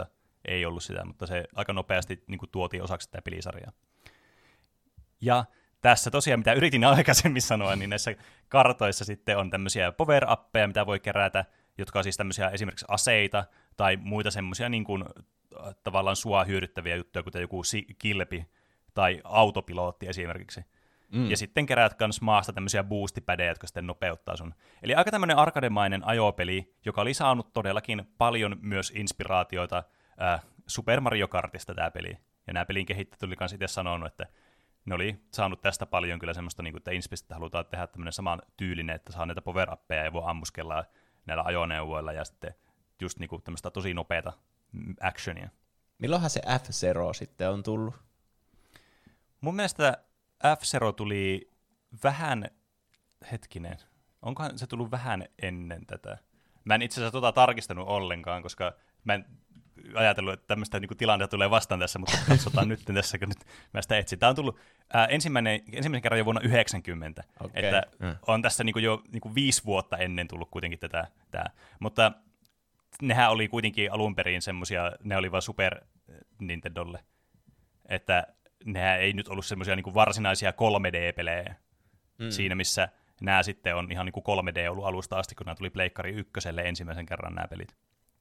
ei ollut sitä, mutta se aika nopeasti niin kuin tuotiin osaksi tätä pelisarjaa. Ja tässä tosiaan, mitä yritin aikaisemmin sanoa, niin näissä kartoissa sitten on tämmöisiä power-appeja, mitä voi kerätä, jotka on siis tämmöisiä esimerkiksi aseita tai muita semmoisia niin kuin tavallaan sua hyödyttäviä juttuja, kuten joku kilpi tai autopilotti esimerkiksi. Ja sitten keräät kans maasta tämmöisiä boostipädejä, jotka sitten nopeuttaa sun. Eli aika tämmöinen arkademainen ajopeli, joka oli saanut todellakin paljon myös inspiraatioita Super Mario Kartista tämä peli. Ja nämä pelin kehittäjät oli kans itse sanonut, että ne oli saanut tästä paljon kyllä semmoista, että inspistä halutaan tehdä tämmöinen saman tyylinen, että saa näitä power-appeja ja voi ammuskella näillä ajoneuvoilla ja sitten just niinku tämmöistä tosi nopeata actionia. Milloinhan se F-Zero sitten on tullut? Mun mielestä F-Zero tuli vähän, onkohan se tullut vähän ennen tätä? Mä en itse asiassa tarkistanut ollenkaan, koska mä en ajatellut, että tämmöistä niinku tilannetta tulee vastaan tässä, mutta katsotaan nyt tässä, kun nyt mä sitä etsin. Tämä on tullut ensimmäinen kerran jo vuonna 1990, että on tässä niinku jo niinku 5 vuotta ennen tullut kuitenkin tätä. Mutta nehän oli kuitenkin alun perin semmosia, ne oli vaan Super Nintendolle, että nehän ei nyt ollut semmoisia niinku varsinaisia 3D-pelejä siinä, missä nämä sitten on ihan niinku 3D ollut alusta asti, kun nämä tuli Pleikkari 1:lle ensimmäisen kerran nämä pelit.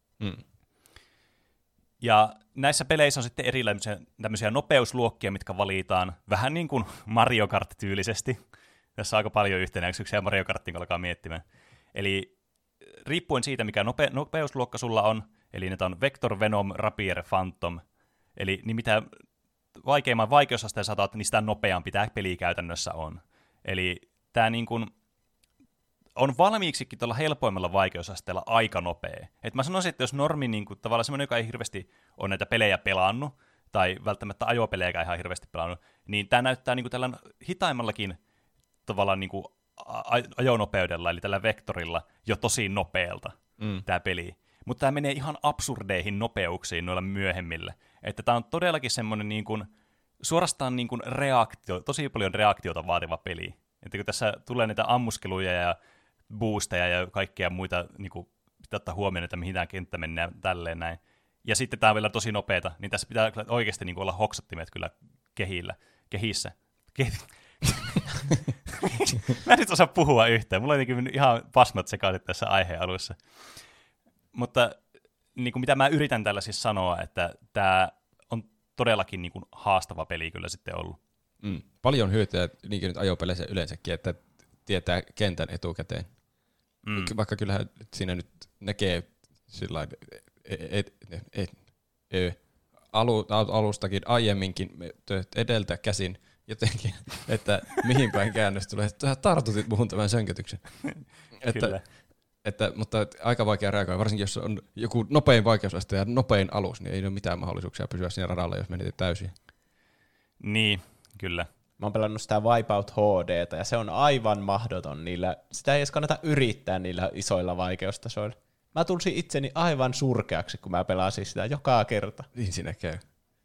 Ja näissä peleissä on sitten erilaisia tämmöisiä nopeusluokkia, mitkä valitaan vähän niin kuin Mario Kart-tyylisesti. Tässä on aika paljon yhtenäisyyksiä Mario Kartin, kun alkaa miettimään. Eli riippuen siitä, mikä nopeusluokka sulla on, eli ne on Vector, Venom, Rapier, Phantom, eli niin mitä vaikeimman vaikeusasteen saatat, niin sitä nopeampi tämä peli käytännössä on. Eli tämä niin kuin on valmiiksikin tuolla helpoimmalla vaikeusasteella aika nopea. Et mä sanoisin, että jos normi niin kuin, tavallaan semmoinen, joka ei hirveästi ole näitä pelejä pelannut, tai välttämättä ajopelejäkään ihan hirveästi pelannut, niin tämä näyttää niin kuin tällä hitaimmallakin tavallaan niin kuin ajonopeudella, eli tällä vektorilla, jo tosi nopealta tämä peli. Mutta tämä menee ihan absurdeihin nopeuksiin noilla myöhemmillä. Että tämä on todellakin semmoinen niin kuin, suorastaan niin kuin tosi paljon reaktiota vaativa peli. Että kun tässä tulee niitä ammuskeluja ja boosteja ja kaikkia muita, niin kuin, pitää ottaa huomioon, että mihin tämä kenttä mennään tälleen näin. Ja sitten tämä on vielä tosi nopeata, niin tässä pitää oikeasti niin kuin olla hoksattimet kyllä kehissä. Mä en nyt osaa puhua yhtään. Mulla on jotenkin ihan pasmat sekaisin tässä aiheen alussa. Mutta niin kuin mitä mä yritän tällä siis sanoa, että tämä on todellakin niin kuin haastava peli kyllä sitten ollut. Paljon hyötyä niinkin nyt ajopeleissä yleensäkin, että tietää kentän etukäteen. Vaikka kyllähän siinä nyt näkee sillain alustakin aiemminkin edeltä käsin jotenkin, että mihin päin käännös tulee. Sä tartutit muhun tämän sönkötyksen. Mutta aika vaikea reagoida, varsinkin jos on joku nopein vaikeusaste ja nopein alus, niin ei ole mitään mahdollisuuksia pysyä siinä radalla, jos menetit täysin. Niin, kyllä. Mä oon pelannut sitä Wipeout HD:tä ja se on aivan mahdoton niillä. Sitä ei edes kannata yrittää niillä isoilla vaikeustasoilla. Mä tulsin itseni aivan surkeaksi, kun mä pelasin sitä joka kerta. Niin siinä käy.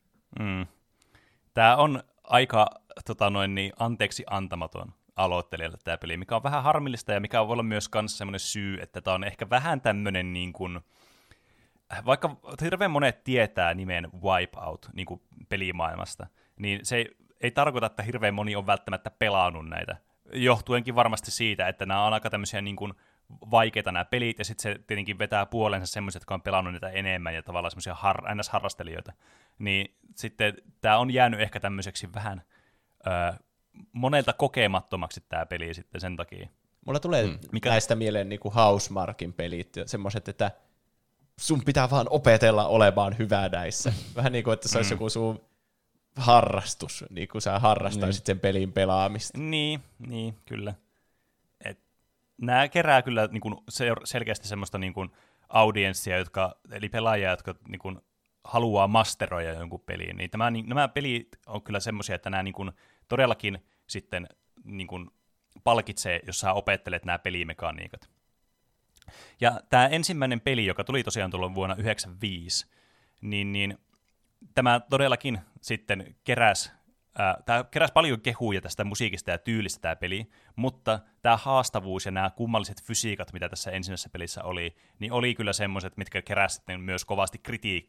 Tää on aika anteeksi antamaton aloittelijalle tämä peli, mikä on vähän harmillista ja mikä voi olla myös kanssa semmoinen syy, että tämä on ehkä vähän tämmöinen niin kuin, vaikka hirveän monet tietää nimen Wipeout niin kuin pelimaailmasta, niin se ei tarkoita, että hirveän moni on välttämättä pelannut näitä. Johtuenkin varmasti siitä, että nämä on aika tämmöisiä niin kuin vaikeita nämä pelit, ja sitten se tietenkin vetää puolensa semmoiset, jotka on pelannut niitä enemmän, ja tavallaan semmoisia NS-harrastelijoita. Niin sitten tämä on jäänyt ehkä tämmöiseksi vähän monelta kokemattomaksi tämä peli sitten sen takia. Mulla tulee näistä mieleen niinku Housemarquin pelit, semmoiset, että sun pitää vaan opetella olemaan hyvä näissä. Vähän niin kuin, että se olisi joku sun harrastus, niin kuin sä harrastaisit sen pelin pelaamista. Niin, kyllä. Nämä kerää kyllä niin kuin selkeästi semmoista niin kuin audienssia, eli pelaajia, jotka niin kuin haluaa masteroida jonkun peliin. Niin nämä pelit on kyllä semmoisia, että nämä niin kuin todellakin sitten niin kuin palkitsee, jos sä opettelet nämä pelimekaniikat. Ja tämä ensimmäinen peli, joka tuli tosiaan tuolloin vuonna 1995, niin tämä todellakin sitten keräsi paljon kehuja tästä musiikista ja tyylistä tämä peli, mutta tämä haastavuus ja nämä kummalliset fysiikat, mitä tässä ensimmäisessä pelissä oli, niin oli kyllä semmoiset, mitkä keräsivät myös kovasti kritiikkiä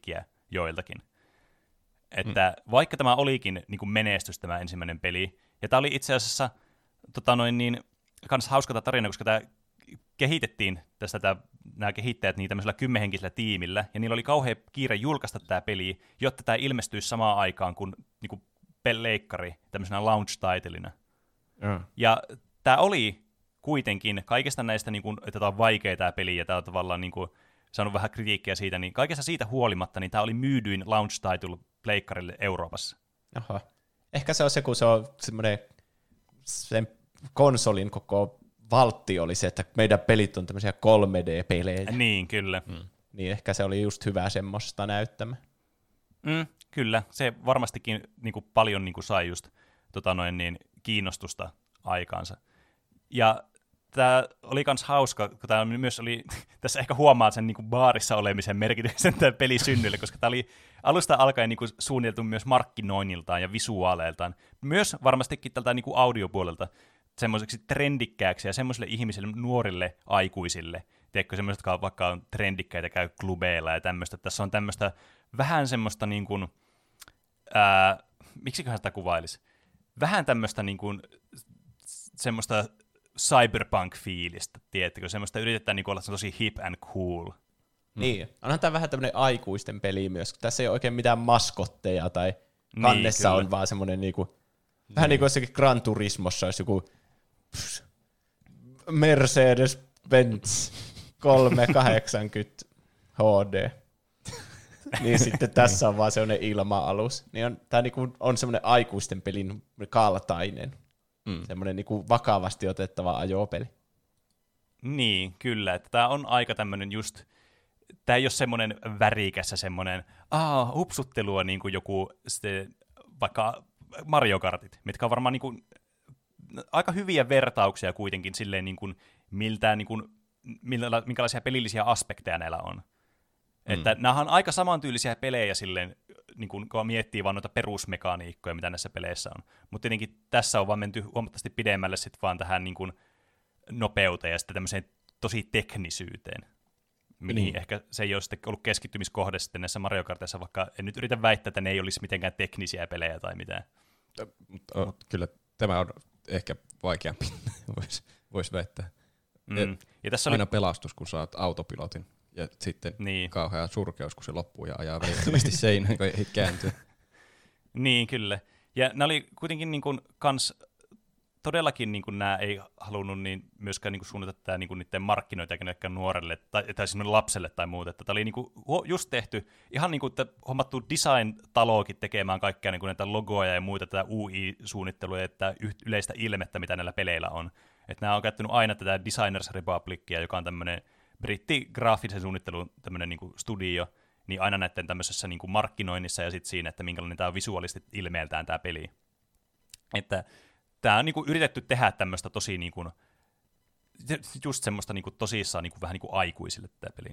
joiltakin. Että vaikka tämä olikin niin kuin menestys tämä ensimmäinen peli, ja tämä oli itse asiassa kans hauska tarina, koska tämä kehitettiin nämä kehittäjät niin tämmöisellä 10-henkisellä tiimillä, ja niillä oli kauhean kiire julkaista tämä peli, jotta tämä ilmestyisi samaan aikaan kuin leikkari tämmöisenä launch-titleina. Ja tämä oli kuitenkin kaikista näistä, niin kuin, että tämä on vaikea tämä peli, ja tämä on tavallaan niin kuin, saanut vähän kritiikkiä siitä, niin kaikesta siitä huolimatta, niin tämä oli myydyin launch title pleikkarille Euroopassa. Aha. Ehkä se on se, kun se on semmoinen, sen konsolin koko valtti oli se, että meidän pelit on tämmöisiä 3D-pelejä. Niin, kyllä. Niin ehkä se oli just hyvä semmoista näyttämä. Kyllä, se varmastikin niin kuin paljon niin kuin sai just kiinnostusta aikaansa. Ja tämä oli myös hauska, kun tämä myös oli, tässä ehkä huomaa sen niin kuin baarissa olemisen merkityksen tämän pelisynnylle, koska tämä oli alusta alkaen niin kuin suunniteltu myös markkinoinniltaan ja visuaaleiltaan. Myös varmastikin tältä niin kuin audiopuolelta semmoiseksi trendikkääksi ja semmoisille ihmisille, nuorille aikuisille. Tiedätkö, semmoiset, jotka vaikka on trendikkäitä, käy klubeilla ja tämmöistä. Tässä on tämmöistä vähän semmoista niin kuin, miksiköhän sitä kuvailisi? Vähän tämmöistä niin kuin, semmoista cyberpunk-fiilistä, tiedättekö? Semmoista yritetään niin kuin olla tosi hip and cool. Niin, onhan tämä vähän tämmöinen aikuisten peli myös, kun tässä ei ole oikein mitään maskotteja tai kannessa on vaan semmoinen niinku, vähän niin kuin jossakin Gran Turismossa olisi joku Mercedes-Benz 380 HD. Niin sitten tässä on vaan semmoinen ilma-alus. Niin tämä niinku on semmoinen aikuisten pelin kaltainen. Semmoinen niinku vakavasti otettava ajopeli. Niin, kyllä. Että tämä on aika tämmöinen just, tämä ei ole semmoinen värikäs semmoinen hupsuttelua niin kuin joku vaikka Mario Kartit, mitkä on varmaan niin kuin, aika hyviä vertauksia kuitenkin silleen, niin kuin, minkälaisia pelillisiä aspekteja näillä on. Että nämä on aika samantyylisiä pelejä silleen, niin kun miettii vaan noita perusmekaniikkoja, mitä näissä peleissä on. Mutta tietenkin tässä on vaan menty huomattavasti pidemmälle sitten vaan tähän niin kun nopeuteen ja sitten tämmöiseen tosi teknisyyteen. Mihin ehkä se ei ole sitten ollut keskittymiskohde sitten näissä Mario Kartissa, vaikka en nyt yritä väittää, että ne ei olisi mitenkään teknisiä pelejä tai mitään. Kyllä tämä on ehkä vaikeampi, vois väittää. Ja tässä aina pelastus, kun saat autopilotin. Ja sitten kauhea surkeus, kun se loppuu ja ajaa välittömästi seinään, kun ei kääntyä. Niin, kyllä. Ja nämä oli kuitenkin niin kuin, todellakin niin kuin, nämä ei halunnut myöskään niin kuin, suunnata tämä niin kuin, niiden markkinoita kenellekään nuorelle tai sinne lapselle tai muuta. Tämä oli niin kuin, just tehty ihan niin kuin, että hommattu design-taloakin tekemään kaikkia niin kuin, näitä logoja ja muita, tätä UI-suunnittelua ja tätä yleistä ilmettä, mitä näillä peleillä on. Että nämä on käyttänyt aina tätä Designers Republicia, joka on tämmöinen brittigraafisen suunnittelun tämmöinen niin kuin studio, niin aina näiden tämmöisessä niin kuin markkinoinnissa ja sitten siinä, että minkälainen tämä on visuaalisesti ilmeeltään tämä peli. Että tämä on niin kuin yritetty tehdä tämmöistä tosi niin kuin, just semmoista niin kuin tosissaan niin kuin vähän niin kuin aikuisille tämä peli.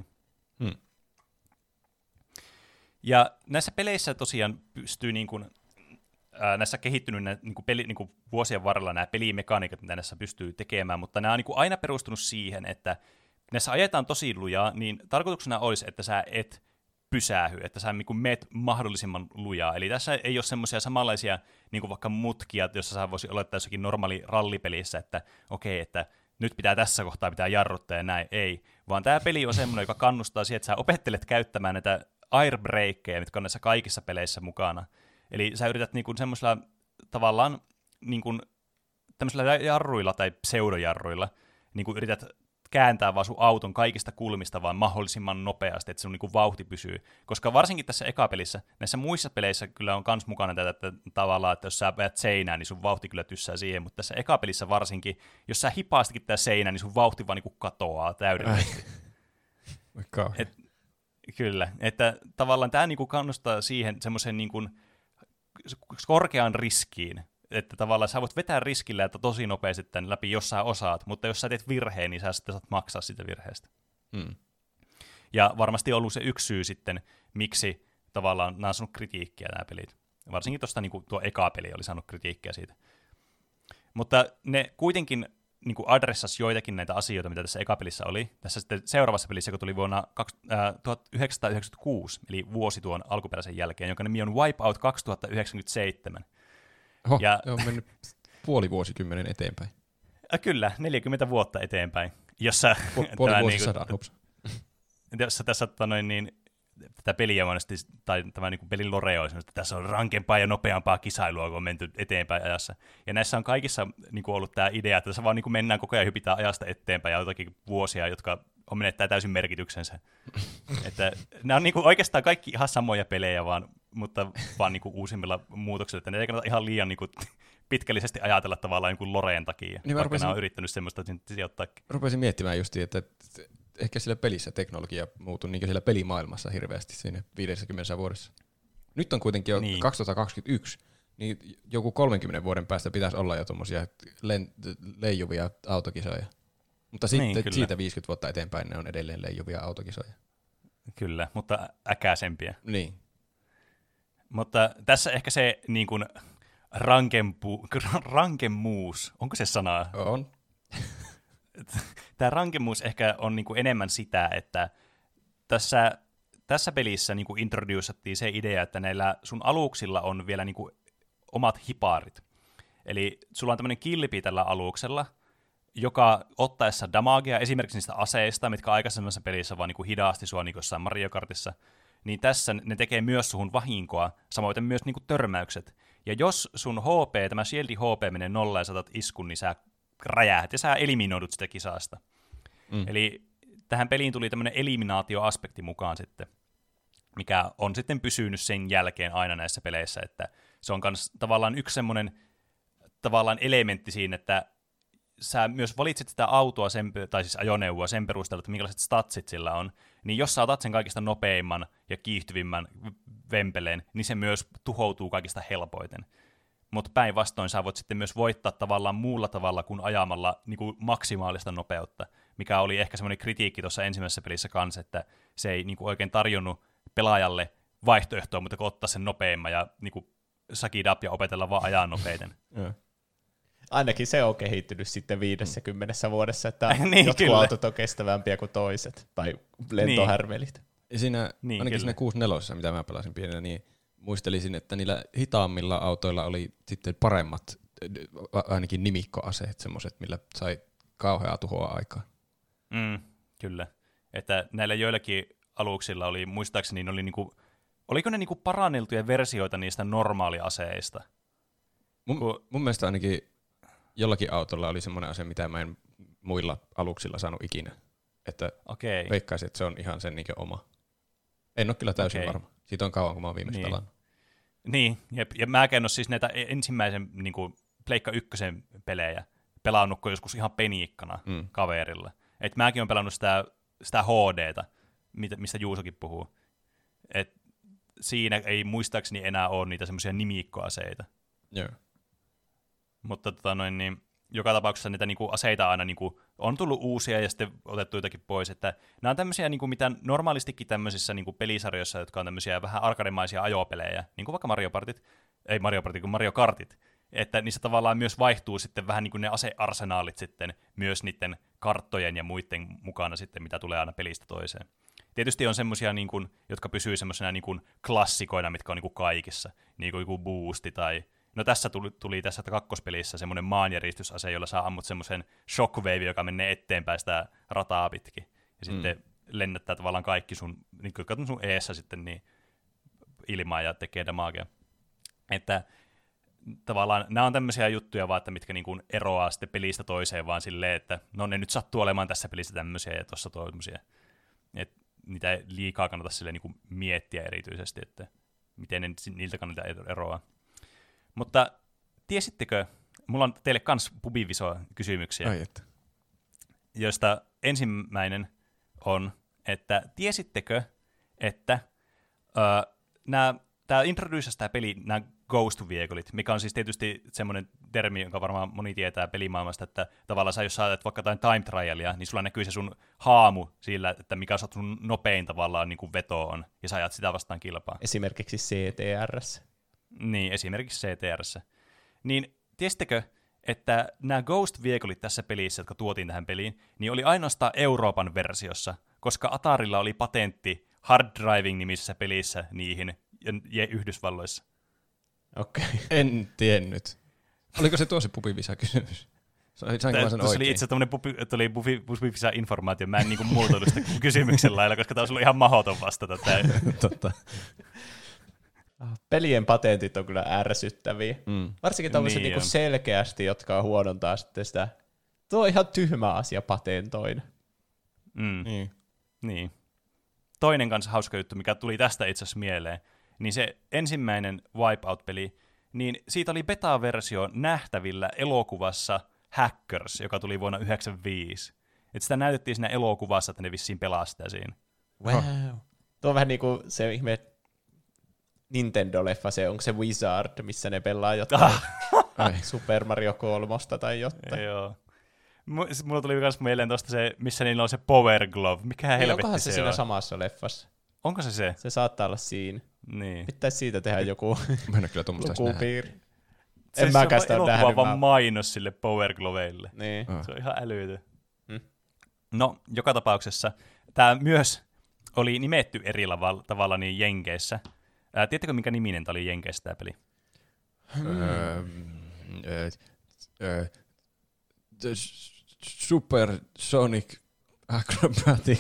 Ja näissä peleissä tosiaan pystyy niin kuin, näissä kehittynyt niin kuin vuosien varrella nämä pelimekaniikat, mitä näissä pystyy tekemään, mutta nämä on niin kuin aina perustunut siihen, että näissä ajetaan tosi lujaa, niin tarkoituksena olisi, että sä et pysähy, että sä niin kuin meet mahdollisimman lujaa. Eli tässä ei ole semmoisia samanlaisia niin kuin vaikka mutkia, jossa sä voisi olettaa jossakin normaali rallipelissä, että okei, että nyt pitää tässä kohtaa pitää jarruttaa ja näin. Ei, vaan tämä peli on semmoinen, joka kannustaa siihen, että sä opettelet käyttämään näitä airbreakkejä, mitkä on näissä kaikissa peleissä mukana. Eli sä yrität niin kuin semmoisella tavallaan niin kuin tämmöisillä jarruilla tai pseudojarruilla niin kuin yrität kääntää vaan sun auton kaikista kulmista vaan mahdollisimman nopeasti, että sun niin kuin vauhti pysyy. Koska varsinkin tässä ekapelissä, näissä muissa peleissä kyllä on kans mukana tätä että tavallaan, että jos sä veät seinään, niin sun vauhti kyllä tyssää siihen, mutta tässä ekapelissä varsinkin, jos sä hipaastikin tää seinään, niin sun vauhti vaan niin kuin katoaa täydellisesti. Kyllä, että tavallaan tämä niin kuin kannustaa siihen semmoiseen niin kuin korkeaan riskiin, että tavallaan sä voit vetää riskillä, että tosi nopeasti tämän läpi, jos sä osaat, mutta jos sä teet virheen, niin sä sitten saat maksaa sitä virheestä. Ja varmasti on ollut se yksi syy sitten, miksi tavallaan nämä on saanut kritiikkiä nämä pelit. Varsinkin tuosta niin tuo eka peli oli saanut kritiikkiä siitä. Mutta ne kuitenkin niin kuin adressasi joitakin näitä asioita, mitä tässä ekapelissä oli. Tässä sitten seuraavassa pelissä, kun tuli vuonna 1996, eli vuosi tuon alkuperäisen jälkeen, jonka nimi on Wipeout 2097. Oho, ja on mennyt puoli vuosikymmenen eteenpäin. Kyllä, 40 vuotta eteenpäin. Jossa puoli vuosisadan, jossa tässä tätä peliä monesti, tai tämä niin pelin lore on että tässä on rankempaa ja nopeampaa kisailua, kun on menty eteenpäin ajassa. Ja näissä on kaikissa niin kuin ollut tämä idea, että tässä vaan niin kuin mennään koko ajan hypitään ajasta eteenpäin ja jotakin vuosia, jotka on menettää täysin merkityksensä. Että nämä on niin kuin oikeastaan kaikki ihan samoja pelejä, mutta vaan niin kuin uusimmilla muutoksilla. Että ne ei kannata ihan liian niin kuin pitkällisesti ajatella tavallaan niin kuin loreen takia, niin vaikka nämä on yrittänyt semmoista sijoittaakin. Rupesin miettimään justiin, että ehkä sillä pelissä teknologia muuttui niin kuin siellä pelimaailmassa hirveästi siinä 50 vuodessa. Nyt on kuitenkin jo 2021, niin joku 30 vuoden päästä pitäisi olla jo tuommoisia leijuvia autokisoja. Mutta sitten niin, siitä 50 vuotta eteenpäin ne on edelleen leijuvia autokisoja. Kyllä, mutta äkäisempiä. Niin. Mutta tässä ehkä se niin kuin rankemmuus, onko se sana? On. Tämä rankemuus ehkä on niin kuin enemmän sitä, että tässä pelissä niin kuin introducettiin se idea, että näillä sun aluksilla on vielä niin kuin omat hipaarit. Eli sulla on tämmöinen kilpi tällä aluksella, joka ottaessa damagea esimerkiksi niistä aseista, mitkä aikaisemmassa pelissä vaan niin kuin hidasti sua niin kuin jossain Mario Kartissa, niin tässä ne tekee myös suhun vahinkoa, samoin myös niin kuin törmäykset. Ja jos sun HP, tämä shieldin HP menee nollaan ja saatat iskun, niin sä räjähät ja sä eliminoidut sitä kisasta. Eli tähän peliin tuli tämmöinen eliminaatioaspekti mukaan sitten, mikä on sitten pysynyt sen jälkeen aina näissä peleissä, että se on myös tavallaan yksi semmoinen tavallaan elementti siinä, että sä myös valitset sitä autoa, tai siis ajoneuvoa sen perusteella, että minkälaiset statsit sillä on, niin jos sä otat sen kaikista nopeimman ja kiihtyvimmän vempeleen, niin se myös tuhoutuu kaikista helpoiten. Mutta päinvastoin sä voit sitten myös voittaa tavallaan muulla tavalla kuin ajamalla niin kuin maksimaalista nopeutta, mikä oli ehkä semmoinen kritiikki tuossa ensimmäisessä pelissä kanssa, että se ei niin kuin oikein tarjonnut pelaajalle vaihtoehtoa, mutta kun ottaa sen nopeimman ja niin kuin suck it up ja opetella vaan ajaa nopeiten. Ainakin se on kehittynyt sitten 50 vuodessa, että niin, jotkut kyllä. autot on kestävämpiä kuin toiset, tai lentohärvelit. Ja siinä, niin, ainakin siinä 64, mitä mä pelasin pienenä, niin muistelisin, että niillä hitaammilla autoilla oli sitten paremmat, ainakin nimikkoaseet, semmoiset, millä sai kauheaa tuhoa aikaa. Kyllä. Että näillä joillakin aluksilla oli, muistaakseni, ne oli niinku, oliko ne niinku paranneltuja versioita niistä normaaliaseista? Mun mielestä ainakin jollakin autolla oli semmoinen ase, mitä mä en muilla aluksilla saanut ikinä. Että veikkaisin, että se on ihan sen oma. En ole kyllä täysin varma. Siitä on kauan, kun mä oon viimeksi pelannut. Niin, ja mäkään en ole siis näitä ensimmäisen niin kuin Pleikka 1 pelejä pelannut joskus ihan peniikkana kaverilla. Et mäkin olen pelannut sitä HD:tä, mistä Juusokin puhuu. Et siinä ei muistaakseni enää ole niitä semmoisia nimikkoaseita. Joo. Mutta niin, joka tapauksessa niitä niinku aseita aina niinku on tullut uusia ja sitten otettu jotakin pois. Että nämä on tämmöisiä, niinku, mitä normaalistikin tämmöisissä niinku pelisarjoissa, jotka on tämmöisiä vähän arkademaisia ajopelejä, niin kuin vaikka Mario Kartit, että niissä tavallaan myös vaihtuu sitten vähän niin kuin ne asearsenaalit sitten myös niiden karttojen ja muiden mukana sitten, mitä tulee aina pelistä toiseen. Tietysti on semmoisia, niin kuin, jotka pysyy semmoisena niin kuin klassikoina, mitkä on niin kuin kaikissa, niin kuin joku boosti tai no tässä tuli tässä kakkospelissä semmoinen maanjäristysase, jolla saa ammut semmoisen shockwave, joka menee eteenpäin sitä rataa pitkin. Ja sitten lennättää tavallaan kaikki sun, niin kuin sun eessä sitten niin ilmaa ja tekee damagea. Että tavallaan nämä on tämmöisiä juttuja vaan, että mitkä niin kuin eroaa sitten pelistä toiseen vaan silleen, että no ne nyt sattuu olemaan tässä pelissä tämmöisiä ja tuossa tommöisiä. Että niitä ei liikaa kannata silleen niin kuin miettiä erityisesti, että miten ne niiltä kannalta eroaa. Mutta tiesittekö, mulla on teille kans Pubiviso kysymyksiä, joista ensimmäinen on, että tiesittekö, että tämä introducers tämä peli, nämä Ghost Vehiclet, mikä on siis tietysti semmoinen termi, jonka varmaan moni tietää pelimaailmasta, että tavallaan sä jos saatat vaikka jotain time trialia, niin sulla näkyy se sun haamu sillä, että mikä sun nopein tavallaan niin kuin veto on, ja sä ajat sitä vastaan kilpaa. Esimerkiksi CTR:ssä. Niin, esimerkiksi CTR:ssä. Niin tiesittekö, että nämä Ghost Vehiclet tässä pelissä, jotka tuotiin tähän peliin, niin oli ainoastaan Euroopan versiossa, koska Atarilla oli patentti Hard Driving-nimisessä pelissä niihin ja Yhdysvalloissa. Okei. En tiennyt. Oliko se tuossa pupivisa-kysymys? Sainko mä sen Tuossa oli itse tämmöinen pupivisa-informaatio. Mä en niinku muotoilu sitä kysymyksen lailla, koska tämä olisi ollut ihan mahdoton vastata. Totta. Pelien patentit on kyllä ärsyttäviä. Varsinkin tämmöiset Niin niinku selkeästi, jotka huonontaa sitten sitä. Tuo on ihan tyhmä asia patentoida. Niin. Toinen kanssa hauska juttu, mikä tuli tästä itse asiassa mieleen, niin se ensimmäinen Wipeout-peli, niin siitä oli beta-versio nähtävillä elokuvassa Hackers, joka tuli vuonna 1995. Et sitä näytettiin siinä elokuvassa, että ne vissiin pelastaa siinä. Wow. Tuo on vähän niin kuin se ihme Nintendo-leffa, onko se Wizard, missä ne pelaa jotain Super Mario 3 tai jotain. Joo. Mulla tuli myös mieleen tuosta se, missä niillä on se Power Glove. Mikä helvetti onkohan se siinä on? samassa leffassa? Onko se se? Se saattaa olla siinä. Niin. Pitäisi siitä tehdä joku Mä en kyllä tuommoista lukupiiri. Se En mäkään sitä ole nähnyt. Se on vaan mainos sille Power Gloveille. Niin. Se on ihan älytön. No, joka tapauksessa tämä myös oli nimetty eri tavalla niin Jenkeissä. Tiedättekö, minkä niminen tämä oli Jenkeissä tämä peli? Supersonic Acrobatic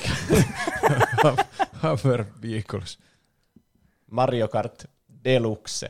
Hover Vehicles. Mario Kart Deluxe.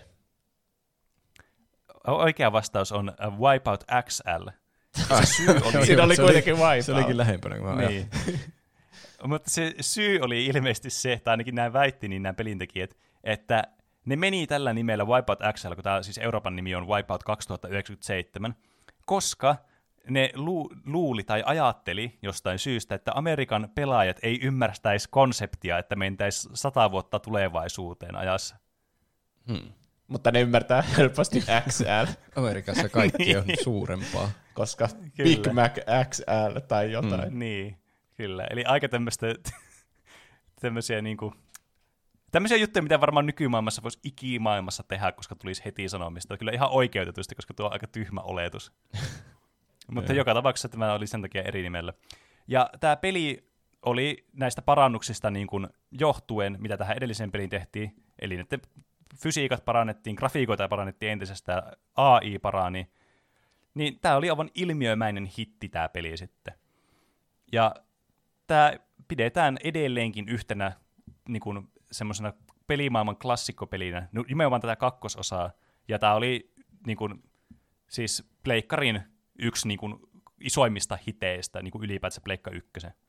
Oikea vastaus on Wipeout XL. Se syy oli, Siinä oli kuitenkin Wipeout. Se olikin lähempänä kuin mä niin. Mutta se syy oli ilmeisesti se, tai ainakin näin väitti niin nämä pelintekijät, että ne meni tällä nimellä Wipeout XL, kun tämä siis Euroopan nimi on Wipeout 2097, koska ne luuli tai ajatteli jostain syystä, että Amerikan pelaajat ei ymmärtäisi konseptia, että mentäisi 100 vuotta tulevaisuuteen ajassa. Mutta ne ymmärtää helposti XL, Amerikassa kaikki on suurempaa. koska Kyllä. Big Mac XL tai jotain. Niin, kyllä. Eli aika tämmöisiä niinku tämmöisiä juttuja, mitä varmaan nykymaailmassa voisi ikimaailmassa tehdä, koska tulisi heti sanomista. Kyllä ihan oikeutetusti, koska tuo on aika tyhmä oletus. Mutta joka tapauksessa tämä oli sen takia eri nimellä. Ja tämä peli oli näistä parannuksista niin kuin johtuen, mitä tähän edelliseen peliin tehtiin. Eli että fysiikat parannettiin, grafiikoita parannettiin entisestään, AI parani. Niin tämä oli aivan ilmiömäinen hitti tämä peli sitten. Ja tämä pidetään edelleenkin yhtenä niin kuin semmoisena pelimaailman klassikkopelinä, nimenomaan tätä kakkososaa. Ja tämä oli niin kuin, siis Pleikkarin yksi niin kuin isoimmista hiteistä niin kuin ylipäätään Pleikka 1.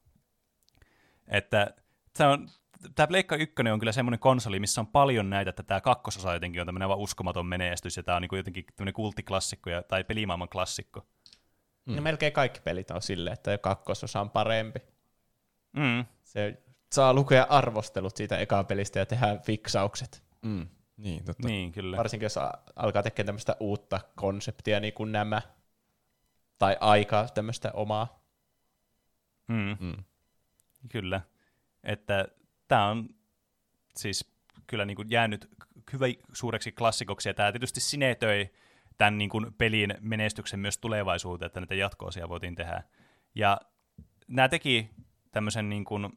Että tämä Pleikka 1 on kyllä semmoinen konsoli, missä on paljon näitä, että tämä kakkososa jotenkin on tämmöinen aivan uskomaton menestys, ja tämä on niin kuin jotenkin tämmöinen kulttiklassikko tai pelimaailman klassikko. No melkein kaikki pelit on silleen, että kakkososa on parempi. Se saa lukea arvostelut siitä eka pelistä ja tehdä fiksaukset. Niin, totta. Niin, kyllä. Varsinkin jos alkaa tekemään tämmöistä uutta konseptia niin kuin nämä. Tai aikaa tämmöistä omaa. Kyllä. Että tämä on siis kyllä niin kuin jäänyt hyvä suureksi klassikoksi, ja tämä tietysti sinetöi tämän niin kuin pelin menestyksen myös tulevaisuuteen, että näitä jatko-osia voitiin tehdä. Ja nämä teki tämmöisen niin kuin,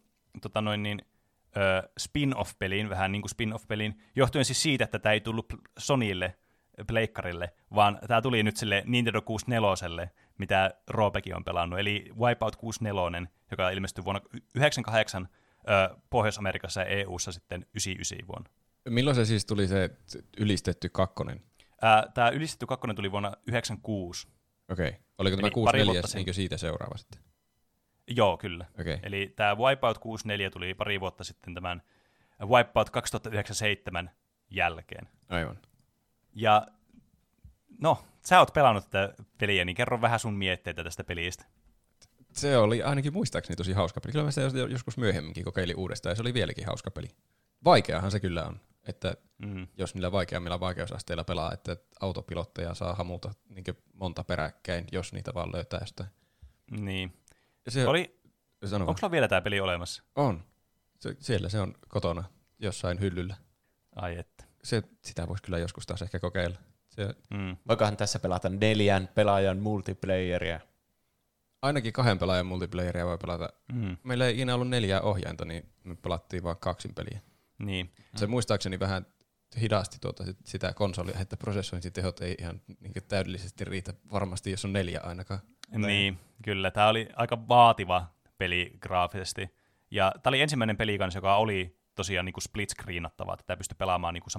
spin-off-pelin, vähän niin kuin spin-off-pelin, johtuen siis siitä, että tämä ei tullut Sonylle, pleikkarille, vaan tämä tuli nyt sille Nintendo 64, mitä Roopekin on pelannut, eli Wipeout 64, joka ilmestyi vuonna 1998 Pohjois-Amerikassa ja EU-ssa sitten 99 vuonna. Milloin se siis tuli se ylistetty kakkonen? Tämä ylistetty kakkonen tuli vuonna 1996. Okei. Oliko tämä 64 niin siitä seuraava sitten? Joo, kyllä. Okay. Eli tämä Wipeout 64 tuli pari vuotta sitten tämän Wipeout 2097 jälkeen. Aivan. Ja no, sä oot pelannut tätä peliä, niin kerro vähän sun mietteitä tästä pelistä. Se oli ainakin muistaakseni tosi hauska peli. Kyllä mä sitä joskus myöhemminkin kokeilin uudestaan, ja se oli vieläkin hauska peli. Vaikeahan se kyllä on, että jos niillä vaikeammilla vaikeusasteilla pelaa, että autopilotteja saa hamuta niin monta peräkkäin, jos niitä vaan löytää sitä. Niin. Onko sulla vielä tämä peli olemassa? On. Siellä se on kotona jossain hyllyllä. Ai että. Sitä voisi kyllä joskus taas ehkä kokeilla. Voikohan tässä pelata 4 pelaajan multiplayeria? Ainakin 2 pelaajan multiplayeria voi pelata. Meillä ei ikinä ollut 4 ohjainta, niin me pelattiin vaan 2 peliä. Niin. Se muistaakseni vähän hidasti sitä konsolia, että prosessointitehot ei ihan niin täydellisesti riitä varmasti, jos on 4 ainakaan. Niin, kyllä. Tämä oli aika vaativa peli graafisesti. Ja tämä oli ensimmäinen peli kanssa, joka oli tosiaan niin kuin split-screenattava, että tämä pystyi pelaamaan niin kuin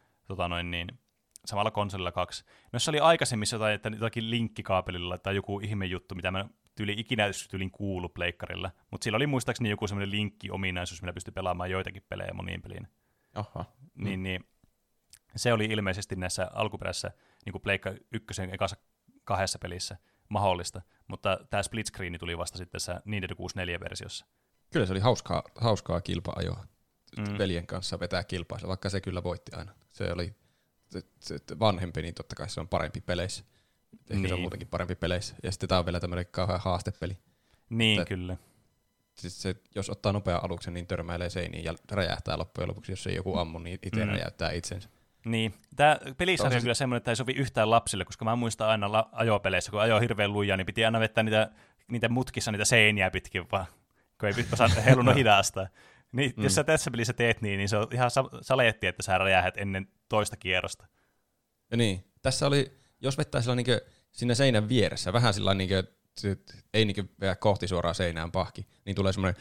samalla konsolilla 2. No se oli aikaisemmin jotakin linkkikaapelilla tai joku ihme juttu, mitä mä ikinä tyylin kuulu pleikkarilla, mutta sillä oli muistaakseni joku semmoinen linkkiominaisuus, millä pystyi pelaamaan joitakin pelejä moniin peliin. Oho. Niin, se oli ilmeisesti näissä alkuperäisissä niin Pleikka 1 ekassa 2 pelissä mahdollista, mutta tämä split screen tuli vasta sitten tässä Nintendo 64-versiossa. Kyllä se oli hauskaa kilpa-ajoa. Veljen kanssa vetää kilpaa, vaikka se kyllä voitti aina. Se oli vanhempi, niin totta kai se on parempi peleissä. Ehkä se on muutenkin parempi peleissä. Ja sitten tämä on vielä tämmöinen kauhean haastepeli. Niin, kyllä. Siis se, jos ottaa nopea aluksen, niin törmäilee seiniin ja räjähtää loppujen lopuksi. Jos ei joku ammu, niin itse räjäyttää itsensä. Niin. Tämä pelisarja on kyllä semmoinen, että ei sovi yhtään lapsille, koska mä muistan aina ajopeleissä, kun ajoi hirveän lujaa, niin piti aina vettää niitä mutkissa niitä seiniä pitkin vaan, kun ei heilunut hidastaa. Niin, jos sä tässä pelissä teet niin se on ihan saletti, että sä räjähät ennen toista kierrosta. Ja niin. Tässä oli, jos vettää sillä niinkö siinä seinän vieressä, vähän sillä niinkö, ei niinkö vedä kohti suoraan seinään pahki, niin tulee semmoinen,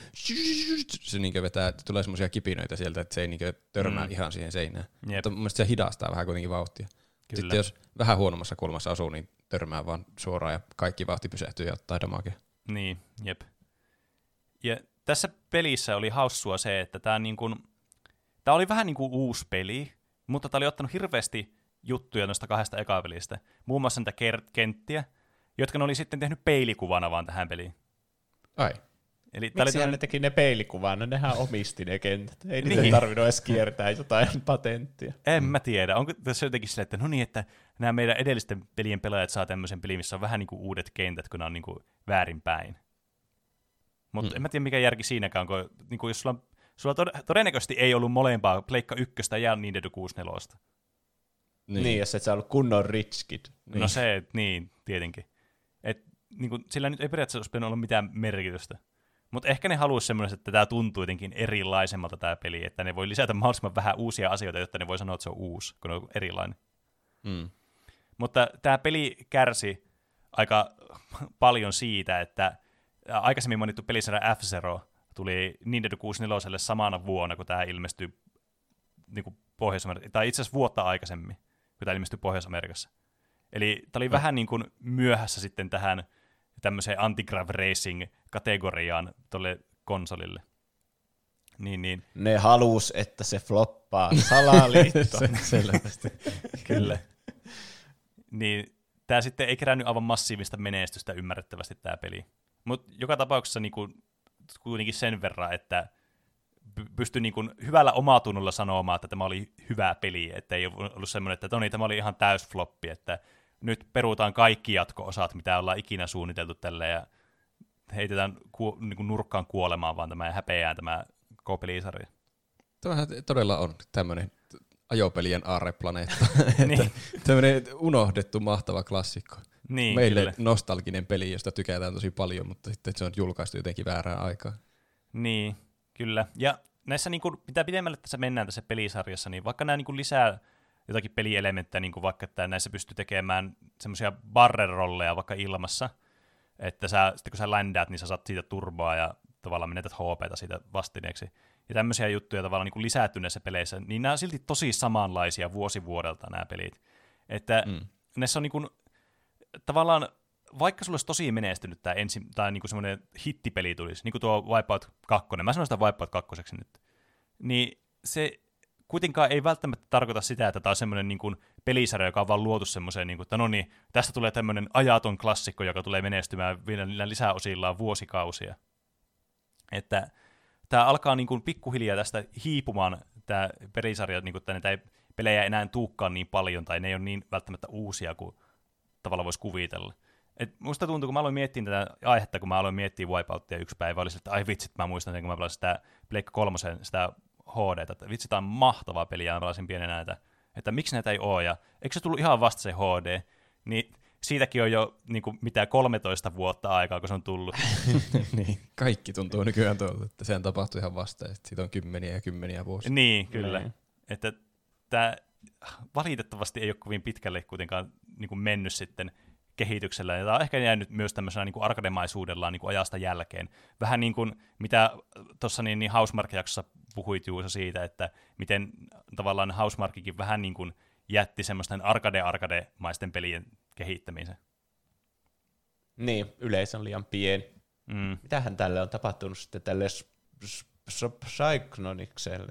se niinkö vetää, tulee semmoisia kipinöitä sieltä, että se ei niinkö törmää ihan siihen seinään. Jep. Mutta mun mielestä se hidastaa vähän kuitenkin vauhtia. Kyllä. Sitten jos vähän huonommassa kulmassa asuu, niin törmää vaan suoraan ja kaikki vauhti pysähtyy ja ottaa damakea. Niin, jep. Ja tässä pelissä oli haussua se, että tämä oli vähän niin kuin uusi peli, mutta tämä oli ottanut hirveästi juttuja noista 2 ekapelistä. Muun muassa niitä kenttiä, jotka ne oli sitten tehnyt peilikuvana vaan tähän peliin. Ai. Eli miksihän ne teki ne peilikuvana? Nehän omisti ne kentät. Ei niitä tarvinnut edes kiertää jotain patenttia. En mä tiedä. Onko tässä jotenkin silleen, että no niin, että nämä meidän edellisten pelien pelaajat saa tämmöisen pelin, missä on vähän niin kuin uudet kentät, kun ne on niin kuin väärinpäin. Mutta en mä tiedä, mikä järki siinäkään on, niin kuin jos sulla todennäköisesti ei ollut molempaa Pleikka 1 ja Nintendo 64. Niin, jos et sä ollut kunnon rich kid. Niin. No se, niin, tietenkin. Et, niin kuin, sillä nyt ei periaatteessa olisi ollut mitään merkitystä. Mutta ehkä ne haluaisi semmoinen, että tämä tuntuu jotenkin erilaisemmalta tämä peli, että ne voi lisätä mahdollisimman vähän uusia asioita, jotta ne voi sanoa, että se on uusi, kun on erilainen. Mutta tämä peli kärsi aika paljon siitä, että aikaisemmin mainittu pelisarja F-Zero tuli Nintendo 64 samana vuonna, kun tämä ilmestyi niin kuin Pohjois-Amerikassa, tai itse asiassa vuotta aikaisemmin, kun tämä ilmestyi Pohjois-Amerikassa. Eli tämä oli vähän niin kuin myöhässä sitten tähän tämmöiseen anti-grav racing-kategoriaan tuolle konsolille. Niin. Ne halus, että se floppaa. Salaliitto. Selvästi. Kyllä. Niin, tämä sitten ei kerännyt aivan massiivista menestystä ymmärrettävästi tämä peli. Mutta joka tapauksessa niinku, kuitenkin sen verran, että pystyi niinku hyvällä omatunnolla sanomaan, että tämä oli hyvä peli, että ei ollut semmoinen, että tämä oli ihan täys floppi, että nyt peruutaan kaikki jatko-osat, mitä ollaan ikinä suunniteltu tälle, ja heitetään niinku nurkkaan kuolemaan vaan tämä ja häpeään tämä koko pelisarja. Tämähän todella on tämmöinen ajopelien aarreplaneetta. Niin. Tämmöinen unohdettu mahtava klassikko. Niin, meille kyllä. Nostalginen peli, josta tykätään tosi paljon, mutta sitten se on julkaistu jotenkin väärään aikaan. Niin, kyllä. Ja näissä, niin kuin, mitä pidemmälle tässä mennään tässä pelisarjassa, niin vaikka nämä niin kuin lisää jotakin pelielementtejä, niin kuin vaikka että näissä pystyy tekemään semmoisia barrel-rolleja vaikka ilmassa, että sitten kun sä ländäät, niin sä saat siitä turboa ja tavallaan menetät HP:tä siitä vastineeksi. Ja tämmöisiä juttuja tavallaan niin kuin lisätty näissä peleissä, niin nämä on silti tosi samanlaisia vuosi vuodelta nämä pelit. Että näissä on niin kuin, tavallaan, vaikka sulla olisi tosi menestynyt tämä tai niin kuin semmoinen hittipeli tulisi, niin kuin tuo Wipeout 2, mä sanon sitä Wipeout 2 nyt, niin se kuitenkaan ei välttämättä tarkoita sitä, että tämä on semmoinen niin kuin pelisarja, joka on vaan luotu semmoiseen, niin kuin, että no niin, tästä tulee tämmöinen ajaton klassikko, joka tulee menestymään vielä lisäosillaan vuosikausia. Että tämä alkaa niin kuin pikkuhiljaa tästä hiipumaan, tämä pelisarja, niin kuin, että näitä pelejä ei enää tulekaan niin paljon, tai ne ei ole niin välttämättä uusia kuin tavallaan voisi kuvitella. Et musta tuntuu, kun mä aloin miettiä tätä aihetta, kun mä aloin miettiä Wipeoutia yksi päivä, oli se, että ai vitsit, mä muistan sen, kun mä pelasin sitä Pleikka 3, sitä HD:tä, että vitsi, tää on mahtavaa peliä, mä pelasin pienenä näitä, että miksi näitä ei ole, ja eikö se tullut ihan vasta se HD, niin siitäkin on jo niin kuin, 13 vuotta aikaa, kun se on tullut. Niin, kaikki tuntuu nykyään tuolta, että sehän tapahtui ihan vasta, ja siitä on kymmeniä ja kymmeniä vuosia. Niin, kyllä. Niin. Että tämä valitettavasti ei ole kovin pitkälle kuitenkaan niin kuin mennyt sitten kehityksellä, ja tämä on ehkä jäänyt myös tämmöisellä niin kuin arkademaisuudellaan niin kuin ajasta jälkeen. Vähän niin kuin mitä tuossa niin Housemarque-jaksossa puhuit Juuso siitä, että miten tavallaan Housemarquekin vähän niin kuin jätti semmoisten arcade-maisten pelien kehittämisen. Niin, yleisö on liian pieni. Mitähän tälle on tapahtunut sitten tälle Psychnonicselle?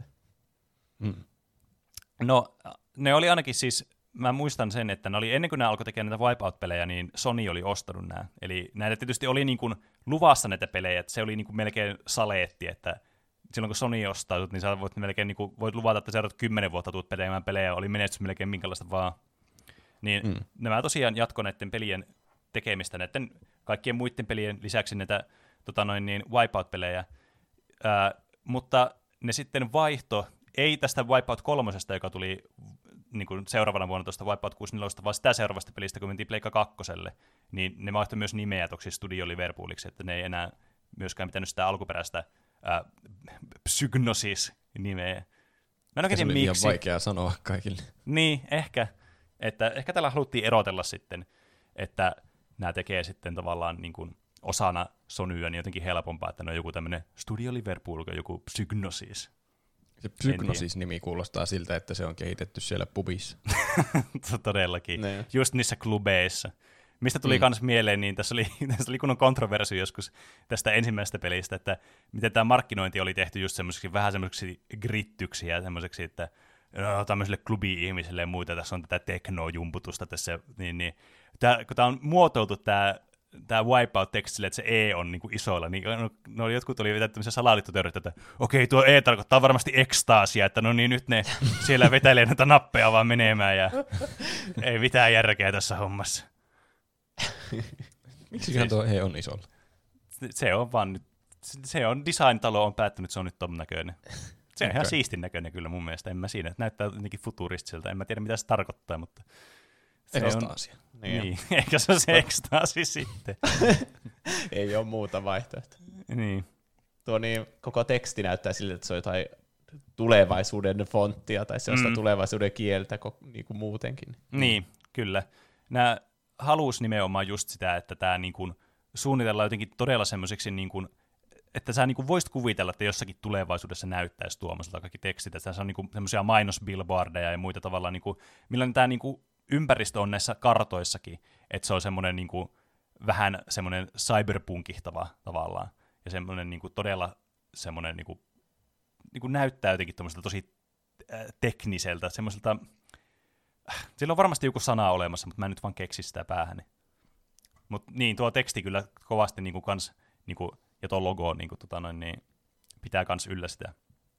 No, ne oli ainakin siis, mä muistan sen, että ne oli ennen kuin ne alkoi tekemään näitä Wipeout-pelejä, niin Sony oli ostanut nämä. Eli näitä tietysti oli niin kuin luvassa näitä pelejä, että se oli niin kuin melkein saleetti, että silloin kun Sony ostaa, niin sä voit melkein niin kuin, voit luvata, että seuraavat 10 vuotta tuut pelejä pelejä, oli menestys melkein minkälaista vaan. Niin nämä tosiaan jatkoi näiden pelien tekemistä, näiden kaikkien muiden pelien lisäksi näitä Wipeout-pelejä, mutta ne sitten vaihto, ei tästä Wipeout 3, joka tuli niin kuin seuraavana vuonna tuosta Wipeout 64, vaan sitä seuraavasta pelistä, kun mentiin Pleikka 2, niin ne vaihtoi myös nimeä toksi Studio Liverpooliksi, että ne ei enää myöskään pitänyt sitä alkuperäistä Psygnosis-nimeä. Mä en oikein tiedä, miksi. Liian vaikea sanoa kaikille. Niin, ehkä. Että ehkä tällä haluttiin erotella sitten, että nämä tekee sitten tavallaan niin kuin osana Sonyä niin jotenkin helpompaa, että ne on joku tämmöinen Studio Liverpool, joku Psygnosis. Se Psygnosis-nimi kuulostaa siltä, että se on kehitetty siellä pubissa. Todellakin. Ne. Just niissä klubeissa. Mistä tuli kans mieleen, niin tässä oli kunnon kontroversi joskus tästä ensimmäisestä pelistä, että miten tämä markkinointi oli tehty just semmoiseksi vähän semmoiseksi grittyksi ja semmoiseksi, että tämmöisille klubi-ihmisille ja muita, tässä on tätä tekno-jumputusta tässä, niin kun tämä on muotoiltu tämä Wipeout-tekstille, että se E on niin kuin isoilla, niin jotkut oli tämmöisiä salaliittoteorioita, että okei, tuo E tarkoittaa varmasti ekstaasia, että no niin, nyt ne siellä vetelee näitä nappeja vaan menemään, ja ei mitään järkeä tässä hommassa. Miksi tuo E on isolla? Se on vaan nyt, se on design-talo on päättänyt, että se on nyt ton näköinen. Se on ihan siistin näköinen kyllä mun mielestä, en mä siinä, että näyttää jotenkin futuristiselta, en mä tiedä mitä se tarkoittaa, mutta ekstaasia. Niin, eikä se ole se ekstaasi sitten. Ei ole muuta vaihtoehtoa. Niin. Tuo niin, koko teksti näyttää siltä, että se on jotain tulevaisuuden fonttia tai sellaista tulevaisuuden kieltä niin kuin muutenkin. Niin, kyllä. Nämä halusi nimenomaan just sitä, että tämä niin kuin suunnitellaan jotenkin todella semmoiseksi, niin kuin, että sä niin kuin voisit kuvitella, että jossakin tulevaisuudessa näyttäisi tuommoiselta kaikki tekstit, että se on niin kuin semmoisia mainosbillboardeja ja muita tavallaan, niin kuin, millainen tämä niin kuin ympäristö on näissä kartoissakin, että se on semmoinen niin kuin, vähän semmoinen cyberpunkihtava tavallaan, ja semmoinen niin kuin, todella semmoinen niin kuin näyttää jotenkin tommoiselta tosi tekniseltä, semmoiselta, sillä on varmasti joku sana olemassa, mutta mä en nyt vaan keksi sitä päähäni. Mutta niin, tuo teksti kyllä kovasti niin kuin kans, niin kuin, ja tuo logo niin kuin, niin, pitää kans yllä sitä.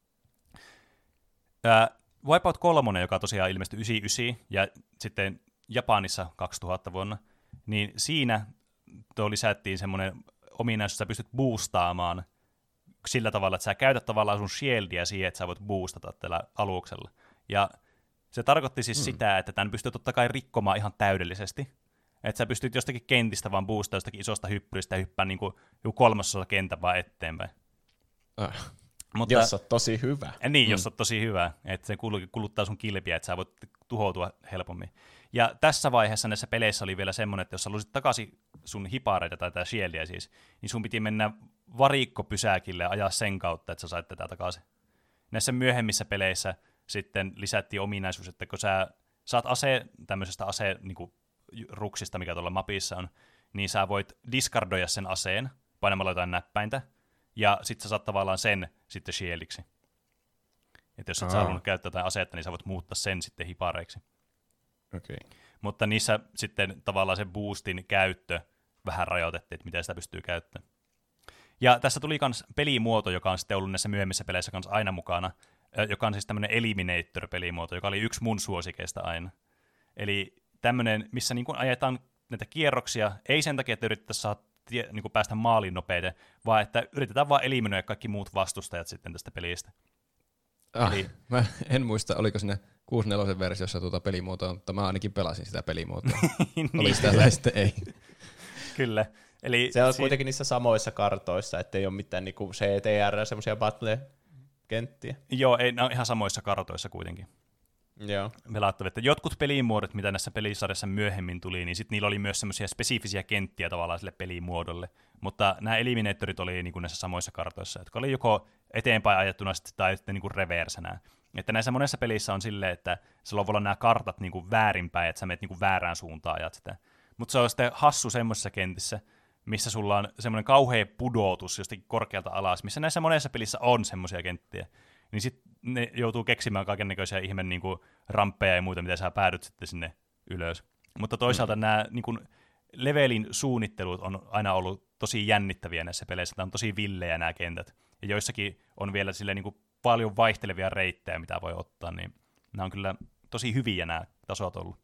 Wipeout 3, joka tosiaan ilmestyi 99 ja sitten Japanissa 2000 vuonna, niin siinä tuo lisättiin semmoinen ominaisuus, että sä pystyt boostaamaan sillä tavalla, että sä käytät tavallaan sun shieldia siihen, että sä voit boostata tällä aluksella. Ja se tarkoitti siis sitä, että tämän pystyy totta kai rikkomaan ihan täydellisesti. Että sä pystyt jostakin kentistä vaan boostaa jostakin isosta hyppyistä ja hyppää niin kuin 3/3 kentän vaan eteenpäin. Mutta, jos on tosi hyvä. Niin, jos on tosi hyvä. Että se kuluttaa sun kilpiä, että sä voit tuhoutua helpommin. Ja tässä vaiheessa näissä peleissä oli vielä semmoinen, että jos sä haluaisit takaisin sun hipareita tai tää shieldia siis, niin sun piti mennä varikkopysäkille ja ajaa sen kautta, että sä sait tätä takaisin. Näissä myöhemmissä peleissä sitten lisättiin ominaisuus, että kun sä saat tämmöisestä niin ruksista, mikä tuolla mapissa on, niin sä voit diskardoida sen aseen painamalla jotain näppäintä, ja sit sä saat tavallaan sen sitten shieldiksi. Että jos et sä halunnut käyttää jotain asetta, niin sä voit muuttaa sen sitten hipareiksi. Okay. Mutta niissä sitten tavallaan se boostin käyttö vähän rajoitettiin, että miten sitä pystyy käyttämään. Ja tässä tuli myös pelimuoto, joka on sitten ollut näissä myöhemmissä peleissä kanssa aina mukana, joka on siis tämmöinen Eliminator-pelimuoto, joka oli yksi mun suosikeista aina. Eli tämmöinen, missä niin kuin ajetaan näitä kierroksia, ei sen takia, että yritettäisiin saada niin kuin päästä maaliin nopeiten, vaan että yritetään vaan eliminoida kaikki muut vastustajat sitten tästä pelistä. Mä en muista, oliko siinä 64 versiossa tuota pelimuotoa, mutta mä ainakin pelasin sitä pelimuotoa. niin, oli sitä tai sitten ei. Kyllä. Eli se on kuitenkin niissä samoissa kartoissa, ettei ole mitään niinku CTR, semmoisia battle-kenttiä. Joo, ne on ihan samoissa kartoissa kuitenkin. Joo. Pelattavia. Jotkut pelimuodot, mitä näissä pelisarjassa myöhemmin tuli, niin sitten niillä oli myös semmoisia spesifisiä kenttiä tavallaan sille pelimuodolle. Mutta nämä eliminaattorit oli niin kuin näissä samoissa kartoissa, jotka oli joko eteenpäin ajettuna tai sitten niin kuin reversenä. Että näissä monessa pelissä on silleen, että sulla voi olla nämä kartat niin kuin väärinpäin, että sä menet niin kuin väärään suuntaan ajat sitä. Mutta se on sitten hassu semmoisessa kentissä, missä sulla on semmoinen kauhea pudotus jostakin korkealta alas, missä näissä monessa pelissä on semmoisia kenttiä. Niin sitten ne joutuu keksimään kaikennäköisiä ihmen niin kuin ramppeja ja muita, mitä sä päädyt sitten sinne ylös. Mutta toisaalta nämä niin kuin levelin suunnittelut on aina ollut tosi jännittäviä näissä peleissä. Nämä on tosi villejä nämä kentät. Ja joissakin on vielä silleen, niin kuin paljon vaihtelevia reittejä, mitä voi ottaa. Niin nämä on kyllä tosi hyviä nämä tasot ollut.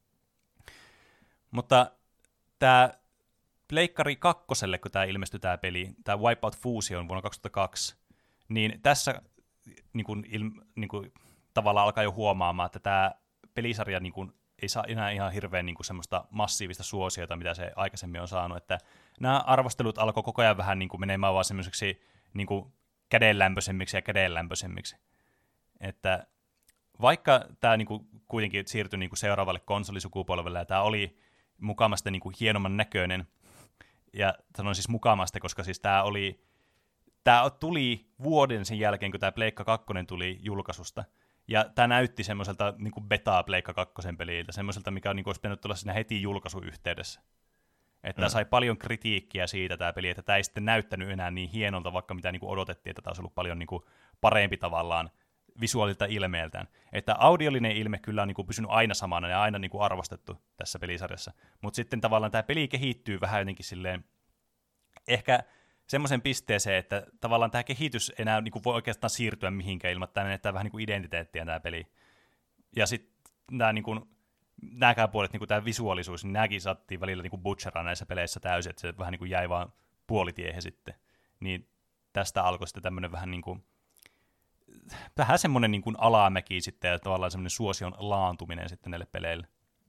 Mutta tämä Pleikkari 2, kun tämä ilmestyi tämä peli, tämä Wipeout Fusion vuonna 2002, niin tässä niin kuin, tavallaan alkaa jo huomaamaan, että tämä pelisarja niin kuin, ei saa enää ihan hirveän niin kuin, semmoista massiivista suosiota, mitä se aikaisemmin on saanut. Että nämä arvostelut alkoi koko ajan vähän niin kuin, menemään vaan semmoiseksi niin kuin, kädenlämpöisemmiksi ja kädenlämpöisemmiksi. Että vaikka tämä niin kuin, kuitenkin siirtyi niin kuin, seuraavalle konsolisukupolvelle, ja tämä oli mukamasta niin kuin, hienomman näköinen, ja sanon siis mukamasta, koska siis tämä tuli vuoden sen jälkeen, kun tämä Pleikka 2 tuli julkaisusta. Ja tämä näytti semmoiselta niin kuin betaa Pleikka 2 peliltä, semmoiselta, mikä niin kuin olisi pitänyt tulla siinä heti julkaisuyhteydessä. Että sai paljon kritiikkiä siitä tämä peli, että tämä ei sitten näyttänyt enää niin hienolta, vaikka mitä niin kuin odotettiin, että tämä olisi ollut paljon niin kuin parempi tavallaan visuaalilta ilmeeltään. Että audiollinen ilme kyllä on niin kuin pysynyt aina samana ja aina niin kuin arvostettu tässä pelisarjassa. Mutta sitten tavallaan tämä peli kehittyy vähän jotenkin silleen, ehkä semmoisen pisteeseen, että tavallaan tämä kehitys enää niin kuin voi oikeastaan siirtyä mihinkään ilman, että tämä menettää vähän niin kuin identiteettiä tämä peli. Ja sitten nämäkään puolet, niin kuin tämä visuaalisuus, niin nämäkin saattiin välillä niin kuin butcheraa näissä peleissä täysin, että se vähän niin kuin jäi vaan puolitiehen sitten. Niin tästä alkoi sitten tämmöinen vähän niin kuin vähän semmoinen niin kuin alamäki sitten ja tavallaan semmoinen suosion laantuminen sitten näille peleille.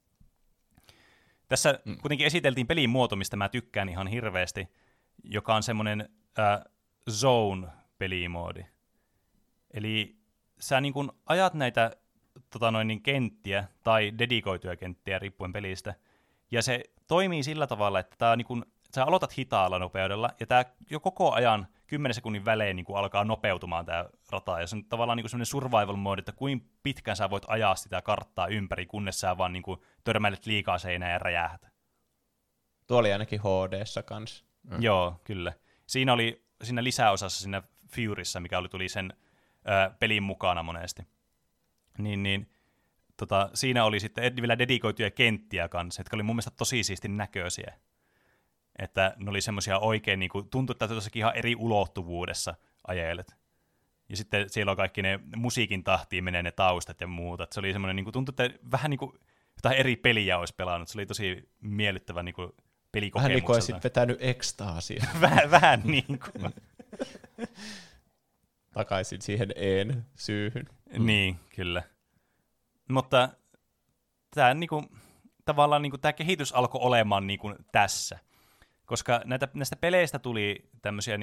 Tässä kuitenkin esiteltiin pelin muoto, mistä mä tykkään ihan hirveästi, joka on semmoinen zone-pelimoodi. Eli sä niin kuin ajat näitä kenttiä tai dedikoituja kenttiä riippuen pelistä, ja se toimii sillä tavalla, että tää niin kuin, sä aloitat hitaalla nopeudella, ja tämä jo koko ajan 10 sekunnin välein niin kuin alkaa nopeutumaan tämä rata, ja se on tavallaan niin kuin semmoinen survival-moodi, että kuinka pitkään sä voit ajaa sitä karttaa ympäri, kunnes sä vaan niin kuin törmäilet liikaa seinään ja räjähät. Tuo oli ainakin HD-ssa kanssa. Joo, kyllä. Siinä oli siinä lisäosassa, siinä Furyssä, mikä tuli sen pelin mukana monesti. Siinä oli sitten vielä dedikoituja kenttiä kanssa, jotka oli mun mielestä tosi siistin näköisiä. Että ne oli semmoisia oikein, niin kuin, tuntui, että tuossakin ihan eri ulottuvuudessa ajelet. Ja sitten siellä on kaikki ne musiikin tahtiin menee ne taustat ja muuta. Että se oli semmoinen, niin kuin, tuntui, että vähän niin kuin jotain eri peliä olisi pelannut. Se oli tosi miellyttävä niin kuin pelikokemukselta. Vähän niin kuin olisit vetänyt ekstaasia. vähän niin kuin. Takaisin siihen syyhyn. Niin, kyllä. Mutta tämä niinku, tavallaan niinku, tämä kehitys alkoi olemaan niinku, tässä. Koska näistä peleistä tuli tämmöisiä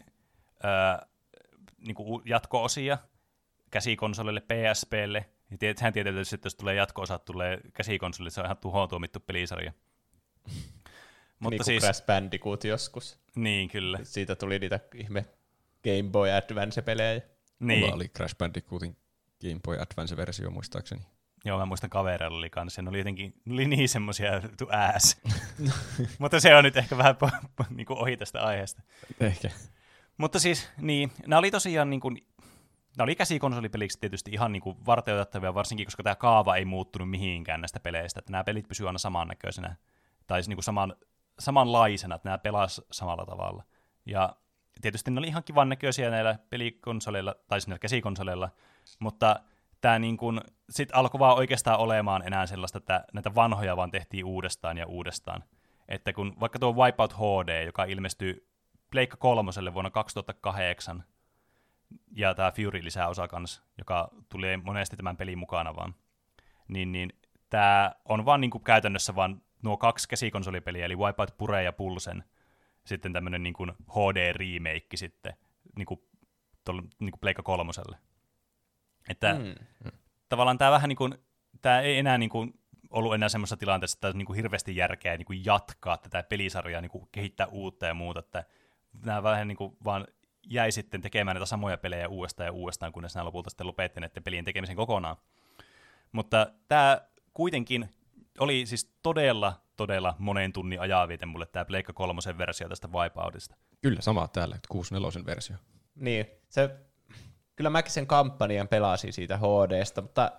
niinku, jatko-osia käsikonsolille, PSPlle. Ja sehän tietysti, että jos tulee jatko-osat, tulee käsikonsolille, se on ihan tuhoon tuomittu pelisarja. Mutta niin kuin siis Crash Bandicoot joskus. Niin, kyllä. Siitä tuli niitä ihme Game Boy Advance-pelejä. Niin. Mulla oli Crash Bandicootin Game Boy Advance-versio muistaakseni. Joo, mä muistan kavereilla oli kanssa. Ne oli jotenkin niin semmoisia to ass. Mutta se on nyt ehkä vähän niin kuin ohi tästä aiheesta. Ehkä. Mutta siis, niin, nämä oli tosiaan niin kuin, nämä oli käsikonsolipeliksi tietysti ihan niin kuin varteutettavia, varsinkin koska tämä kaava ei muuttunut mihinkään näistä peleistä. Että nämä pelit pysyvät aina samannäköisenä, tai niin kuin samanlaisena, että nämä pelasivat samalla tavalla. Ja tietysti ne oli ihan kivan näköisiä näillä pelikonsoleilla, tai näillä käsikonsoleilla, mutta tämä niin kuin, sit alkoi vaan oikeastaan olemaan enää sellaista, että näitä vanhoja vaan tehtiin uudestaan ja uudestaan. Että kun vaikka tuo Wipeout HD, joka ilmestyi Pleikka 3 vuonna 2008, ja tämä Fury lisää osa kanssa, joka tulee monesti tämän pelin mukana vaan. Niin tämä on vaan niinku käytännössä vaan nuo 2 käsikonsolipeliä, eli Wipeout Pure ja Pulsen, sitten tämmöinen niinku HD-remake sitten niinku Pleikka 3:lle. Että tavallaan tämä vähän niinku, tämä ei enää niinku ollut enää semmoisessa tilanteessa, että niinku hirveästi järkeä niinku jatkaa tätä pelisarjaa, niinku kehittää uutta ja muuta, että nämä vähän niinku vaan jäi sitten tekemään näitä samoja pelejä uudestaan ja uudestaan, kunnes nämä lopulta sitten lopetti näiden pelien tekemisen kokonaan. Mutta tämä kuitenkin oli siis todella monen tunnin ajanviete mulle tämä Pleikka 3:n versio tästä Wipeoutista. Kyllä, sama täällä, 64 versio. Niin, kyllä mäkin sen kampanjan pelasin siitä HD:sta, mutta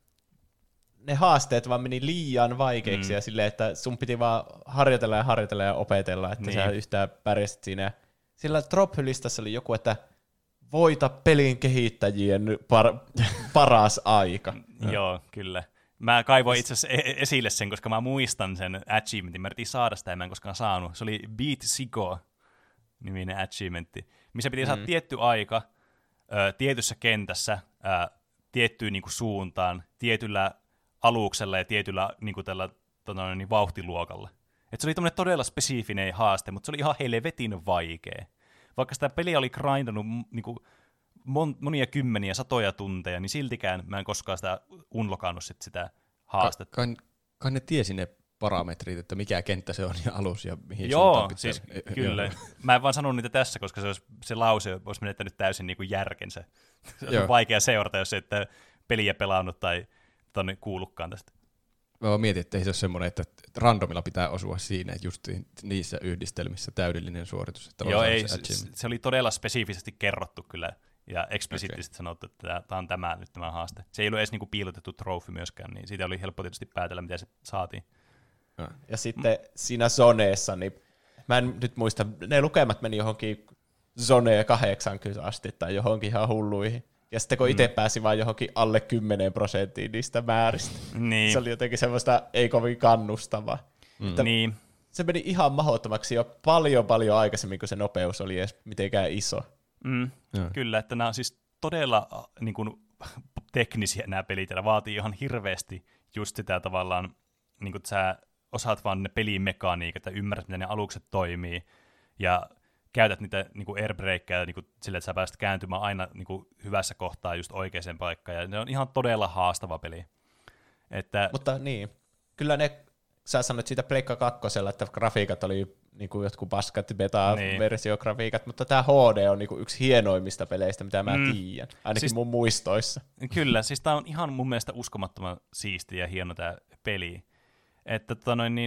ne haasteet vaan meni liian vaikeiksi ja silleen, että sun piti vaan harjoitella ja opetella, että sä yhtään pärjäsit siinä. Sillä Drop-listassa oli joku, että voita pelin kehittäjien paras aika. Joo, kyllä. Mä kaivoin itse asiassa esille sen, koska mä muistan sen achievementin. Mä yritin saada sitä ja mä en koskaan saanut. Se oli Beat Sigo-niminen achievementti, missä piti saada tietty aika tietyssä kentässä, tiettyyn niinku suuntaan, tietyllä aluksella ja tietyllä niinku tällä vauhtiluokalla. Et se oli tämmöinen todella spesifinen haaste, mutta se oli ihan helvetin vaikea. Vaikka sitä peliä oli grindannut niinku monia kymmeniä, satoja tunteja, niin siltikään mä en koskaan sitä unlokannut sitä haastetta. Kai ne tiesi ne parametrit, että mikä kenttä se on ja alus ja mihin Joo, suuntaan pitää. Siis kyllä. Mä en vaan sanonut niitä tässä, koska se lause olisi menettänyt täysin niinku järkensä. Se on vaikea seurata, jos et peliä pelannut tai tonne kuullutkaan tästä. Mä mietin, että ei se ole semmoinen, että randomilla pitää osua siinä, että just niissä yhdistelmissä täydellinen suoritus. Että joo, ei, se oli todella spesifisesti kerrottu kyllä, ja eksplisiittisesti sanottu, että tämä on tämä haaste. Se ei ollut edes niinku piilotettu trophy myöskään, niin siitä oli helppo tietysti päätellä, miten se saatiin. Ja sitten siinä zoneessa, niin mä en nyt muista, ne lukemat meni johonkin zone 80 asti tai johonkin ihan hulluihin. Ja sitten kun itse pääsi vaan johonkin alle 10% niistä määristä, niin. Se oli jotenkin semmoista ei kovin kannustavaa. Niin. Se meni ihan mahdottomaksi jo paljon aikaisemmin, kun se nopeus oli edes mitenkään iso. Kyllä, että nämä on siis todella niin kuin, teknisiä nämä pelit, ja vaatii ihan hirveästi just sitä tavallaan, niin kuin, että sä osaat vaan ne pelimekaniikat ja ymmärrät, miten ne alukset toimii, ja käytät niitä niin kuin airbreakkejä niin sillä, että sä pääset kääntymään aina niin kuin, hyvässä kohtaa just oikeaan paikkaan, ja ne on ihan todella haastava peli. Mutta niin, kyllä sä sanoit siitä Pleikka 2:lla, että grafiikat oli niin kuin jotkut paskat beta-versiografiikat, mutta tämä HD on niin kuin yksi hienoimmista peleistä, mitä mä tiedän, ainakin siis, mun muistoissa. Kyllä, siis tämä on ihan mun mielestä uskomattoman siisti ja hieno tämä peli. Että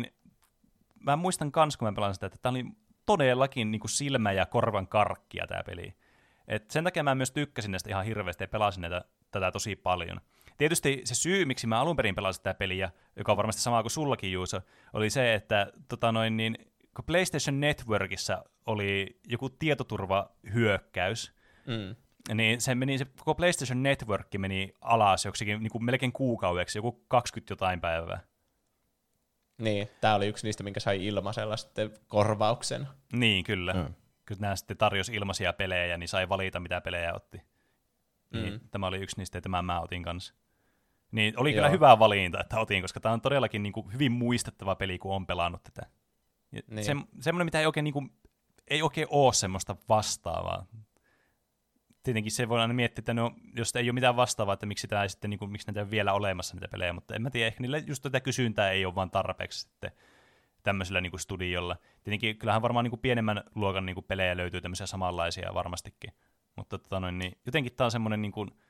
mä muistan kans, kun mä pelasin sitä, että tämä oli todellakin niin kuin silmä- ja korvan karkkia tämä peli. Et sen takia mä myös tykkäsin näistä ihan hirveästi ja pelasin tätä tosi paljon. Tietysti se syy, miksi mä alun perin pelasin tätä peliä, joka on varmasti sama kuin sullakin, Juuso, oli se, että kun PlayStation Networkissa oli joku tietoturvahyökkäys, niin se koko PlayStation Network meni alas joksikin niin kuin melkein kuukaudeksi, joku 20 jotain päivää. Niin, tää oli yksi niistä, minkä sai ilmaisella sitten korvauksen. Niin, kyllä. Kun nämä sitten tarjosi ilmaisia pelejä, niin sai valita, mitä pelejä otti. Niin, tämä oli yksi niistä, että mä otin kanssa. Niin oli kyllä hyvä valinta, että otin, koska tämä on todellakin niin kuin hyvin muistettava peli, kun on pelannut tätä. Niin. Semmoinen, mitä ei oikein ole semmoista vastaavaa. Tietenkin se voi aina miettiä, että jos ei ole mitään vastaavaa, että miksi näitä on vielä olemassa niitä pelejä, mutta en mä tiedä, ehkä niillä just tätä kysyntää ei ole vaan tarpeeksi sitten tämmöisellä niin kuin studiolla. Tietenkin kyllähän varmaan niin kuin pienemmän luokan niin kuin pelejä löytyy tämmöisiä samanlaisia varmastikin, mutta niin jotenkin tämä on semmoinen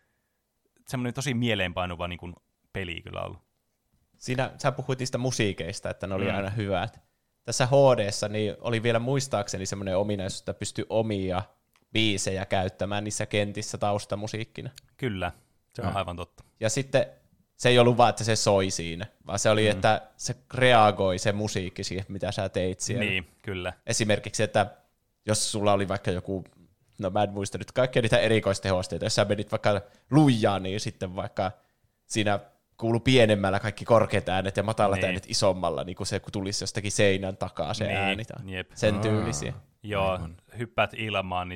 tosi mieleenpainuva niin kuin peli kyllä ollut. Siinä sä puhuit niistä musiikeista, että ne oli aina hyvät. Tässä HD:ssa niin oli vielä muistaakseni semmoinen ominaisuus, että pystyi omia biisejä käyttämään niissä kentissä taustamusiikkina. Kyllä, se on aivan totta. Ja sitten se ei ollut vaan, että se soi siinä, vaan se oli, että se reagoi se musiikki siihen, mitä sä teit siellä. Niin, kyllä. Esimerkiksi, että jos sulla oli vaikka joku, no mä en muista nyt kaikkia niitä erikoistehosteita, jos sä menit vaikka lujaan, niin sitten vaikka siinä kuului pienemmällä kaikki korkeat äänet ja matalat äänet isommalla, niin kuin se kun tulisi jostakin seinän takaa se ääni. Sen tyylisiä. Joo, hyppäät ilmaan, niin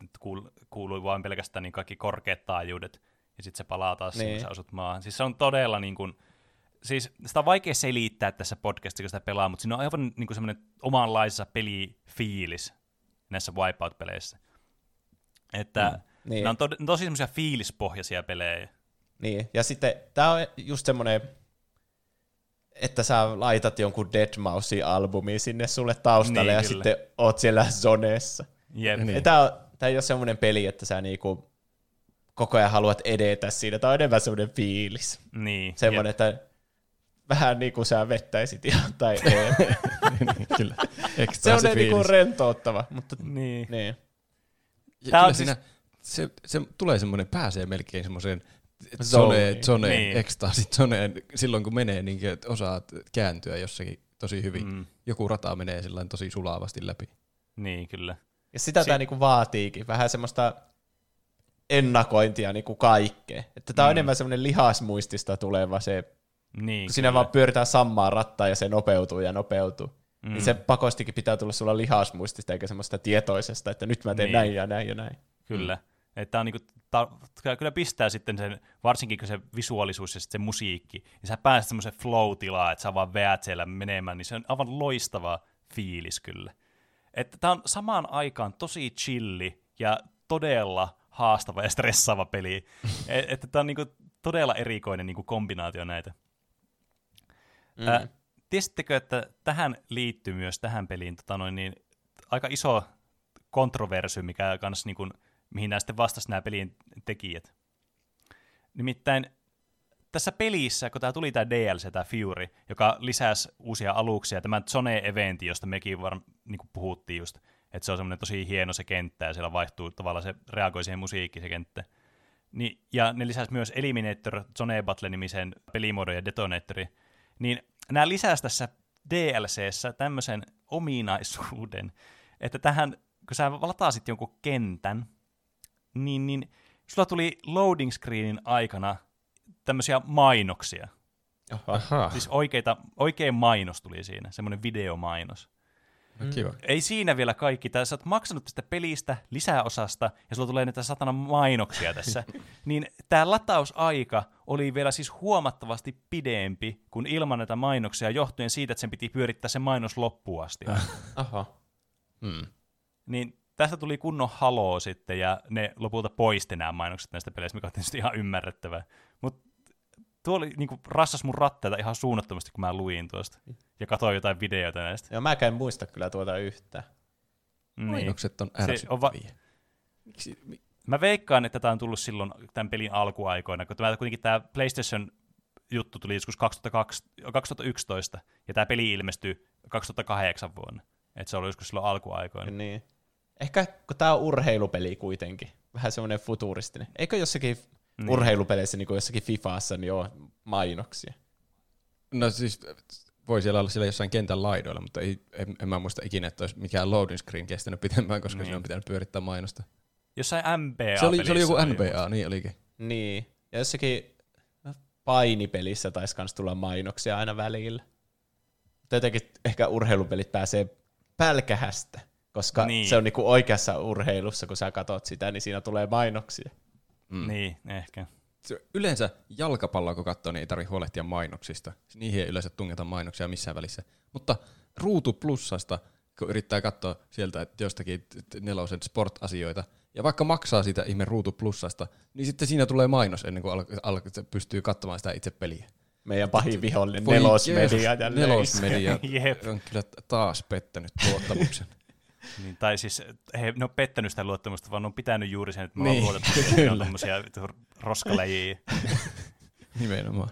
kuului vain pelkästään niin kaikki korkeat taajuudet, ja sitten se palaa taas kun sä osut maahan. Siis se on todella niin kuin, siis sitä on vaikea selittää tässä podcastissa, kun sitä pelaa, mutta siinä on aivan niin kuin semmoinen omanlaisessa pelifiilis näissä Wipeout-peleissä. Että nämä on tosi semmoisia fiilispohjaisia pelejä. Niin, ja sitten tämä on just semmoinen, että sä laitat jonkun Deadmau5-albumin sinne sulle taustalle, ja sitten oot siellä zoneessa. Niin. Tämä ei ole semmoinen peli, että sä niinku koko ajan haluat edetä siinä. Tämä on enemmän semmoinen fiilis. Niin, semmoinen, että vähän niin kuin sä vettäisit ihan, tai ei. Kyllä. Se on niinku rentouttava. Mutta, niin. Kyllä siinä, se tulee semmoinen, pääsee melkein semmoiseen zoneen, ekstaasi-zoneen, silloin kun menee, niin osaat kääntyä jossakin tosi hyvin. Joku rata menee sillain tosi sulavasti läpi. Niin, kyllä. Ja sitä tämä niinku vaatiikin, vähän semmoista ennakointia niinku kaikkeen. Että tämä on enemmän semmoinen lihasmuistista tuleva se, niin, kun siinä vaan pyöritään samaa rattaa ja se nopeutuu ja nopeutuu. Niin se pakostikin pitää tulla sulla lihasmuistista eikä semmoista tietoisesta, että nyt mä teen näin ja näin ja näin. Kyllä. Että on niinku, kyllä pistää sitten sen, varsinkin kun se visuaalisuus ja sitten se musiikki, niin sä pääset semmoisen flow-tilaan, että sä vaan veät siellä menemään, niin se on aivan loistava fiilis kyllä. Että tää on samaan aikaan tosi chilli ja todella haastava ja stressaava peli. Että tää on niinku todella erikoinen niinku kombinaatio näitä. Tiesittekö, että tähän liittyy myös tähän peliin niin aika iso kontroversy, mikä kans niinku, mihin nämä sitten vastasi nämä pelien tekijät. Nimittäin tässä pelissä, kun tämä tuli tämä DLC, tämä Fury, joka lisäsi uusia aluksia, tämä Zone-eventti, josta mekin niin puhuttiin just, että se on semmoinen tosi hieno se kenttä, ja siellä vaihtuu tavallaan, se reagoi siihen musiikkiin se kenttä. Ja ne lisäsi myös Eliminator Zone Battle-nimisen pelimuodon ja Detonatori. Niin nämä lisäsi tässä DLCssä tämmöisen ominaisuuden, että tähän, kun sä lataasit jonkun kentän, niin sulla tuli loading screenin aikana tämmöisiä mainoksia. Aha. Siis oikein mainos tuli siinä, semmoinen videomainos. Kiva. Ei siinä vielä kaikki. Sä oot maksanut tästä pelistä, lisäosasta, ja sulla tulee näitä satana mainoksia tässä. Niin tää latausaika oli vielä siis huomattavasti pidempi kuin ilman näitä mainoksia, johtuen siitä, että sen piti pyörittää se mainos loppuun asti. Aha. Niin tästä tuli kunnon haloo sitten, ja ne lopulta poisti nämä mainokset näistä peleistä, mikä on tietysti ihan ymmärrettävää. Mutta tuo oli niinku rassas mun ratteita ihan suunnattomasti, kun mä luin tuosta. Ja katsoin jotain videoita näistä. Joo, mäkään en muista kyllä tuota yhtään. Mainokset on ärsyttäviä. Mä veikkaan, että tämä on tullut silloin tämän pelin alkuaikoina, kun kuitenkin tämä PlayStation-juttu tuli joskus 2011, ja tämä peli ilmestyi 2008 vuonna. Että se oli joskus silloin alkuaikoina. Niin. Ehkä kun tämä on urheilupeli kuitenkin, vähän semmoinen futuristinen. Eikö jossakin urheilupeleissä, niin kuin jossakin Fifassa, niin ole mainoksia? No siis voi siellä olla siellä jossain kentän laidoilla, mutta en mä muista ikinä, että olisi mikään loading screen kestänyt pitempään, koska siinä on pitänyt pyörittää mainosta. Jossain NBA-pelissä. Se oli joku NBA, niin olikin. Niin, ja jossakin painipelissä taisi myös tulla mainoksia aina välillä. Mutta jotenkin ehkä urheilupelit pääsee pälkähästä, koska se on niinku oikeassa urheilussa, kun sä katot sitä, niin siinä tulee mainoksia. Niin, ehkä. Yleensä jalkapalloa, kun katsoo, niin ei tarvitse huolehtia mainoksista. Niihin ei yleensä tungeta mainoksia missään välissä. Mutta Ruutu Plussasta, kun yrittää katsoa sieltä että jostakin nelosen sport-asioita, ja vaikka maksaa siitä ihme Ruutu Plussasta, niin sitten siinä tulee mainos ennen kuin pystyy katsomaan sitä itse peliä. Meidän pahin vihollinen Nelosmedia. Nelosmedia on kyllä taas pettänyt luottamuksen. Niin, tai siis ne on pettänyt sitä luottamusta, vaan ne on pitänyt juuri sen, että me ollaan luotettu, että ne on tommosia roskalejia. Nimenomaan.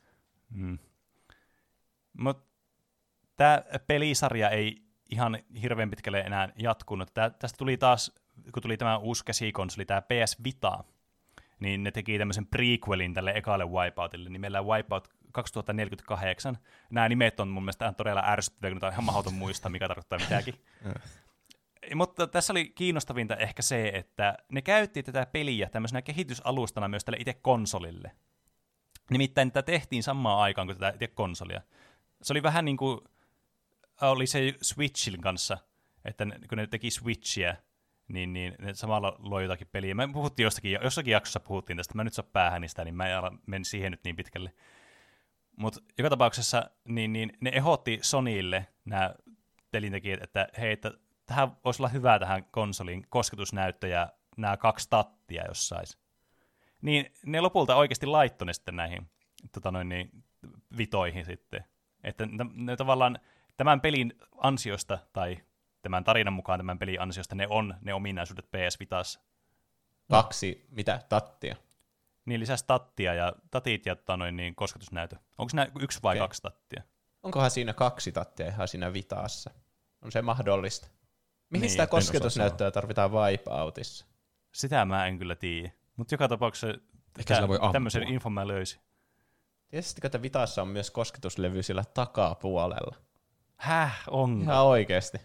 Mutta tämä pelisarja ei ihan hirveän pitkälle enää jatkunut. Tästä tuli taas, kun tuli tämä uusi käsikonsoli, tämä PS Vita, niin ne teki tämmöisen prequelin tälle ekalle Wipeoutille, nimellä Wipeout 2048. Nämä nimet on mun mielestä todella ärsyttäviä, kun on ihan mahdoton muistaa, mikä tarkoittaa mitäkin. Mutta tässä oli kiinnostavinta ehkä se, että ne käytti tätä peliä tämmöisenä kehitysalustana myös tälle itse konsolille. Nimittäin tätä tehtiin samaan aikaan kuin tätä itse konsolia. Se oli vähän niin kuin oli se Switchin kanssa, että kun ne teki Switchiä, niin ne samalla loi jotakin peliä. Me puhuttiin jossakin jaksossa puhuttiin tästä, mä nyt saa päähän sitä, niin mä en mene siihen nyt niin pitkälle. Mutta joka tapauksessa niin ne ehdotti Sonylle nämä pelintekijät, että hei, että tähän voisi olla hyvä tähän konsolin kosketusnäyttö ja nämä 2 tattia, jos sais. Niin ne lopulta oikeasti laittoi ne sitten näihin vitoihin sitten. Että ne tavallaan tämän pelin ansiosta, tai tämän tarinan mukaan tämän pelin ansiosta, ne on ne ominaisuudet PS Vitassa. 2, mitä, tattia? Niin lisäsi tattia ja tatit ja kosketusnäytö. Onko nämä 1 vai 2 tattia? Onkohan siinä 2 tattia ihan siinä Vitassa? On se mahdollista? Mihin Niin, sitä kosketusnäyttöä tarvitaan Wipeoutissa? Sitä mä en kyllä tiedä. Mutta joka tapauksessa tämmöisen infon mä löysin. Tiesittekö, että Vitassa on myös kosketuslevy sillä takapuolella? On. Ihan oikeesti.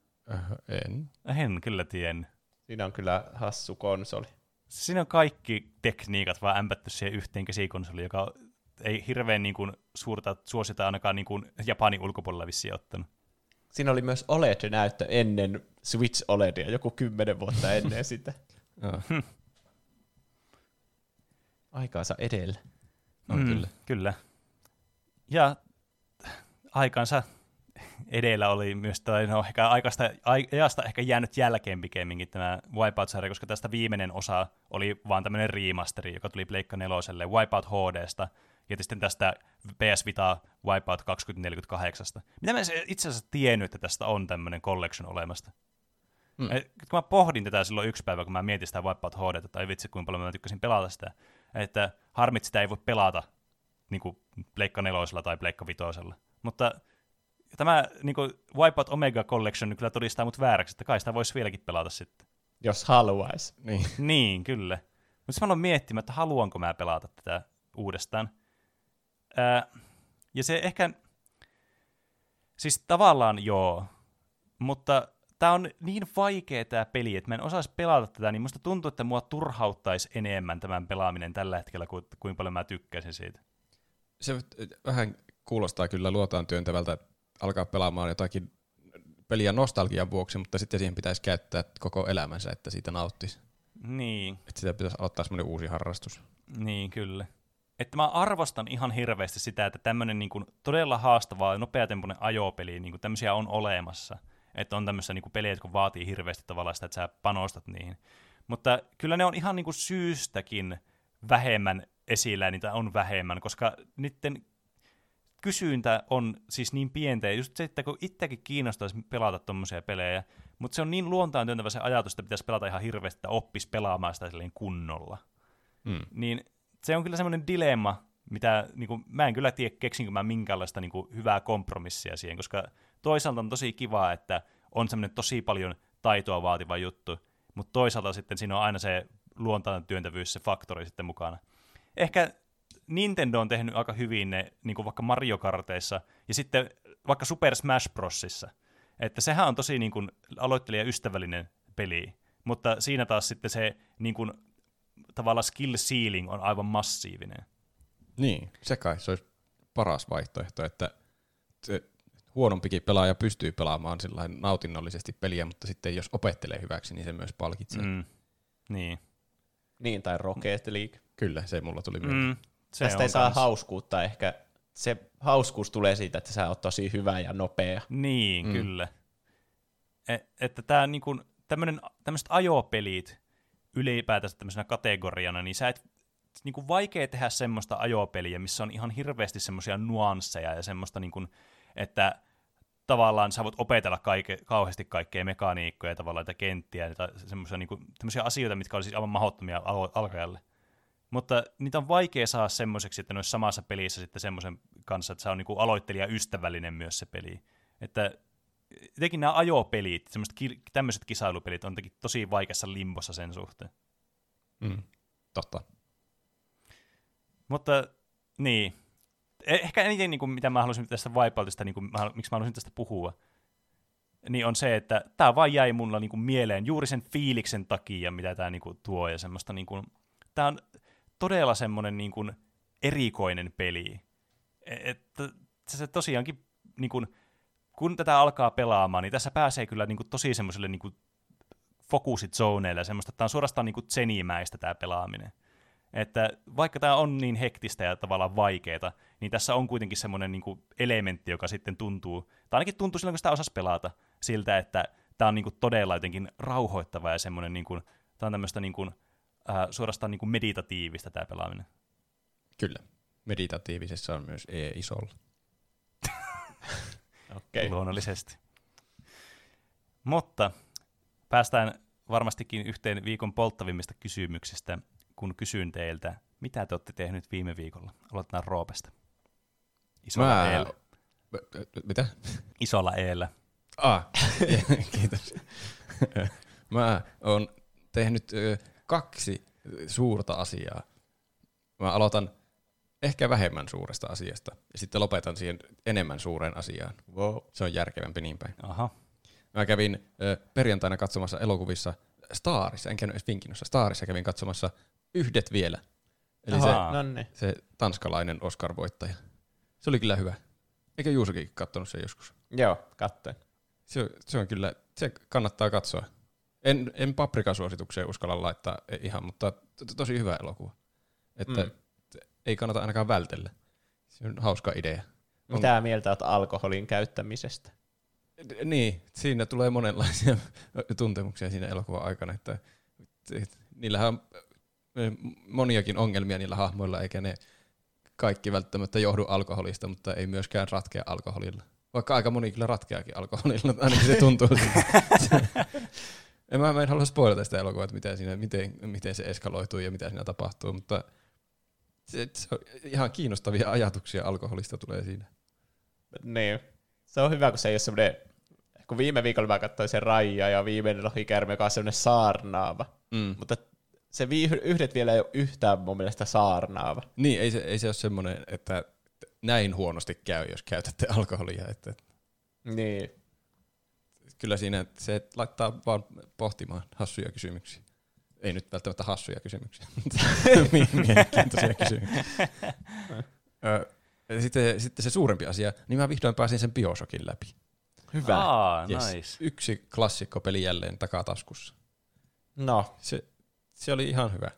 En kyllä tiennyt. Siinä on kyllä hassu konsoli. Siinä on kaikki tekniikat vaan ämpätty siihen yhteen käsikonsoliin, joka ei hirveän niin kuin suurta suosita ainakaan niin kuin Japanin ulkopuolella vissiin ottanut. Siinä oli myös OLED-näyttö ennen Switch OLEDia, joku 10 vuotta ennen sitä. Aikaansa edellä. Kyllä. Ja aikansa edellä oli myös, ehkä ajasta ehkä jäänyt jälkeen pikemminkin tämä Wipeout-sarja, koska tästä viimeinen osa oli vaan tämmöinen remasteri, joka tuli Pleikka 4:lle Wipeout HD:sta, ja sitten tästä PS Vita Wipeout 2048. Mitä mä itse asiassa tiennyt, että tästä on tämmöinen collection olemasta. Kun mä pohdin tätä silloin yksi päivä, kun mä mietin sitä Wipeout HD:tä, tai vitsi kuinka paljon mä tykkäsin pelata sitä, että harmit sitä ei voi pelata niin kuin Pleikka 4:lla tai Pleikka 5:lla. Mutta tämä niin kuin Wipeout Omega Collection kyllä todistaa mut vääräksi, että kai sitä voisi vieläkin pelata sitten. Jos haluaisi. Niin, kyllä. Mutta mä aloin miettimään, että haluanko mä pelata tätä uudestaan. Ja se ehkä, siis tavallaan joo, mutta tää on niin vaikea tää peli, että mä en osaisi pelata tätä, niin musta tuntuu, että mua turhauttaisi enemmän tämän pelaaminen tällä hetkellä, kuin paljon mä tykkäsin siitä. Se vähän kuulostaa kyllä luotaan työntävältä alkaa pelaamaan jotakin peliä nostalgian vuoksi, mutta sitten siihen pitäisi käyttää koko elämänsä, että siitä nauttisi. Niin. Että sitä pitäisi aloittaa semmoinen uusi harrastus. Niin, kyllä. Että mä arvostan ihan hirveästi sitä, että tämmöinen niin kuin todella haastava ja nopeatempoinen ajopeli, niin kuin tämmöisiä on olemassa. Että on tämmöisiä niin kuin pelejä, jotka vaatii hirveästi tavallaan sitä, että sä panostat niihin. Mutta kyllä ne on ihan niin kuin syystäkin vähemmän esillä, ja niitä on vähemmän, koska niiden kysyntä on siis niin pientä, ja just se, että kun itseäkin kiinnostaisi pelata tommosia pelejä, mutta se on niin luontaan työntävä se ajatus, että pitäisi pelata ihan hirveästi, että oppisi pelaamaan sitä silleen kunnolla. Niin se on kyllä semmoinen dilemma, mitä niin kuin, mä en kyllä tiedä, keksinkö mä minkäänlaista niin kuin, hyvää kompromissia siihen, koska toisaalta on tosi kivaa, että on semmoinen tosi paljon taitoa vaativa juttu, mutta toisaalta sitten siinä on aina se luontaan työntävyys, se faktori sitten mukana. Ehkä Nintendo on tehnyt aika hyvin ne, niin kuin vaikka Mario Karteissa, ja sitten vaikka Super Smash Brosissa. Että sehän on tosi niin kuin aloittelijaystävällinen peli, mutta siinä taas sitten se niin kuin, tavallaan skill ceiling on aivan massiivinen. Niin, se kai se olisi paras vaihtoehto, että se huonompikin pelaaja pystyy pelaamaan sillain nautinnollisesti peliä, mutta sitten jos opettelee hyväksi, niin se myös palkitsee. Niin. Niin, tai Rocket League. Kyllä, se mulla tuli mieleen. Tästä ei saa hauskuutta ehkä. Se hauskuus tulee siitä, että sä oot tosi hyvä ja nopea. Niin, kyllä. Että tää niinku, tämmöiset ajopelit ylipäätänsä tämmöisenä kategoriana, niin sä et niinku vaikea tehdä semmoista ajopeliä, missä on ihan hirveästi semmoisia nuansseja ja semmoista, niinku, että tavallaan sä voit opetella kauheasti kaikkea mekaniikkoja tavallaan ja kenttiä tai semmoisia niinku, asioita, mitkä olisi aivan mahdottomia alkajalle. Mutta niitä on vaikea saada semmoiseksi, että ne olisi samassa pelissä sitten semmoisen kanssa, että se on niinku aloittelija-ystävällinen myös se peli. Että jotenkin nämä ajopelit, tämmöiset kisailupelit on tosi vaikeassa limbossa sen suhteen. Totta. Mutta niin, ehkä eniten niin kuin, mitä mä haluaisin tästä Wipeoutista, niin kuin, miksi mä haluaisin tästä puhua, niin on se, että tää vaan jäi mulla niin kuin mieleen juuri sen fiiliksen takia, mitä tää niin kuin tuo, ja semmoista niin kuin, tää on todella semmoinen niin kuin erikoinen peli. Että se tosiaankin, niin kuin, kun tätä alkaa pelaamaan, niin tässä pääsee kyllä niin kuin tosi semmoiselle niin kuin fokusit zoneilla ja semmoista, että tämä on suorastaan niin kuin zenimäistä tämä pelaaminen. Että vaikka tämä on niin hektistä ja tavallaan vaikeaa, niin tässä on kuitenkin semmoinen niin kuin elementti, joka sitten tuntuu, tai ainakin tuntuu silloin, kun sitä osasi pelata, siltä, että tämä on niin kuin todella jotenkin rauhoittava ja semmoinen, niin kuin, tämä on tämmöistä niin kuin, suorastaan niin kuin meditatiivista tämä pelaaminen. Kyllä. Meditatiivisessa on myös isolla. Okei. Luonnollisesti. Mutta päästään varmastikin yhteen viikon polttavimmista kysymyksistä, kun kysyn teiltä, mitä te olette tehneet viime viikolla. Aloitetaan Roopesta. Isolla eellä. Mitä? Isolla eellä. Kiitos. Mä oon tehnyt 2 suurta asiaa. Mä aloitan ehkä vähemmän suuresta asiasta, ja sitten lopetan siihen enemmän suureen asiaan. Wow. Se on järkevämpi niin päin. Aha. Mä kävin perjantaina katsomassa elokuvissa Starissa, en käynyt edes Finkinossa, Starissa kävin katsomassa Yhdet vielä. Eli se tanskalainen Oscar-voittaja. Se oli kyllä hyvä. Eikö Juusokin katsonut sen joskus? Joo, katsoin. Se on kyllä, se kannattaa katsoa. En paprikasuositukseen uskalla laittaa ihan, mutta tosi hyvä elokuva. Että ei kannata ainakaan vältellä. Se on hauska idea. Mitä mieltä olet alkoholin käyttämisestä? Niin, siinä tulee monenlaisia tuntemuksia siinä elokuvan aikana, että niillähän on moniakin ongelmia niillä hahmoilla, eikä ne kaikki välttämättä johdu alkoholista, mutta ei myöskään ratkea alkoholilla. Vaikka aika moni kyllä ratkeakin alkoholilla, ainakin se tuntuu. Mä en halua spoilata sitä elokuvaa, että miten se eskaloituu ja mitä siinä tapahtuu, mutta se on ihan kiinnostavia ajatuksia alkoholista tulee siinä. Niin. Se on hyvä, kun se ei ole semmoinen, kun viime viikolla mä katsoin sen Raija ja viimeinen lohikärme, joka on semmoinen saarnaava. Mutta se Yhdet vielä ei ole yhtään mun mielestä saarnaava. Niin, ei se ole semmoinen, että näin huonosti käy, jos käytätte alkoholia. Että niin. Kyllä siinä se laittaa vaan pohtimaan hassuja kysymyksiä. Ei nyt välttämättä hassuja kysymyksiä, mutta mielenkiintoisia kysymyksiä. Sitten se suurempi asia, niin mä vihdoin pääsin sen BioShockin läpi. Hyvä. Nice. 1 klassikkopeli jälleen takataskussa. No. Se oli ihan hyvä.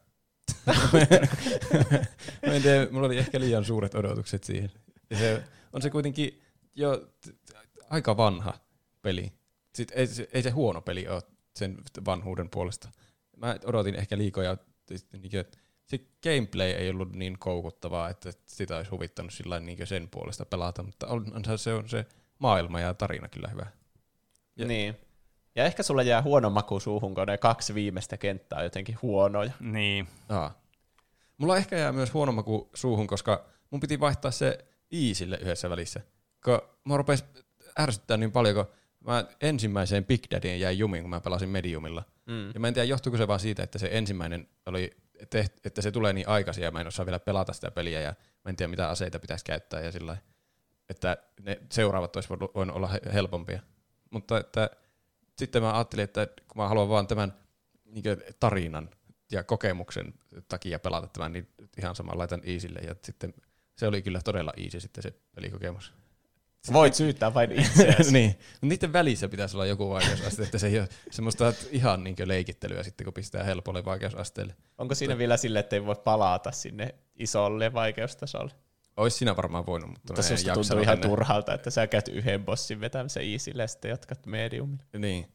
Mä en tiedä, mulla oli ehkä liian suuret odotukset siihen. Ja on se kuitenkin jo aika vanha peli. Sitten ei se huono peli ole sen vanhuuden puolesta. Mä odotin ehkä liikoja, se gameplay ei ollut niin koukuttavaa, että sitä olisi huvittanut sillain sen puolesta pelata, mutta onhan se maailma ja tarina kyllä hyvä. Niin. Ja ehkä sulla jää huono maku suuhun, kun ne 2 viimeistä kenttää on jotenkin huonoja. Niin. Mulla ehkä jää myös huono maku suuhun, koska mun piti vaihtaa se Easylle yhdessä välissä. Kun mä rupesin ärsyttää niin paljon, kun mä ensimmäiseen Big Daddyin jäin jumiin, kun mä pelasin Mediumilla. Ja mä en tiedä, johtuiko se vaan siitä, että se ensimmäinen oli, että se tulee niin aikaisin ja mä en osaa vielä pelata sitä peliä ja mä en tiedä, mitä aseita pitäisi käyttää ja sillä että ne seuraavat olisi voinut olla helpompia. Mutta että sitten mä ajattelin, että kun mä haluan vaan tämän tarinan ja kokemuksen takia pelata tämän, niin ihan sama laitan Easylle. Ja sitten se oli kyllä todella easy sitten se pelikokemus. Voit syyttää vain itseäsi. Niin, mutta niiden välissä pitäisi olla joku vaikeusaste, että se ei ole semmoista ihan leikittelyä sitten, kun pistää helpolle vaikeusasteelle. Onko siinä vielä sille, että ei voi palata sinne isolle vaikeustasolle? Ois siinä varmaan voinut, mutta susta tuntuu ihan turhalta, että sä käyt yhden bossin vetämisen Easylle ja sitten jatkat mediumille. Niin.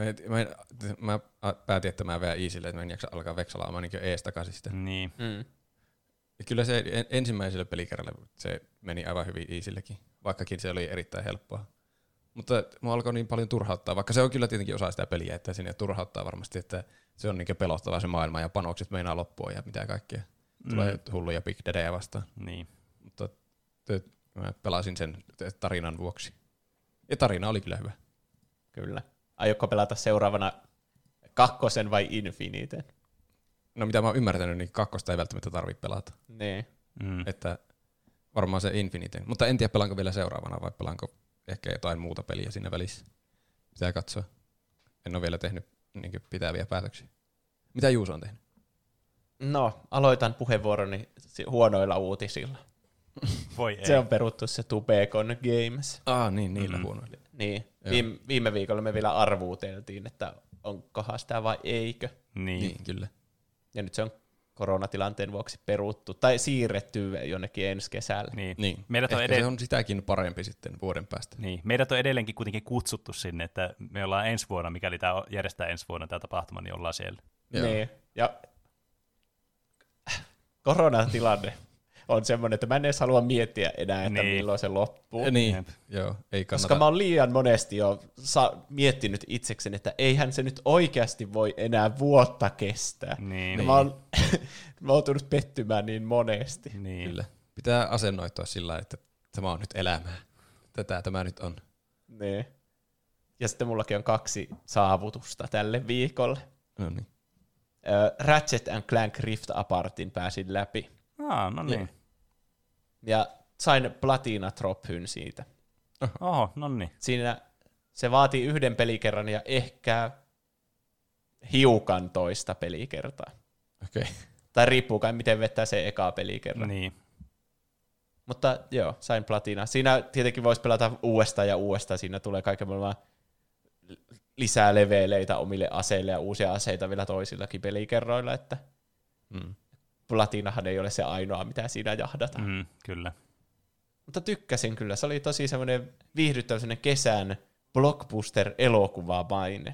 Mä päätin, että mä vedän Easylle, että mä en jaksa alkaa veksalaamaan niin ees takaisin sitä. Niin. Ja kyllä se ensimmäiselle pelikerralle se meni aivan hyvin Easyllekin, vaikkakin se oli erittäin helppoa. Mutta mua alkoi niin paljon turhauttaa, vaikka se on kyllä tietenkin osa sitä peliä, että sinne turhauttaa varmasti, että se on niin pelottava se maailma ja panokset meinaa loppua ja mitä kaikkea. Tulee hulluja Big Daddejä vastaan. Niin. Mutta mä pelasin sen tarinan vuoksi. Ja tarina oli kyllä hyvä. Kyllä. Aiotko pelata seuraavana 2 vai Infiniten? No mitä mä oon ymmärtänyt, niin 2 ei välttämättä tarvitse pelata. Niin. Että varmaan se Infiniten. Mutta en tiedä pelaanko vielä seuraavana vai pelaanko ehkä jotain muuta peliä siinä välissä. Pitää katsoa. En ole vielä tehnyt niin pitäviä päätöksiä. Mitä Juuso on tehnyt? No, aloitan puheenvuoroni huonoilla uutisilla. Voi ei. Se on peruttu se Tubecon Games. Niin, niillä huonoilla. Niin. Viime viikolla me vielä arvuuteltiin, että onkohan sitä vai eikö. Niin kyllä. Ja nyt se on koronatilanteen vuoksi peruttu tai siirretty jonnekin ensi kesällä. Niin. Meidät on Ehkä se on sitäkin parempi sitten vuoden päästä. Niin. Meidät on edelleenkin kuitenkin kutsuttu sinne, että me ollaan ensi vuonna, mikäli tämä järjestää ensi vuonna tämä tapahtuma, niin ollaan siellä. Niin. Ja koronatilanne on semmoinen, että mä en edes halua miettiä enää, että milloin se loppuu. Niin, joo, ei kannata. Koska mä oon liian monesti jo miettinyt itsekseni, että eihän se nyt oikeasti voi enää vuotta kestää. Niin. Mä oon joutunut pettymään niin monesti. Niin. Kyllä. Pitää asennoitua sillä, että tämä on nyt elämää. Tätä tämä nyt on. Niin. Ja sitten mullakin on 2 saavutusta tälle viikolle. No niin. Ratchet and Clank Rift Apartin pääsin läpi. No niin. Ja sain Platina Trophyn siitä. Oho, no niin. Siinä se vaatii 1 pelikerran ja ehkä hiukan toista pelikertaa. Okei. Okay. Tai riippuu kai miten vetää se eka pelikerran. Niin. Mutta joo, sain Platina. Siinä tietenkin voisi pelata uudestaan ja uudestaan. Siinä tulee kaiken maailman lisää leveleitä omille aseille ja uusia aseita vielä toisillakin pelikerroilla, että Platinahan ei ole se ainoa, mitä siinä jahdataan. Kyllä. Mutta tykkäsin kyllä. Se oli tosi semmoinen viihdyttävä semmoinen kesän blockbuster-elokuvamainen.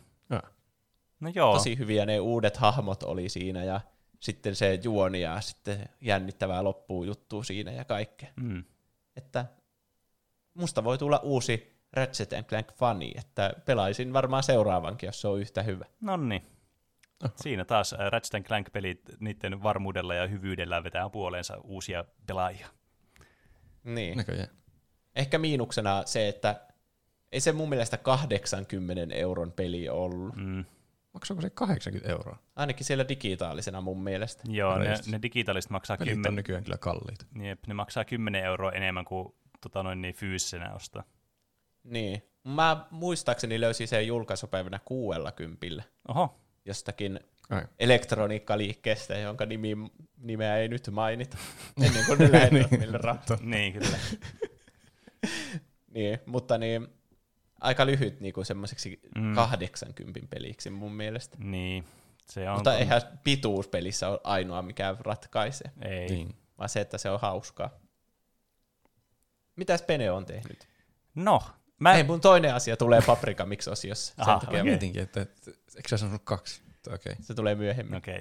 No joo. Tosi hyviä ne uudet hahmot oli siinä ja sitten se juoni ja sitten jännittävää loppuu juttua siinä ja kaikkea. Että musta voi tulla uusi Ratchet & Clank-fani, että pelaisin varmaan seuraavankin, jos se on yhtä hyvä. Nonni. Siinä taas Ratchet & Clank-pelit niiden varmuudella ja hyvyydellä vetää puoleensa uusia pelaajia. Niin. Näköjään. Ehkä miinuksena se, että ei se mun mielestä 80 euron peli ollut. Maksaako se 80 €? Ainakin siellä digitaalisena mun mielestä. Joo, ne digitaaliset maksaa Pelit 10. on nykyään kyllä kalliita. Jep, ne maksaa 10 € enemmän kuin fyysisenä ostaa. Niin. Mä muistaakseni löysin sen julkaisupäivänä 60. Oho. Jostakin Ai. elektroniikkaliikkeestä, jonka nimeä ei nyt mainita, ennen kuin ne lähettävät meille rahaa. Niin, kyllä. Niin, mutta niin, aika lyhyt niin semmoiseksi 80 peliksi mun mielestä. Niin, se on. Mutta eihän pituus pelissä ole ainoa, mikä ratkaisee. Ei. Niin. Vaan se, että se on hauskaa. Mitäs Pene on tehnyt? No, Ei, mun toinen asia tulee Paprika Mix-osiossa. Aha, Sen takia Mietinkin, että eikö sä sanonut 2? Okay. se tulee myöhemmin. Okei.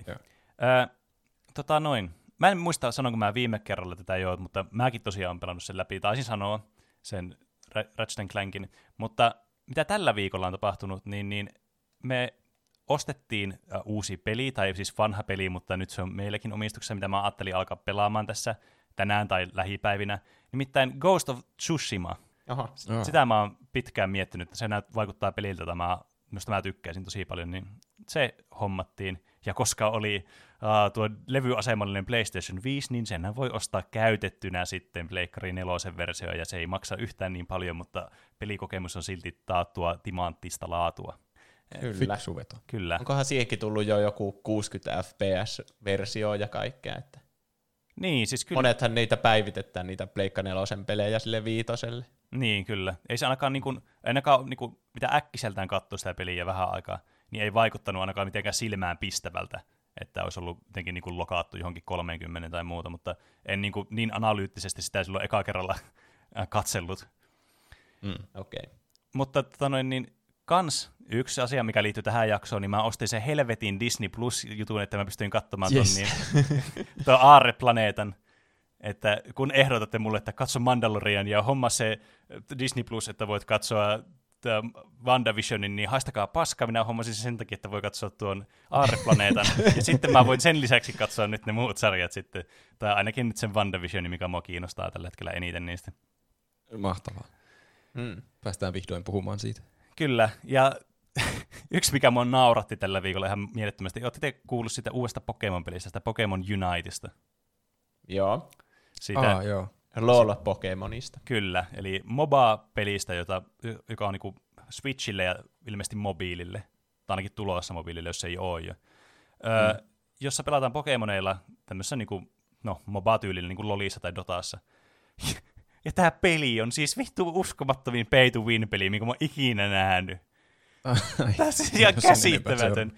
Joo. Mä en muista, sanonko mä viime kerralla tätä jo, mutta mäkin tosiaan olen pelannut sen läpi. Taisin sanoa sen Ratchet & Clankin. Mutta mitä tällä viikolla on tapahtunut, niin me ostettiin uusi peli, tai siis vanha peli, mutta nyt se on meilläkin omistuksessa, mitä mä ajattelin alkaa pelaamaan tässä tänään tai lähipäivinä. Nimittäin Ghost of Tsushima. Aha. Sitä mä oon pitkään miettinyt, että se vaikuttaa peliltä, josta mä tykkäisin tosi paljon, niin se hommattiin. Ja koska oli tuo levyasemallinen PlayStation 5, niin senhän voi ostaa käytettynä sitten Pleikkari 4 versio, ja se ei maksa yhtään niin paljon, mutta pelikokemus on silti taattua timanttista laatua. Kyllä. Fiksu veto. Kyllä. Onkohan siihenkin tullut jo joku 60 FPS-versio ja kaikkea, että Niin, siis kyllä. monethan niitä päivitetään, niitä Pleikka 4 pelejä sille 5. Niin, kyllä. Ei se ainakaan, mitä äkkiseltään katsoi sitä peliä vähän aikaa, niin ei vaikuttanut ainakaan mitenkään silmään pistävältä, että olisi ollut jotenkin lokaattu johonkin 30 tai muuta, mutta en niin analyyttisesti sitä silloin eka kerralla katsellut. Okei. Mutta kans yksi asia, mikä liittyy tähän jaksoon, niin mä ostin sen helvetin Disney Plus-jutun, että mä pystyin katsomaan tuon Aarre-planeetan. Että kun ehdotatte mulle, että katso Mandalorian ja homma se Disney Plus, että voit katsoa WandaVisionin, niin haistakaa paska, minä hommasin sen takia, että voi katsoa tuon Aarre-planeetan. Ja sitten mä voin sen lisäksi katsoa nyt ne muut sarjat sitten, tai ainakin nyt sen WandaVisionin, mikä mua kiinnostaa tällä hetkellä eniten niistä. Mahtavaa. Päästään vihdoin puhumaan siitä. Kyllä, ja yksi mikä mua nauratti tällä viikolla ihan mielettömästi, ootte te kuullut sitä uudesta Pokemon-pelistä, sitä Pokemon Uniteista? Joo. Siitä, Joo. LOL-Pokemonista. Kyllä, eli MOBA-pelistä, joka on niinku Switchille ja ilmeisesti mobiilille, tai ainakin tulossa mobiilille, jos ei ole jo. Jossa pelataan Pokemoneilla tämmöisessä MOBA-tyylillä, niin kuin LOLissa tai Dotassa. Ja tämä peli on siis vittu uskomattomin pay-to-win-peli, minkä mä oon ikinä nähnyt. Tämä on siis ihan käsittämätön.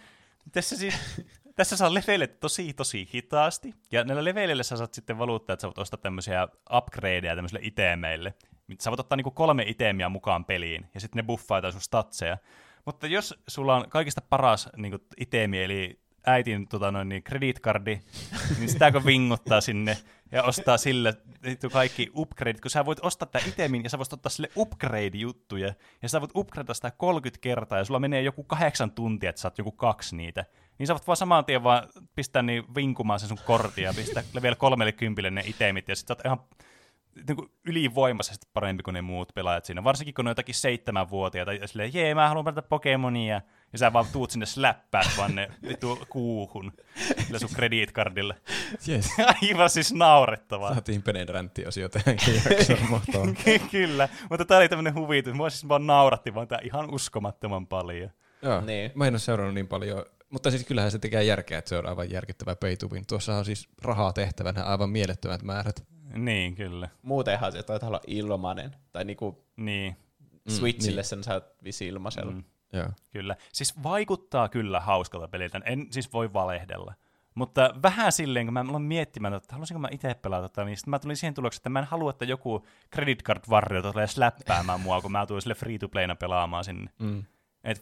Tässä saa leveleitä tosi hitaasti, ja näillä leveleillä sä saat sitten valuuttaa, että sä voit ostaa tämmöisiä upgradeja tämmöisille itemeille. Sä voit ottaa niinku 3 itemiä mukaan peliin, ja sitten ne buffaa jotain sun statseja. Mutta jos sulla on kaikista paras niinku itemi, eli äitin credit-cardi, niin sitä kun vinguttaa sinne ja ostaa sille kaikki upgradeit, kun sä voit ostaa tämän itemin ja sä voit ottaa sille upgrade-juttuja, ja sä voit upgradea sitä 30 kertaa, ja sulla menee joku 8 tuntia, että saat joku 2 niitä. Niin sä voit vaan saman tien vaan pistää niin vinkumaan sen sun kortin ja pistää vielä 30 ne itemit, ja sit sä oot ihan niin ylivoimaisesti parempi kuin ne muut pelaajat siinä. Varsinkin kun ne on jotakin 7-vuotiaita, ja silleen, jee, mä haluan pelata Pokemonia, ja sä vaan tuut sinne släppäät vaan ne kuuhun sillä sun credit-cardilla. Yes. Aivan siis naurettavaa. Saatiin Penen ränttiosio tähänkin jaksoon. Kyllä, mutta tää oli tämmönen huvitus. Mua siis vaan nauratti vaan tää ihan uskomattoman paljon. Joo, niin. Mä en ole seurannut niin paljon. Mutta siis kyllähän se tekee järkeä, että se on aivan järkyttävä pay to win. Tuossa on siis rahaa tehtävänä aivan mielettömät määrät. Niin, kyllä. Muutenhan se taitaa olla ilmanen. Tai niinku niin. Switchille sen saat visi ilmaisella. Joo. Kyllä. Siis vaikuttaa kyllä hauskalta peliltä. En siis voi valehdella. Mutta vähän silleen, kun mä aloin miettimään, että haluaisinko mä itse pelata, niin sitten mä tulin siihen tulokseen, että mä en halua, että joku credit card warrior tulee släppäämään mua, kun mä tulen sille free-to-playna pelaamaan sinne. Et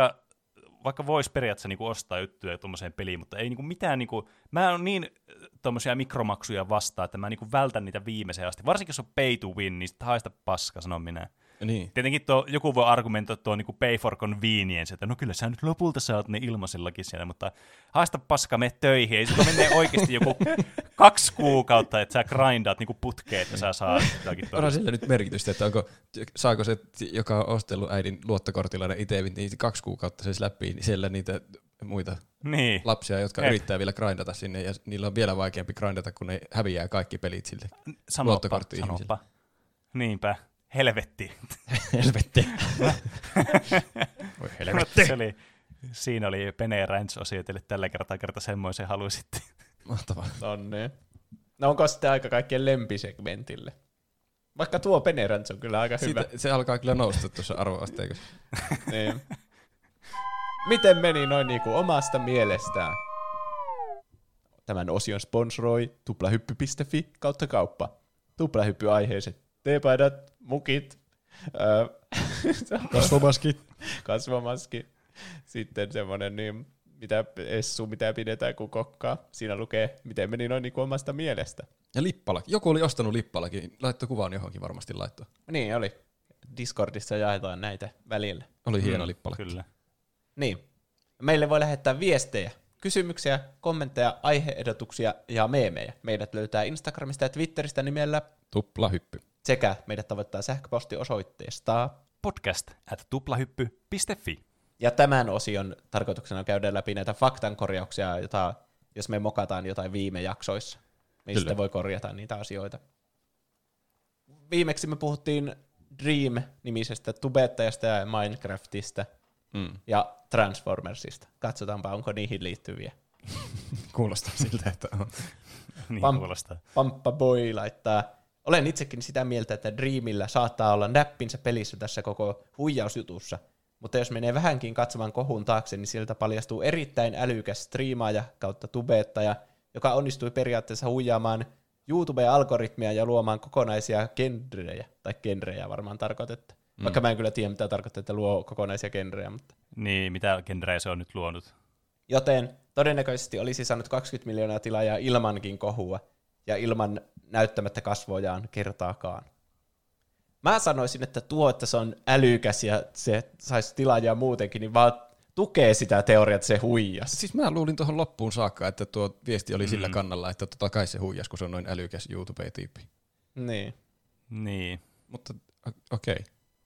vaikka voisi periaatteessa niinku ostaa juttuja tuommoiseen peliin, mutta ei niinku mitään, niinku, mä oon niin tuommoisia mikromaksuja vastaan, että mä niinku vältän niitä viimeiseen asti. Varsinkin jos on pay to win, niin sitten haista paska, sanon minä. Niin. Tietenkin joku voi argumentoida tuo niinku pay for convenience, että no kyllä sä nyt lopulta saat ne ilmaisellakin siellä, mutta haista paska, mene töihin. Ei se menee oikeasti joku 2 kuukautta, että sä grindaat niinku putkeen, että sä saat jotakin onhan sillä nyt merkitystä, että saako se, joka on ostellut äidin luottokortilla ne itemit, niin 2 kuukautta se läpi, niin siellä niitä muita lapsia, jotka yrittää vielä grindata sinne, ja niillä on vielä vaikeampi grindata, kun ne häviää kaikki pelit sille luottokortti-ihmisille. Sanopa. Niinpä. Helvetti. Helvetti. Voi helvetti. Siinä oli Pene Ranch-osio teille tällä kertaa semmoisen halusitte. Mahtavaa. Onneen. No onko sitten aika kaikkien lempisegmentille? Vaikka tuo Pene Ranch on kyllä aika hyvä. Se alkaa kyllä nousta tuossa arvoasteikossa. Niin. Miten meni noin niinku omasta mielestään? Tämän osion sponsoroi tuplahyppy.fi/kauppa. Tuplahyppy-aiheiset teepaidat, mukit, kasvomaski, sitten semmoinen, niin, mitä pidetään kuin kokkaa. Siinä lukee, miten meni noin niin kuin omasta mielestä. Ja lippalaki. Joku oli ostanut lippalakin. Laittoi kuvan johonkin varmasti laittoi. Niin oli. Discordissa jaetaan näitä välillä. Oli hieno lippalaki. Kyllä. Niin. Meille voi lähettää viestejä, kysymyksiä, kommentteja, aihe-ehdotuksia ja meemejä. Meidät löytää Instagramista ja Twitteristä nimellä Tuplahyppy. Sekä meidät tavoittaa sähköpostiosoitteesta podcast@tuplahyppy.fi. Ja tämän osion tarkoituksena käydä läpi näitä faktankorjauksia, jota, jos me mokataan jotain viime jaksoissa, niin sitten voi korjata niitä asioita. Viimeksi me puhuttiin Dream-nimisestä tubettajasta ja Minecraftista ja Transformersista. Katsotaanpa, onko niihin liittyviä. Kuulostaa siltä, että on. Niin kuulostaa. Pamppa Boy laittaa: olen itsekin sitä mieltä, että Dreamillä saattaa olla näppinsä pelissä tässä koko huijausjutussa, mutta jos menee vähänkin katsomaan kohun taakse, niin sieltä paljastuu erittäin älykäs striimaaja kautta tubettaja, joka onnistui periaatteessa huijaamaan YouTube-algoritmia ja luomaan kokonaisia genrejä, tai genrejä varmaan tarkoitetta. Vaikka mä en kyllä tiedä, mitä tarkoittaa, että luo kokonaisia genrejä. Mutta. Niin, mitä genrejä se on nyt luonut. Joten todennäköisesti olisi saanut 20 miljoonaa tilaajaa ilmankin kohua, ja ilman näyttämättä kasvojaan kertaakaan. Mä sanoisin, että että se on älykäs ja se saisi tilaajaa muutenkin, niin vaan tukee sitä teoriaa, että se huijasi. Siis mä luulin tuohon loppuun saakka, että tuo viesti oli sillä kannalla, että totta kai se huijasi, kun se on noin älykäs YouTube-tyyppi. Niin. Mutta okei.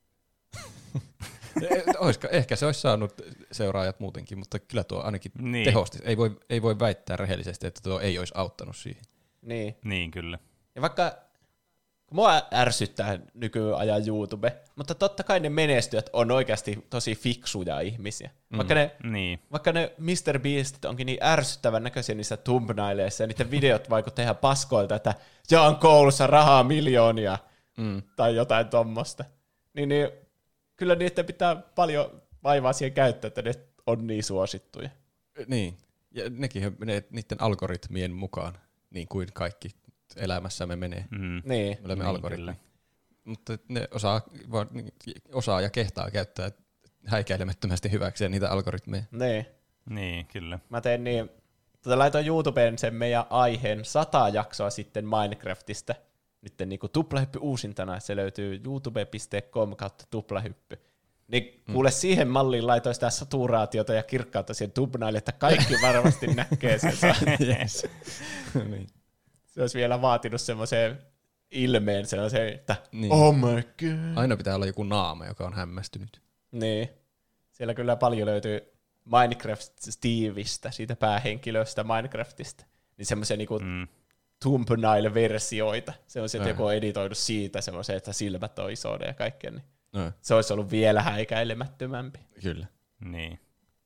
Ehkä se olisi saanut seuraajat muutenkin, mutta kyllä tuo ainakin tehosti. Ei voi väittää rehellisesti, että tuo ei olisi auttanut siihen. Niin kyllä. Ja vaikka mua ärsyttää nykyajan YouTube, mutta totta kai ne menestyjät on oikeasti tosi fiksuja ihmisiä. Vaikka ne Mr. Beastit onkin niin ärsyttävän näköisiä niissä thumbnaileissa ja niiden videot vaikuttaa ihan paskoilta, että jaan koulussa rahaa miljoonia tai jotain tommosta. Niin kyllä niiden pitää paljon vaivaa siihen käyttää, että ne on niin suosittuja. Niin. Ja nekin menee niiden algoritmien mukaan, niin kuin kaikki elämässämme menee. Niin. Me olemme algoritmi. Mutta ne osaa ja kehtaa käyttää häikäilemättömästi hyväkseen niitä algoritmeja. Niin, kyllä. Mä tein niin, laitoin YouTubeen sen meidän aiheen 100 jaksoa sitten Minecraftista. Nyt niinku tuplahyppy uusintana, se löytyy youtube.com/tuplahyppy. Niin kuule siihen malliin laitoin sitä saturaatiota ja kirkkautta siihen thumbnailiin, että kaikki varmasti näkee sen. Yes. Niin. Se olisi vielä vaatinut semmoisen ilmeen, sellaisen, että niin. Oh my god. Aina pitää olla joku naama, joka on hämmästynyt. Niin. Siellä kyllä paljon löytyy Minecraft-Steveistä, siitä päähenkilöstä Minecraftista. Niin semmoisia niinku thumbnail-versioita. Semmoisia, että joku on editoinut siitä semmoisia, että silmät on isoja ja kaikkea. Niin se olisi ollut vielä häikäilemättömämpi. Kyllä. Niin.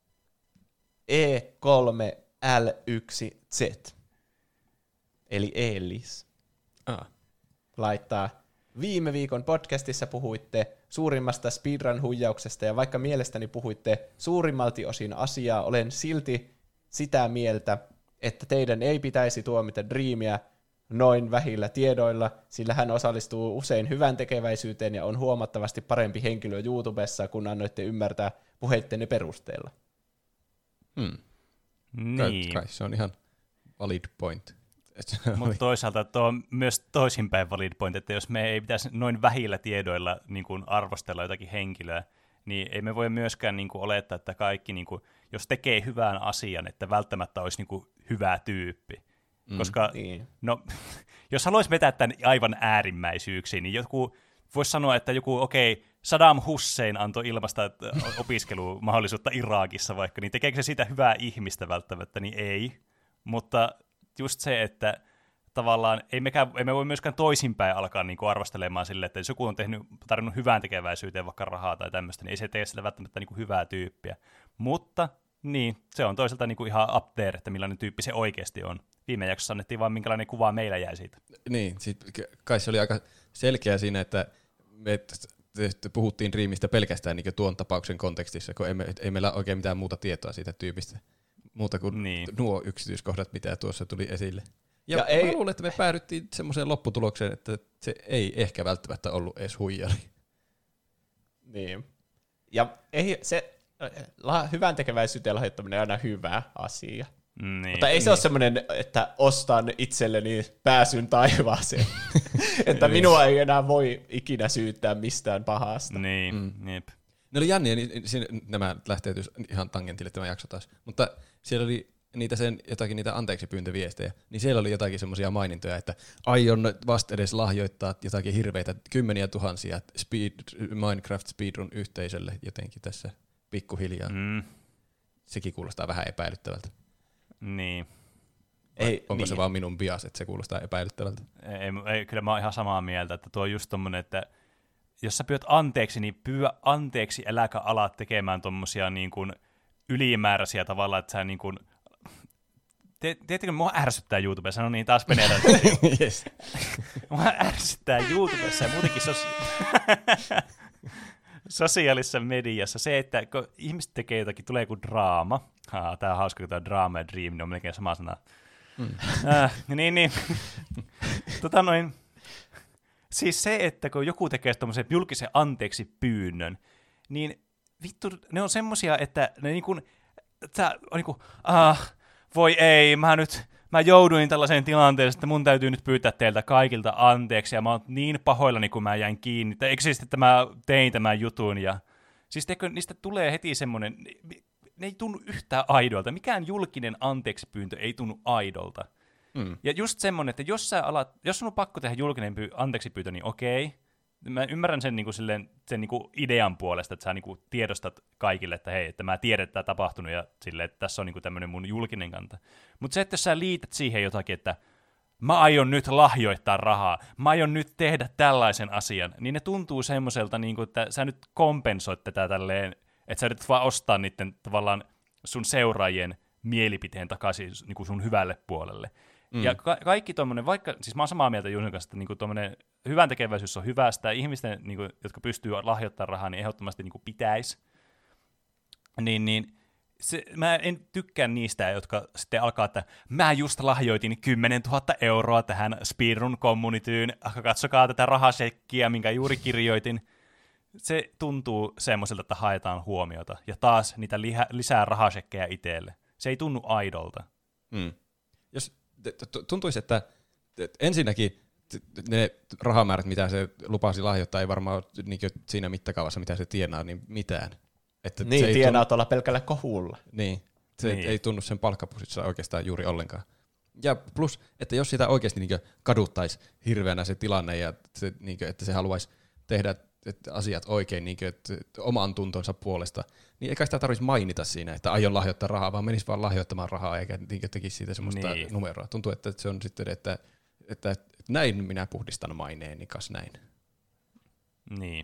E3L1Z. Eli Elis. Laittaa. Viime viikon podcastissa puhuitte suurimmasta speedrun-huijauksesta, ja vaikka mielestäni puhuitte suurimmalti osin asiaa, olen silti sitä mieltä, että teidän ei pitäisi tuomita Dreamia noin vähillä tiedoilla, sillä hän osallistuu usein hyvän tekeväisyyteen ja on huomattavasti parempi henkilö YouTubessa, kun annoitte ymmärtää puheittenne perusteella. Niin. Kai se on ihan valid point. Mutta toisaalta tuo on myös toisinpäin valid point, että jos me ei pitäisi noin vähillä tiedoilla niin kuin arvostella jotakin henkilöä, niin ei me voi myöskään niin kuin olettaa, että kaikki, niin kuin, jos tekee hyvän asian, että välttämättä olisi niin kuin hyvä tyyppi. Koska no, jos haluaisi vetää tämän aivan äärimmäisyyksiin, niin joku voisi sanoa, että joku, Saddam Hussein antoi ilmasta opiskelumahdollisuutta Irakissa vaikka, niin tekeekö se siitä hyvää ihmistä välttämättä, niin ei. Mutta just se, että tavallaan emme voi myöskään toisinpäin alkaa niinku arvostelemaan sille, että jos joku on tarjonnut hyvään tekeväisyyteen vaikka rahaa tai tämmöistä, niin ei se tee sitä välttämättä niinku hyvää tyyppiä. Mutta niin, se on toisaalta niinku ihan up there, että millainen tyyppi se oikeasti on. Viime jaksossa annettiin vaan minkälainen kuva meillä jäi siitä. Niin, kai se oli aika selkeä siinä, että me puhuttiin Dreamista pelkästään niin tuon tapauksen kontekstissa, kun ei meillä oikein mitään muuta tietoa siitä tyypistä. Muuta kuin nuo yksityiskohdat, mitä tuossa tuli esille. Ja mä luulen, että me päädyttiin semmoiseen lopputulokseen, että se ei ehkä välttämättä ollut edes huijari. Niin. Ja ei se hyvän tekeväisyyteen lahjoittaminen on aina hyvä asia. Niin. Mutta ei se ole semmoinen, että ostan itselleni pääsyn taivaaseen. Että minua ei enää voi ikinä syyttää mistään pahasta. Niin, jep. Ne oli jänniä, niin nämä lähtee ihan tangentille tämä jakso taas. Mutta siellä oli jotakin niitä anteeksipyyntöviestejä, niin siellä oli jotakin semmoisia mainintoja, että aion vasta edes lahjoittaa jotakin hirveitä 10 000 Minecraft Speedrun yhteisölle jotenkin tässä pikkuhiljaa. Sekin kuulostaa vähän epäilyttävältä. Niin. Onko se vaan minun bias, että se kuulostaa epäilyttävältä? Ei, kyllä mä oon ihan samaa mieltä, että tuo on just tommonen, että jos sä pyydät anteeksi, niin pyydä anteeksi, äläkä ala tekemään tommosia niin kuin ylimääräisiä tavalla, että sä niin kuin tiedättekö, mua ärsyttää YouTubessa, no niin, taas menee yes. Mua ärsyttää YouTubessa ja muutenkin sosiaalisessa mediassa se, että kun ihmiset tekee jotakin, tulee joku draama. Tää on hauska, kun tää on draama ja dream, ne on melkein sama sana. Siis se, että kun joku tekee tommosen julkisen anteeksi pyynnön, niin vittu, ne on semmosia, että ne niinku, voi ei, mä jouduin tällaiseen tilanteeseen, että mun täytyy nyt pyytää teiltä kaikilta anteeksi, ja mä oon niin pahoillani, kun mä jäin kiinni. Eikö siis, että mä tein tämän jutun, ja siis niistä tulee heti semmoinen, ne ei tunnu yhtään aidolta. Mikään julkinen anteeksipyyntö ei tunnu aidolta. Ja just semmoinen, että jos sun on pakko tehdä julkinen anteeksipyyntö, niin okei. Mä ymmärrän sen, sen idean puolesta, että sä tiedostat kaikille, että hei, että mä tiedän, että tämä on tapahtunut ja silleen, että tässä on tämmöinen mun julkinen kanta. Mutta se, että jos sä liität siihen jotakin, että mä aion nyt lahjoittaa rahaa, mä aion nyt tehdä tällaisen asian, niin ne tuntuu semmoiselta, että sä nyt kompensoit tätä tälleen, että sä yrität vaan ostaa niiden tavallaan sun seuraajien mielipiteen takaisin sun hyvälle puolelle. Ja kaikki tuommoinen, vaikka, siis mä oon samaa mieltä Juuson kanssa, että tuommoinen hyvän tekeväisyys on hyvästä, ihmisten, jotka pystyy lahjoittamaan rahaa, niin ehdottomasti pitäisi. niin mä en tykkää niistä, jotka sitten alkaa, että mä just lahjoitin 10 000 euroa tähän speedrun communityyn, katsokaa tätä rahasekkiä, minkä juuri kirjoitin. Se tuntuu semmoiselta, että haetaan huomiota, ja taas niitä lisää rahasekkejä itselle. Se ei tunnu aidolta. Jos tuntuisi, että ensinnäkin ne rahamäärät, mitä se lupasi lahjoittaa, ei varmaan ole niin siinä mittakaavassa, mitä se tienaa, niin mitään. Että niin, se tienaa tuolla pelkällä kohulla. Niin, se ei tunnu sen palkkapusissa oikeastaan juuri ollenkaan. Ja plus, että jos sitä oikeasti niin kaduttaisi hirveänä se tilanne, ja se, niin kuin, että se haluaisi tehdä asiat oikein niin kuin, että oman tuntonsa puolesta, niin eikä sitä tarvitsisi mainita siinä, että aion lahjoittaa rahaa, vaan menisi vaan lahjoittamaan rahaa, eikä niin tekisi siitä semmoista numeroa. Tuntuu, että se on sitten, että näin minä puhdistan maineeni, kas näin. Niin.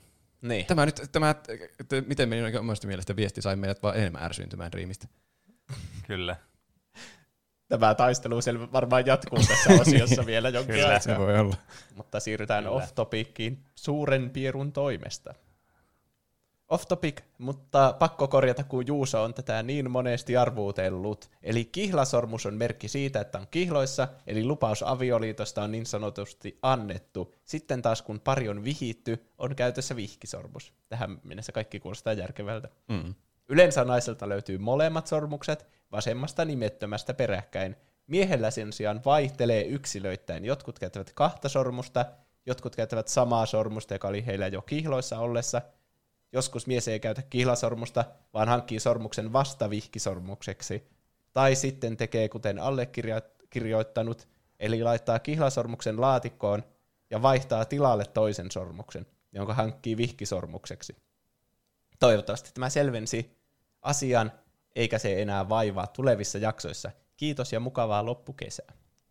Miten meidän omasta mielestä viesti sai meidät vaan enemmän ärsyyntymään Dreamista? Kyllä. Tämä taistelu varmaan jatkuu tässä osiossa vielä jonkin aikaa. Se voi olla. Mutta siirrytään off-topiciin suuren pierun toimesta. Off-topic, mutta pakko korjata, kun Juuso on tätä niin monesti arvuutellut. Eli kihlasormus on merkki siitä, että on kihloissa, eli lupaus avioliitosta on niin sanotusti annettu. Sitten taas kun pari on vihitty, on käytössä vihkisormus. Tähän mennessä kaikki kuulostaa järkevältä. Yleensä naiselta löytyy molemmat sormukset, vasemmasta nimettömästä peräkkäin. Miehellä sen sijaan vaihtelee yksilöittäin. Jotkut käyttävät 2 sormusta, jotkut käyttävät samaa sormusta, joka oli heillä jo kihloissa ollessa. Joskus mies ei käytä kihlasormusta, vaan hankkii sormuksen vasta vihkisormukseksi. Tai sitten tekee kuten allekirjoittanut, eli laittaa kihlasormuksen laatikkoon ja vaihtaa tilalle toisen sormuksen, jonka hankkii vihkisormukseksi. Toivottavasti tämä selvensi asian, eikä se enää vaivaa tulevissa jaksoissa. Kiitos ja mukavaa loppukesää.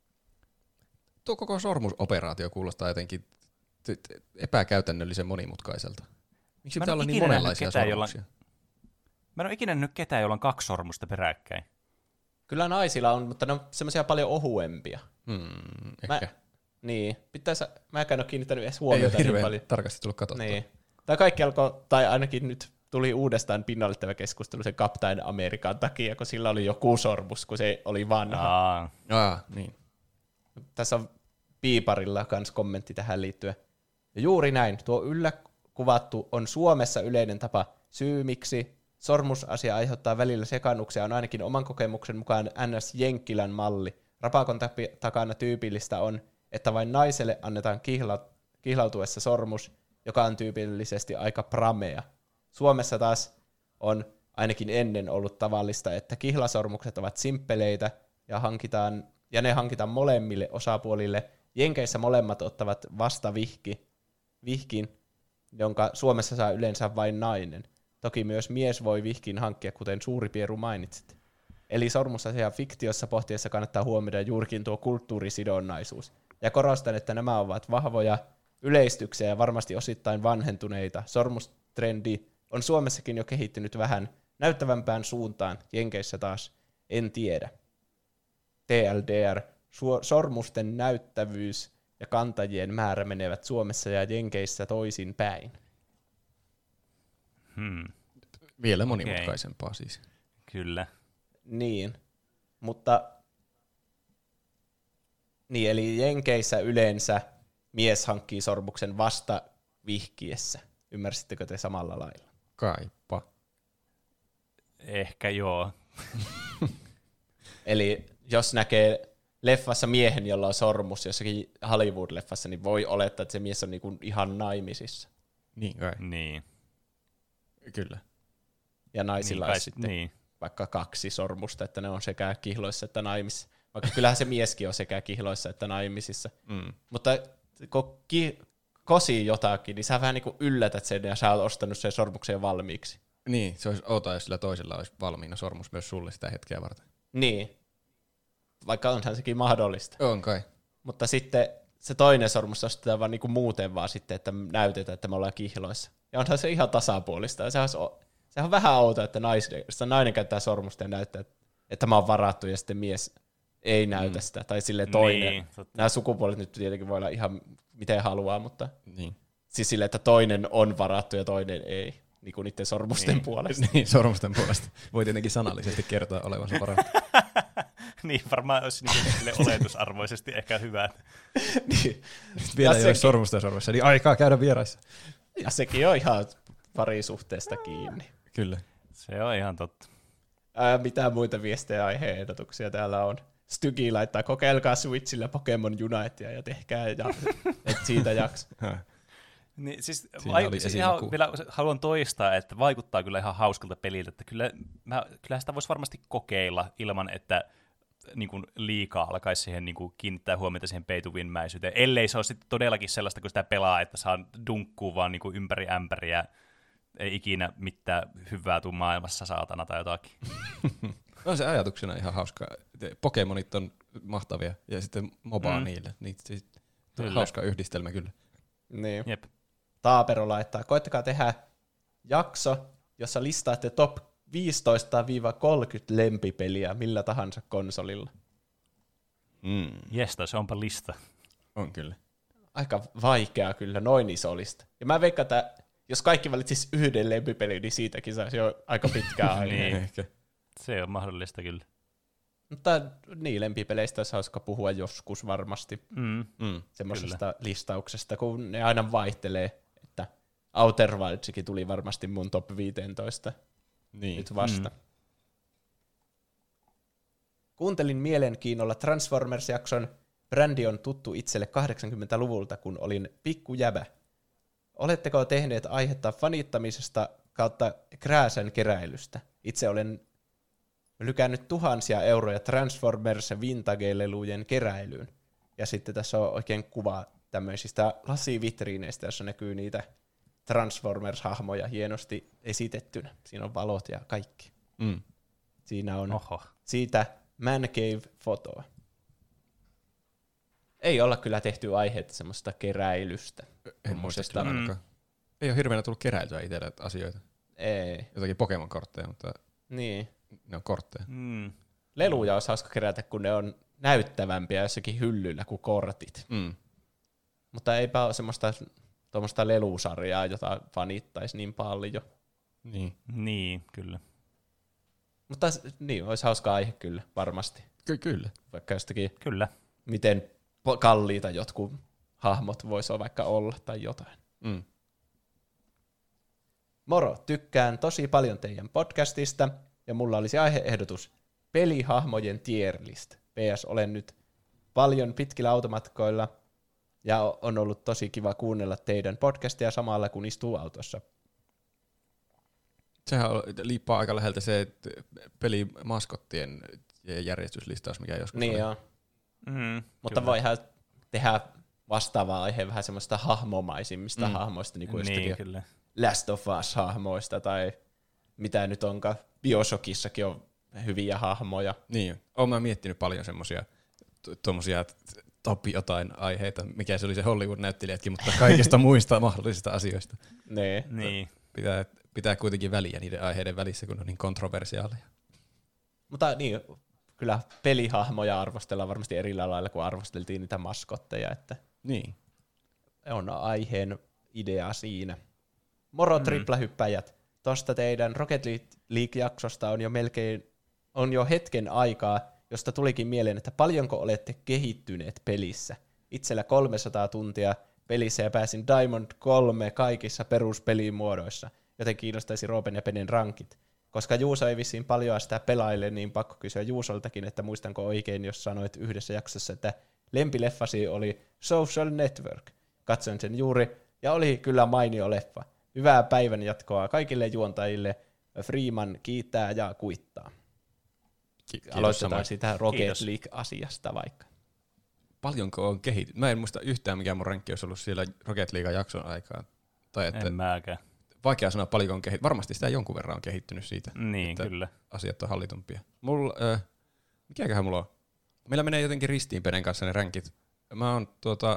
Tuo koko sormusoperaatio kuulostaa jotenkin epäkäytännöllisen monimutkaiselta. Miksi pitää olla niin monenlaisia sormuksia? Mä en ole ikinä nähnyt ketään, jolla on 2 sormusta peräkkäin. Kyllä naisilla on, mutta ne on semmoisia paljon ohuempia. Ehkä. Mä en ole kiinnittänyt edes huomiota niin paljon. Tarkasti tullut katsottua. Niin. Tai kaikki alkoi, tai ainakin nyt tuli uudestaan pinnalle tämä keskustelu sen Captain American takia, kun sillä oli joku sormus, kun se oli vanha. Niin. Tässä on Piiparilla kans kommentti tähän liittyen. Ja juuri näin, tuo yllä kuvattu on Suomessa yleinen tapa. Syy miksi sormusasia aiheuttaa välillä sekannuksia on ainakin oman kokemuksen mukaan NS Jenkkilän malli. Rapakon takana tyypillistä on, että vain naiselle annetaan kihlautuessa sormus, joka on tyypillisesti aika pramea. Suomessa taas on ainakin ennen ollut tavallista, että kihlasormukset ovat simppeleitä ja ne hankitaan molemmille osapuolille. Jenkeissä molemmat ottavat vasta vihkin, jonka Suomessa saa yleensä vain nainen. Toki myös mies voi vihkin hankkia, kuten Suuri Pieru mainitsit. Eli sormusasiaa fiktiossa pohtiessa kannattaa huomioida juurikin tuo kulttuurisidonnaisuus. Ja korostan, että nämä ovat vahvoja yleistyksiä ja varmasti osittain vanhentuneita. Sormustrendi on Suomessakin jo kehittynyt vähän näyttävämpään suuntaan, Jenkeissä taas en tiedä. TLDR, sormusten näyttävyys ja kantajien määrä menevät Suomessa ja Jenkeissä toisin päin. Vielä monimutkaisempaa siis. Kyllä. Niin, mutta niin, eli Jenkeissä yleensä mies hankkii sormuksen vasta vihkiessä. Ymmärsittekö te samalla lailla? Kaipa. Ehkä joo. Eli jos näkee leffassa miehen, jolla on sormus jossakin Hollywood-leffassa, niin voi olettaa, että se mies on niinku ihan naimisissa. Niin kai. Niin. Kyllä. Ja naisilla niin, on sitten niin. vaikka 2 sormusta, että ne on sekä kihloissa että naimisissa. Vaikka kyllähän se mieskin on sekä kihloissa että naimisissa. Mutta kun kosii jotakin, niin sä vähän niin kuin yllätät sen ja sä oot ostanut sen sormuksen valmiiksi. Niin, se olisi outoa, jos sillä toisella olisi valmiina sormus myös sulle sitä hetkeä varten. Niin. Vaikka onhan sekin mahdollista. On kai. Mutta sitten se toinen sormus ostetaan vaan niinku muuten vaan sitten, että näytetään, että me ollaan kihloissa. Ja onhan se ihan tasapuolista. Ja se on vähän outoa, että nainen käyttää sormusta ja näyttää, että mä oon varattu ja sitten mies ei näytä sitä. Tai silleen toinen. Niin, nämä sukupuolet nyt tietenkin voi olla ihan miten haluaa, mutta niin. Siis silleen, että toinen on varattu ja toinen ei. niin kuin niiden sormusten puolesta. Niin, sormusten puolesta. Voi tietenkin sanallisesti kertoa olevansa parempi. Niin, varmaan olisi niin oletusarvoisesti ehkä hyvä. Niin. Vielä ei ole sormusten sormessa, niin aikaa käydä vieraissa. Ja sekin on ihan parisuhteesta kiinni. Kyllä. Se on ihan totta. Mitä muita viestejä ja aihe-ehdotuksia täällä on? Stygi laittaa, kokeilkaa Switchillä Pokemon Unitea ja tehkää, et siitä jaksa. Niin, siis oli vielä haluan toistaa, että vaikuttaa kyllä ihan hauskalta peliltä, että kyllä sitä voisi varmasti kokeilla ilman, että niin kuin liikaa alkaisi siihen niin kuin kiinnittää huomiota siihen pay-to-win-mäisyyteen, ellei se ole sitten todellakin sellaista, kun sitä pelaa, että saa dunkkuu vaan niin kuin ympäri ämpäriä, ei ikinä mitään hyvää tuu maailmassa saatana tai jotakin. On se ajatuksena ihan hauska. Pokemonit on mahtavia ja sitten mobaa niille. Niin, siis, hauska yhdistelmä kyllä. Niin. Jep. Taapero laittaa, koettakaa tehdä jakso, jossa listaatte top 15-30 lempipeliä millä tahansa konsolilla. Jesta, se onpa lista. On kyllä. Aika vaikea kyllä, noin iso lista. Ja mä veikkaan, että jos kaikki valitsis yhden lempipelin, niin siitäkin saisi jo aika pitkää aikaa. Niin. Ehkä. Se on mahdollista kyllä. Mutta niin, lempipeleistä olisi hauska puhua joskus varmasti semmoisesta listauksesta, kun ne aina vaihtelee, että Outer Wildsikin tuli varmasti mun top 15 nyt vasta. Kuuntelin mielenkiinnolla Transformers-jakson. Brändi on tuttu itselle 80-luvulta, kun olin pikkujäbä. Oletteko tehneet aihetta fanittamisesta kautta krääsän keräilystä? Itse olen lykännyt tuhansia euroja Transformers Vintage-lelujen keräilyyn. Ja sitten tässä on oikein kuva tämmöisistä lasivitriineistä, jossa näkyy niitä Transformers-hahmoja hienosti esitettynä. Siinä on valot ja kaikki. Siinä on siitä Man Cave-fotoa. Ei olla kyllä tehty aiheetta semmoista keräilystä. En muista ainakaan. Ei ole hirveänä tullut keräiltyä itselle asioita. Ei. Jotakin Pokemon-kortteja, mutta niin. Ne on kortteja. Leluja olisi hauska kerätä, kun ne on näyttävämpiä jossakin hyllyllä kuin kortit. Mutta eipä ole semmoista tuommoista lelusarjaa, jota fanittaisi niin paljon. Niin, kyllä. Mutta niin, olisi hauska aihe kyllä, varmasti. Kyllä. Vaikka jostakin, Kyllä. miten kalliita jotkut hahmot voisi vaikka olla tai jotain. Moro, tykkään tosi paljon teidän podcastista, ja mulla olisi aihe-ehdotus pelihahmojen tier list. PS, olen nyt paljon pitkillä automatkoilla, ja on ollut tosi kiva kuunnella teidän podcastia samalla, kun istuu autossa. Sehän liippaa aika läheltä se pelimaskottien järjestyslistaus, mikä joskus niin oli. Joo. Mutta voihan tehdä vastaavaa aiheen vähän semmoista hahmomaisimmista hahmoista, niin kuin jostakin kyllä. Last of Us-hahmoista, tai mitä nyt onkaan. Bioshockissakin on hyviä hahmoja. Niin, olen mä miettinyt paljon semmosia tuommoisia top jotain aiheita, mikä se oli se Hollywood-näyttelijätkin, mutta kaikista muista mahdollisista asioista. Niin. Pitää kuitenkin väliä niiden aiheiden välissä, kun on niin kontroversiaaleja. Mutta niin, kyllä pelihahmoja arvostellaan varmasti eri lailla, kun arvosteltiin niitä maskotteja, että niin. On aiheen idea siinä. Moro triplahyppäjät, tosta teidän Rocket League-jaksosta on jo hetken aikaa, josta tulikin mieleen, että paljonko olette kehittyneet pelissä. Itsellä 300 tuntia pelissä ja pääsin Diamond 3 kaikissa peruspelimuodoissa, joten kiinnostaisi Roopen ja Penen rankit. Koska Juuso ei vissiin paljon sitä pelaile, niin pakko kysyä Juusoltakin, että muistanko oikein, jos sanoit yhdessä jaksossa, että lempileffasi oli Social Network. Katsoin sen juuri, ja oli kyllä mainio leffa. Hyvää päivän jatkoa kaikille juontajille. Freeman kiittää ja kuittaa. Aloitetaan sitä Rocket League-asiasta vaikka. Paljonko on kehittynyt? Mä en muista yhtään, mikä mun rankki olisi ollut siellä Rocket League jakson aikaan. Tai että en mäkään. Vaikea sanoa paljonko on kehittynyt. Varmasti sitä jonkun verran on kehittynyt siitä. Niin, kyllä. Asiat on hallitumpia. Mikäköhän mulla on? Meillä menee jotenkin ristiin Penen kanssa ne ränkit. Mä oon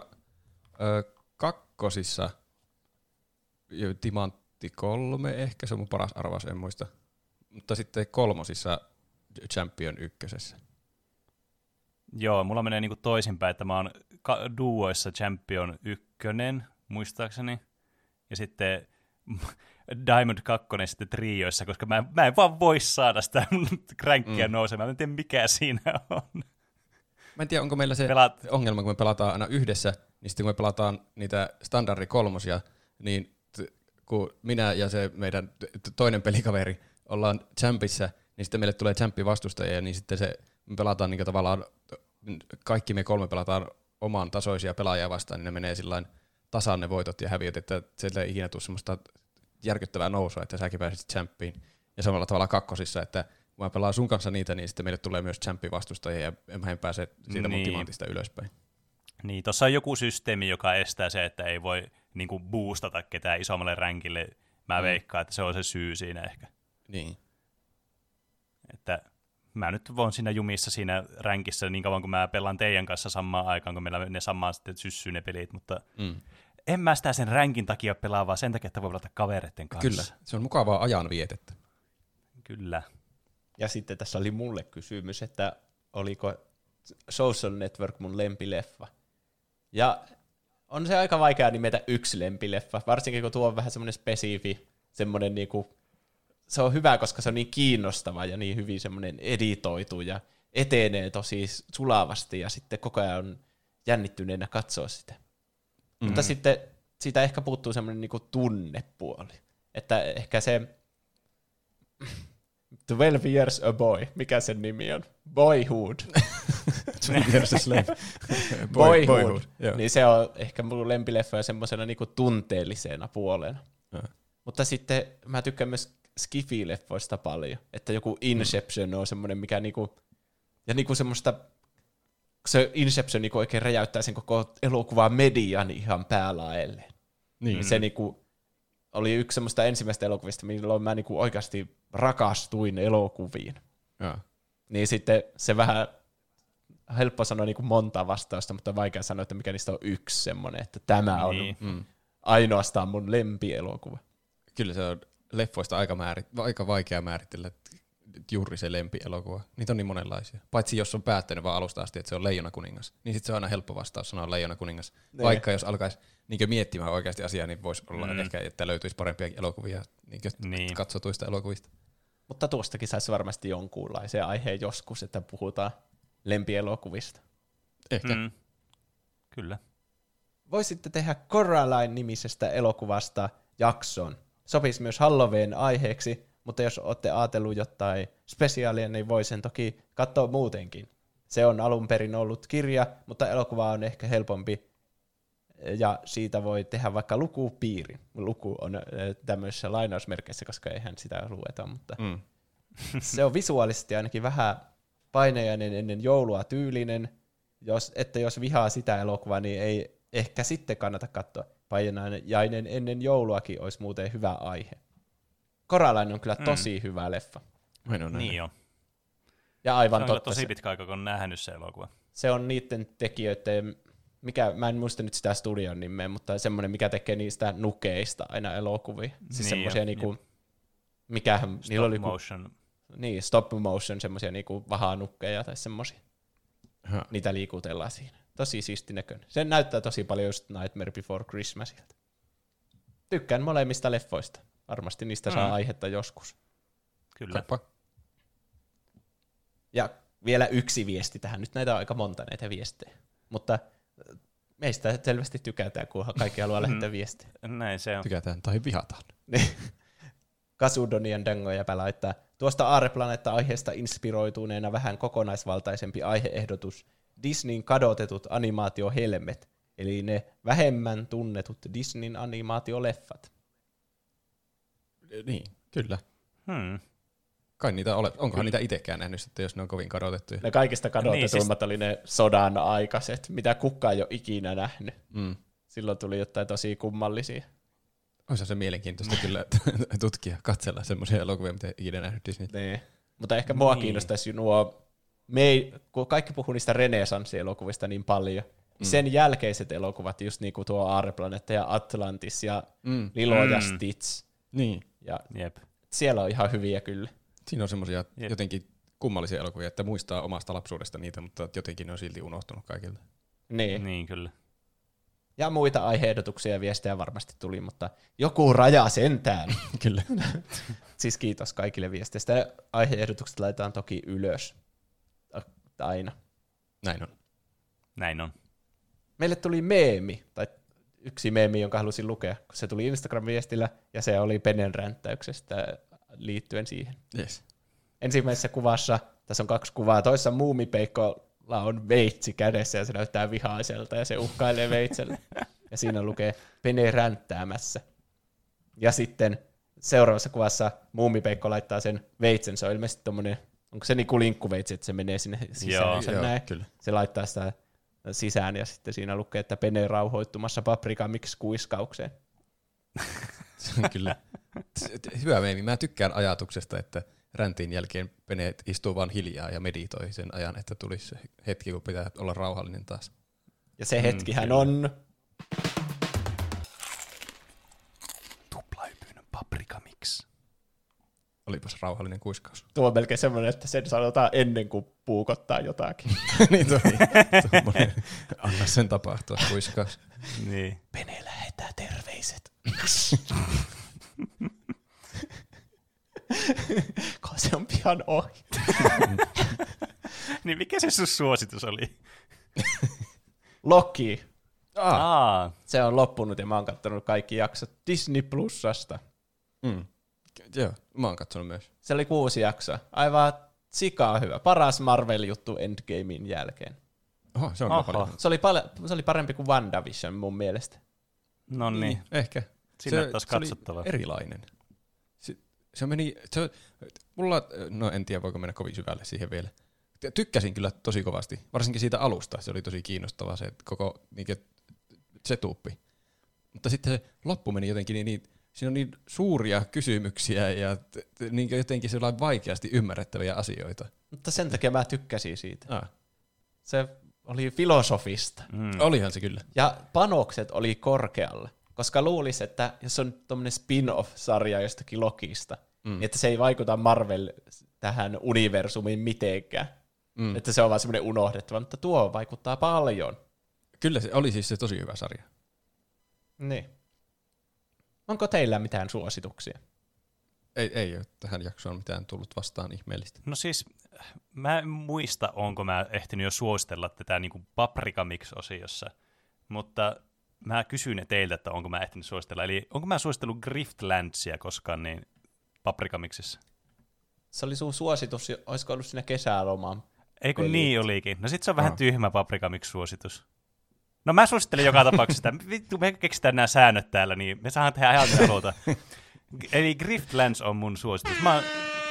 kakkosissa Timantti 3 ehkä, se on mun paras arvaus, en muista. Mutta sitten kolmosissa Champion 1. Joo, mulla menee niinku toisinpäin, että mä oon duoissa Champion 1, muistaakseni. Ja sitten Diamond 2 sitten trioissa, koska mä en vaan voi saada sitä crankkia nousemaan. Mä en tiedä, mikä siinä on. Mä en tiedä, onko meillä se ongelma, kun me pelataan aina yhdessä, niin sitten kun me pelataan niitä standardi 3, niin kun minä ja se meidän toinen pelikaveri ollaan champissa, niin sitten meille tulee champi vastustajia, niin sitten me pelataan niin tavallaan, kaikki me 3 pelataan oman tasoisia pelaajia vastaan, niin ne menee sillain tasan ne voitot ja häviöt, että sieltä ei ikinä tule semmoista järkyttävää nousua, että säkin pääsit champiin. Ja samalla tavalla kakkosissa, että kun mä pelaan sun kanssa niitä, niin sitten meille tulee myös champi vastustajia ja mä en pääse siitä motivaatista ylöspäin. Niin, tuossa on joku systeemi, joka estää se, että ei voi niinku boostata ketään isommalle rankille. Mä veikkaan, että se on se syy siinä ehkä. Niin. Että mä nyt voin siinä jumissa siinä ränkissä niin kauan, kun mä pelaan teidän kanssa samaan aikaan, kun meillä ne samaan sitten syssyy ne pelit, mutta en mä sitä sen ränkin takia pelaa, vaan sen takia, että voi pelata kavereiden kanssa. Kyllä, se on mukavaa ajanvietettä. Kyllä. Ja sitten tässä oli mulle kysymys, että oliko Social Network mun lempileffa. Ja on se aika vaikea nimetä yksi lempileffa, varsinkin kun tuo on vähän semmoinen spesifi, semmoinen niinku, se on hyvä, koska se on niin kiinnostava ja niin hyvin semmoinen editoitu ja etenee tosi sulavasti ja sitten koko ajan on jännittyneenä katsoa sitä. Mutta sitten siitä ehkä puuttuu semmoinen niinku tunnepuoli. Että ehkä se 12 Years a Boy, mikä sen nimi on? Boyhood. 12 Years a Slave. Boyhood. Niin se on ehkä mun lempileffoja semmoisena niinku tunteellisena puolena. Mutta sitten mä tykkään myös Skifi-leffoista paljon. Että joku Inception on semmoinen, mikä niinku, ja niinku semmoista, se Inception niinku oikein räjäyttää sen koko elokuvan median ihan päälaelleen. Niin. Se niinku oli yksi semmoista ensimmäistä elokuvista, milloin mä niinku oikeasti rakastuin elokuviin. Ja. Niin sitten se vähän helppo sanoa niinku monta vastausta, mutta vaikea sanoa, että mikä niistä on yksi semmoinen, että tämä on ainoastaan mun lempielokuva. Kyllä se on leffoista aika vaikea määritellä juuri se lempielokuva. Niitä on niin monenlaisia. Paitsi jos on päättänyt vaan alusta asti, että se on Leijona kuningas, niin sitten se on aina helppo vastaus sanoa Leijona kuningas. Ne. Vaikka jos alkaisi miettimään oikeasti asiaa, niin voisi olla ehkä, että löytyisi parempia elokuvia katsotuista elokuvista. Mutta tuostakin saisi varmasti jonkunlaisen aiheen joskus, että puhutaan lempielokuvista. Ehkä. Kyllä. Voisitte tehdä Coraline-nimisestä elokuvasta jakson. Sopisi myös Halloween aiheeksi, mutta jos olette ajatellut jotain spesiaalia, niin voi sen toki katsoa muutenkin. Se on alun perin ollut kirja, mutta elokuva on ehkä helpompi, ja siitä voi tehdä vaikka lukupiiri. Luku on tämmöisessä lainausmerkeissä, koska eihän sitä lueta, mutta se on visuaalisesti ainakin vähän painajainen ennen joulua tyylinen. Jos vihaa sitä elokuvaa, niin ei ehkä sitten kannata katsoa. Painajainen ennen jouluakin olisi muuten hyvä aihe. Coraline on kyllä tosi hyvä leffa. Niin on. Ja aivan se on totta. tosi pitkä aika, kun on nähnyt se elokuva. Se on niiden tekijöiden, mä en muista nyt sitä studion nimeä, mutta semmoinen, mikä tekee niistä nukeista aina elokuvia. Siis niin semmoisia niinku, mikähän, niillä oli motion. Niin, stop motion, semmoisia niinku vahanukkeja tai semmoisia. Niitä liikutellaan siinä. Tosi siisti näköinen. Se näyttää tosi paljon just Nightmare Before Christmasilta. Tykkään molemmista leffoista. Varmasti niistä saa aihetta joskus. Kyllä. Kappa. Ja vielä yksi viesti tähän. Nyt näitä on aika monta näitä viestejä. Mutta meistä selvästi tykätään, kunhan kaikki haluaa lähettää viestejä. Näin se on. Tykätään tai vihataan. Kasudonian Dangojäpä laittaa. Tuosta Aareplanetta-aiheesta inspiroituneena vähän kokonaisvaltaisempi aiheehdotus. Disneyn kadotetut animaatiohelmet. Eli ne vähemmän tunnetut Disneyn animaatioleffat. Niin, kyllä. Hmm. Kai niitä onkohan niitä itsekään nähnyt sitten, jos ne on kovin kadotettuja? Ne kaikista kadotetummat oli ne sodan aikaiset, mitä kukaan ei ole ikinä nähnyt. Silloin tuli jotain tosi kummallisia. Olisi se mielenkiintoista kyllä tutkia, katsella semmoisia elokuvia, mitä ei ikinä nähnyt Disney. Niin. Mutta ehkä mua kiinnostaisi nuo, kun kaikki puhuu niistä renesanssielokuvista niin paljon, sen jälkeiset elokuvat, just niin kuin tuo Aareplanetta ja Atlantis ja Lilo ja Stitch. Niin. Ja Jep. siellä on ihan hyviä kyllä. Siinä on semmoisia jotenkin kummallisia elokuvia, että muistaa omasta lapsuudesta niitä, mutta jotenkin ne on silti unohtunut kaikilta. Niin. Niin, kyllä. Ja muita aihe-ehdotuksia ja viestejä varmasti tuli, mutta joku raja sentään. Kyllä. Siis kiitos kaikille viesteistä. Aihe-ehdotukset laitetaan toki ylös. Aina. Näin on. Meille tuli meemi, tai yksi meemi, jonka halusin lukea, kun se tuli Instagram-viestillä, ja se oli Penen ränttäyksestä liittyen siihen. Yes. Ensimmäisessä kuvassa, tässä on 2 kuvaa, toisessa muumipeikkolla on veitsi kädessä, ja se näyttää vihaiselta, ja se uhkailee veitsellä. Ja siinä lukee Pene ränttäämässä. Ja sitten seuraavassa kuvassa muumipeikko laittaa sen veitsen, se on ilmeisesti tommonen, onko se niinku linkkuveitsi, että se menee sinne sisään, Joo, kyllä. Se laittaa sitä sisään, ja sitten siinä lukee, että Pene rauhoittumassa Paprika Mix -kuiskaukseen. Se on kyllä hyvä meemi. Mä tykkään ajatuksesta, että räntin jälkeen Pene istuu vaan hiljaa ja meditoi sen ajan, että tulisi se hetki, kun pitää olla rauhallinen taas. Ja se hetkihän on... Tuplahypyn Paprika Mix. Olipas rauhallinen kuiskaus. Tuo on melkein semmoinen, että sen sanotaan ennen kuin puukottaa jotakin. Niin anna sen tapahtua, kuiskaus. Niin. Pene lähettää terveiset. Se on pian ohi. Niin mikä se sun suositus oli? Loki. Se on loppunut ja mä oon katsonut kaikki jaksot Disney Plusasta. Joo, mä oon katsonut myös. Se oli 6 jaksoa. Aivan sikaa hyvä. Paras Marvel-juttu Endgamein jälkeen. Oho, se on paljon. Se oli parempi kuin WandaVision mun mielestä. No niin. Ehkä. Sinne taas katsottavaa. Se oli erilainen. No en tiedä voiko mennä kovin syvälle siihen vielä. Tykkäsin kyllä tosi kovasti, varsinkin siitä alusta. Se oli tosi kiinnostava se koko setuuppi. Mutta sitten se loppu meni jotenkin niin siinä on niin suuria kysymyksiä ja niin jotenkin sellainen vaikeasti ymmärrettäviä asioita. Mutta sen takia mä tykkäsin siitä. Se oli filosofista. Olihan se kyllä. Ja panokset oli korkealla, koska luulisi, että jos on tommonen spin-off-sarja jostakin Lokista, niin että se ei vaikuta Marvel tähän universumiin mitenkään. Että se on vaan semmoinen unohdettava, mutta tuo vaikuttaa paljon. Kyllä se oli siis se tosi hyvä sarja. Niin. Onko teillä mitään suosituksia? Ei ole tähän jaksoon mitään tullut vastaan ihmeellistä. No siis, mä en muista, onko mä ehtinyt jo suositella tätä niin kuin Paprika Mix-osiossa, mutta mä kysyin teiltä, että onko mä ehtinyt suositella. Eli onko mä suositellut Griftlandsia koskaan niin Paprika Mixissä? Se oli sun suositus, olisiko ollut siinä kesälomaan? Ei kun niin olikin. No sit se on vähän tyhmä Paprika Mix-suositus. No mä suosittelen joka tapauksessa sitä. Vittu, me keksitään nämä säännöt täällä, niin me saadaan tehdä ihan mitä. Eli Griftlands on mun suositus. Mä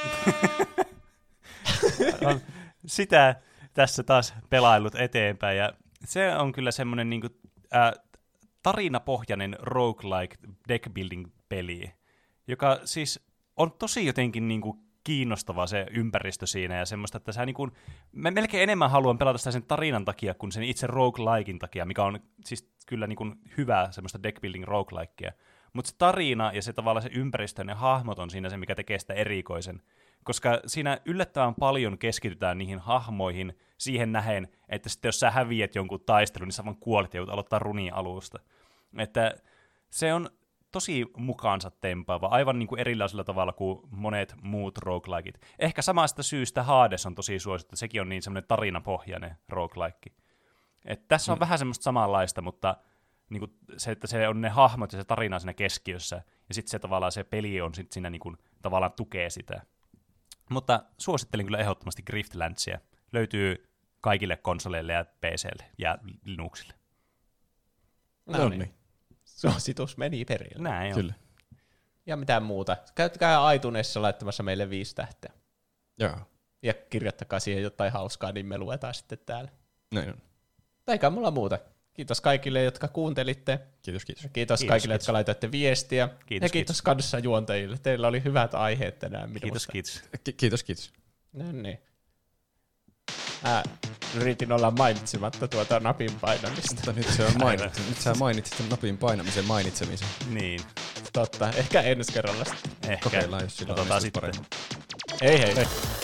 oon sitä tässä taas pelaillut eteenpäin, ja se on kyllä semmoinen niinku, tarinapohjainen roguelike deckbuilding-peli, joka siis on tosi jotenkin niinku kiinnostava se ympäristö siinä ja semmoista, että sä niinku, mä melkein enemmän haluan pelata sitä sen tarinan takia kuin sen itse roguelikein takia, mikä on siis kyllä niinku hyvää semmoista deckbuilding roguelikea. Mutta se tarina ja se tavallaan se ympäristö ja ne hahmot on siinä se, mikä tekee sitä erikoisen. Koska siinä yllättävän paljon keskitytään niihin hahmoihin siihen nähen, että sitten jos sä häviät jonkun taistelun, niin sä vaan kuolet ja joudut aloittaa runin alusta. Että se on tosi mukaansa tempaava, aivan niin kuin erilaisella tavalla kuin monet muut roguelikeit. Ehkä samasta syystä Hades on tosi suosittu, sekin on niin semmoinen tarinapohjainen roguelike. Et tässä on vähän semmoista samanlaista, mutta niin kuin se, että se on ne hahmot ja se tarina siinä keskiössä, ja sitten se tavallaan se peli on sit siinä niin kuin, tavallaan tukee sitä. Mutta suosittelin kyllä ehdottomasti Griftlandsia. Löytyy kaikille konsoleille ja PClle ja Linuxille. No niin. Suositus meni perille. Näin on. Kyllä. Ja mitään muuta. Käyttäkää iTunesissa laittamassa meille 5 tähteä. Joo. Ja kirjoittakaa siihen jotain hauskaa, niin me luetaan sitten täällä. Näin on. Eikä mulla muuta. Kiitos kaikille, jotka kuuntelitte. Kiitos kaikille, jotka laitoitte viestiä. Kiitos kanssajuontajille. Teillä oli hyvät aiheet tänään minusta. Kiitos. No niin. Yritin olla mainitsematta tuota napin painamista. Mutta nyt se on mainittu. Nyt sä mainitsit sen napin painamisen mainitsemisen. Niin. Totta. Ehkä ensi kerralla sitten. Ehkä. Kokeillaan, jos sillä on sitten. paremmin. Hei.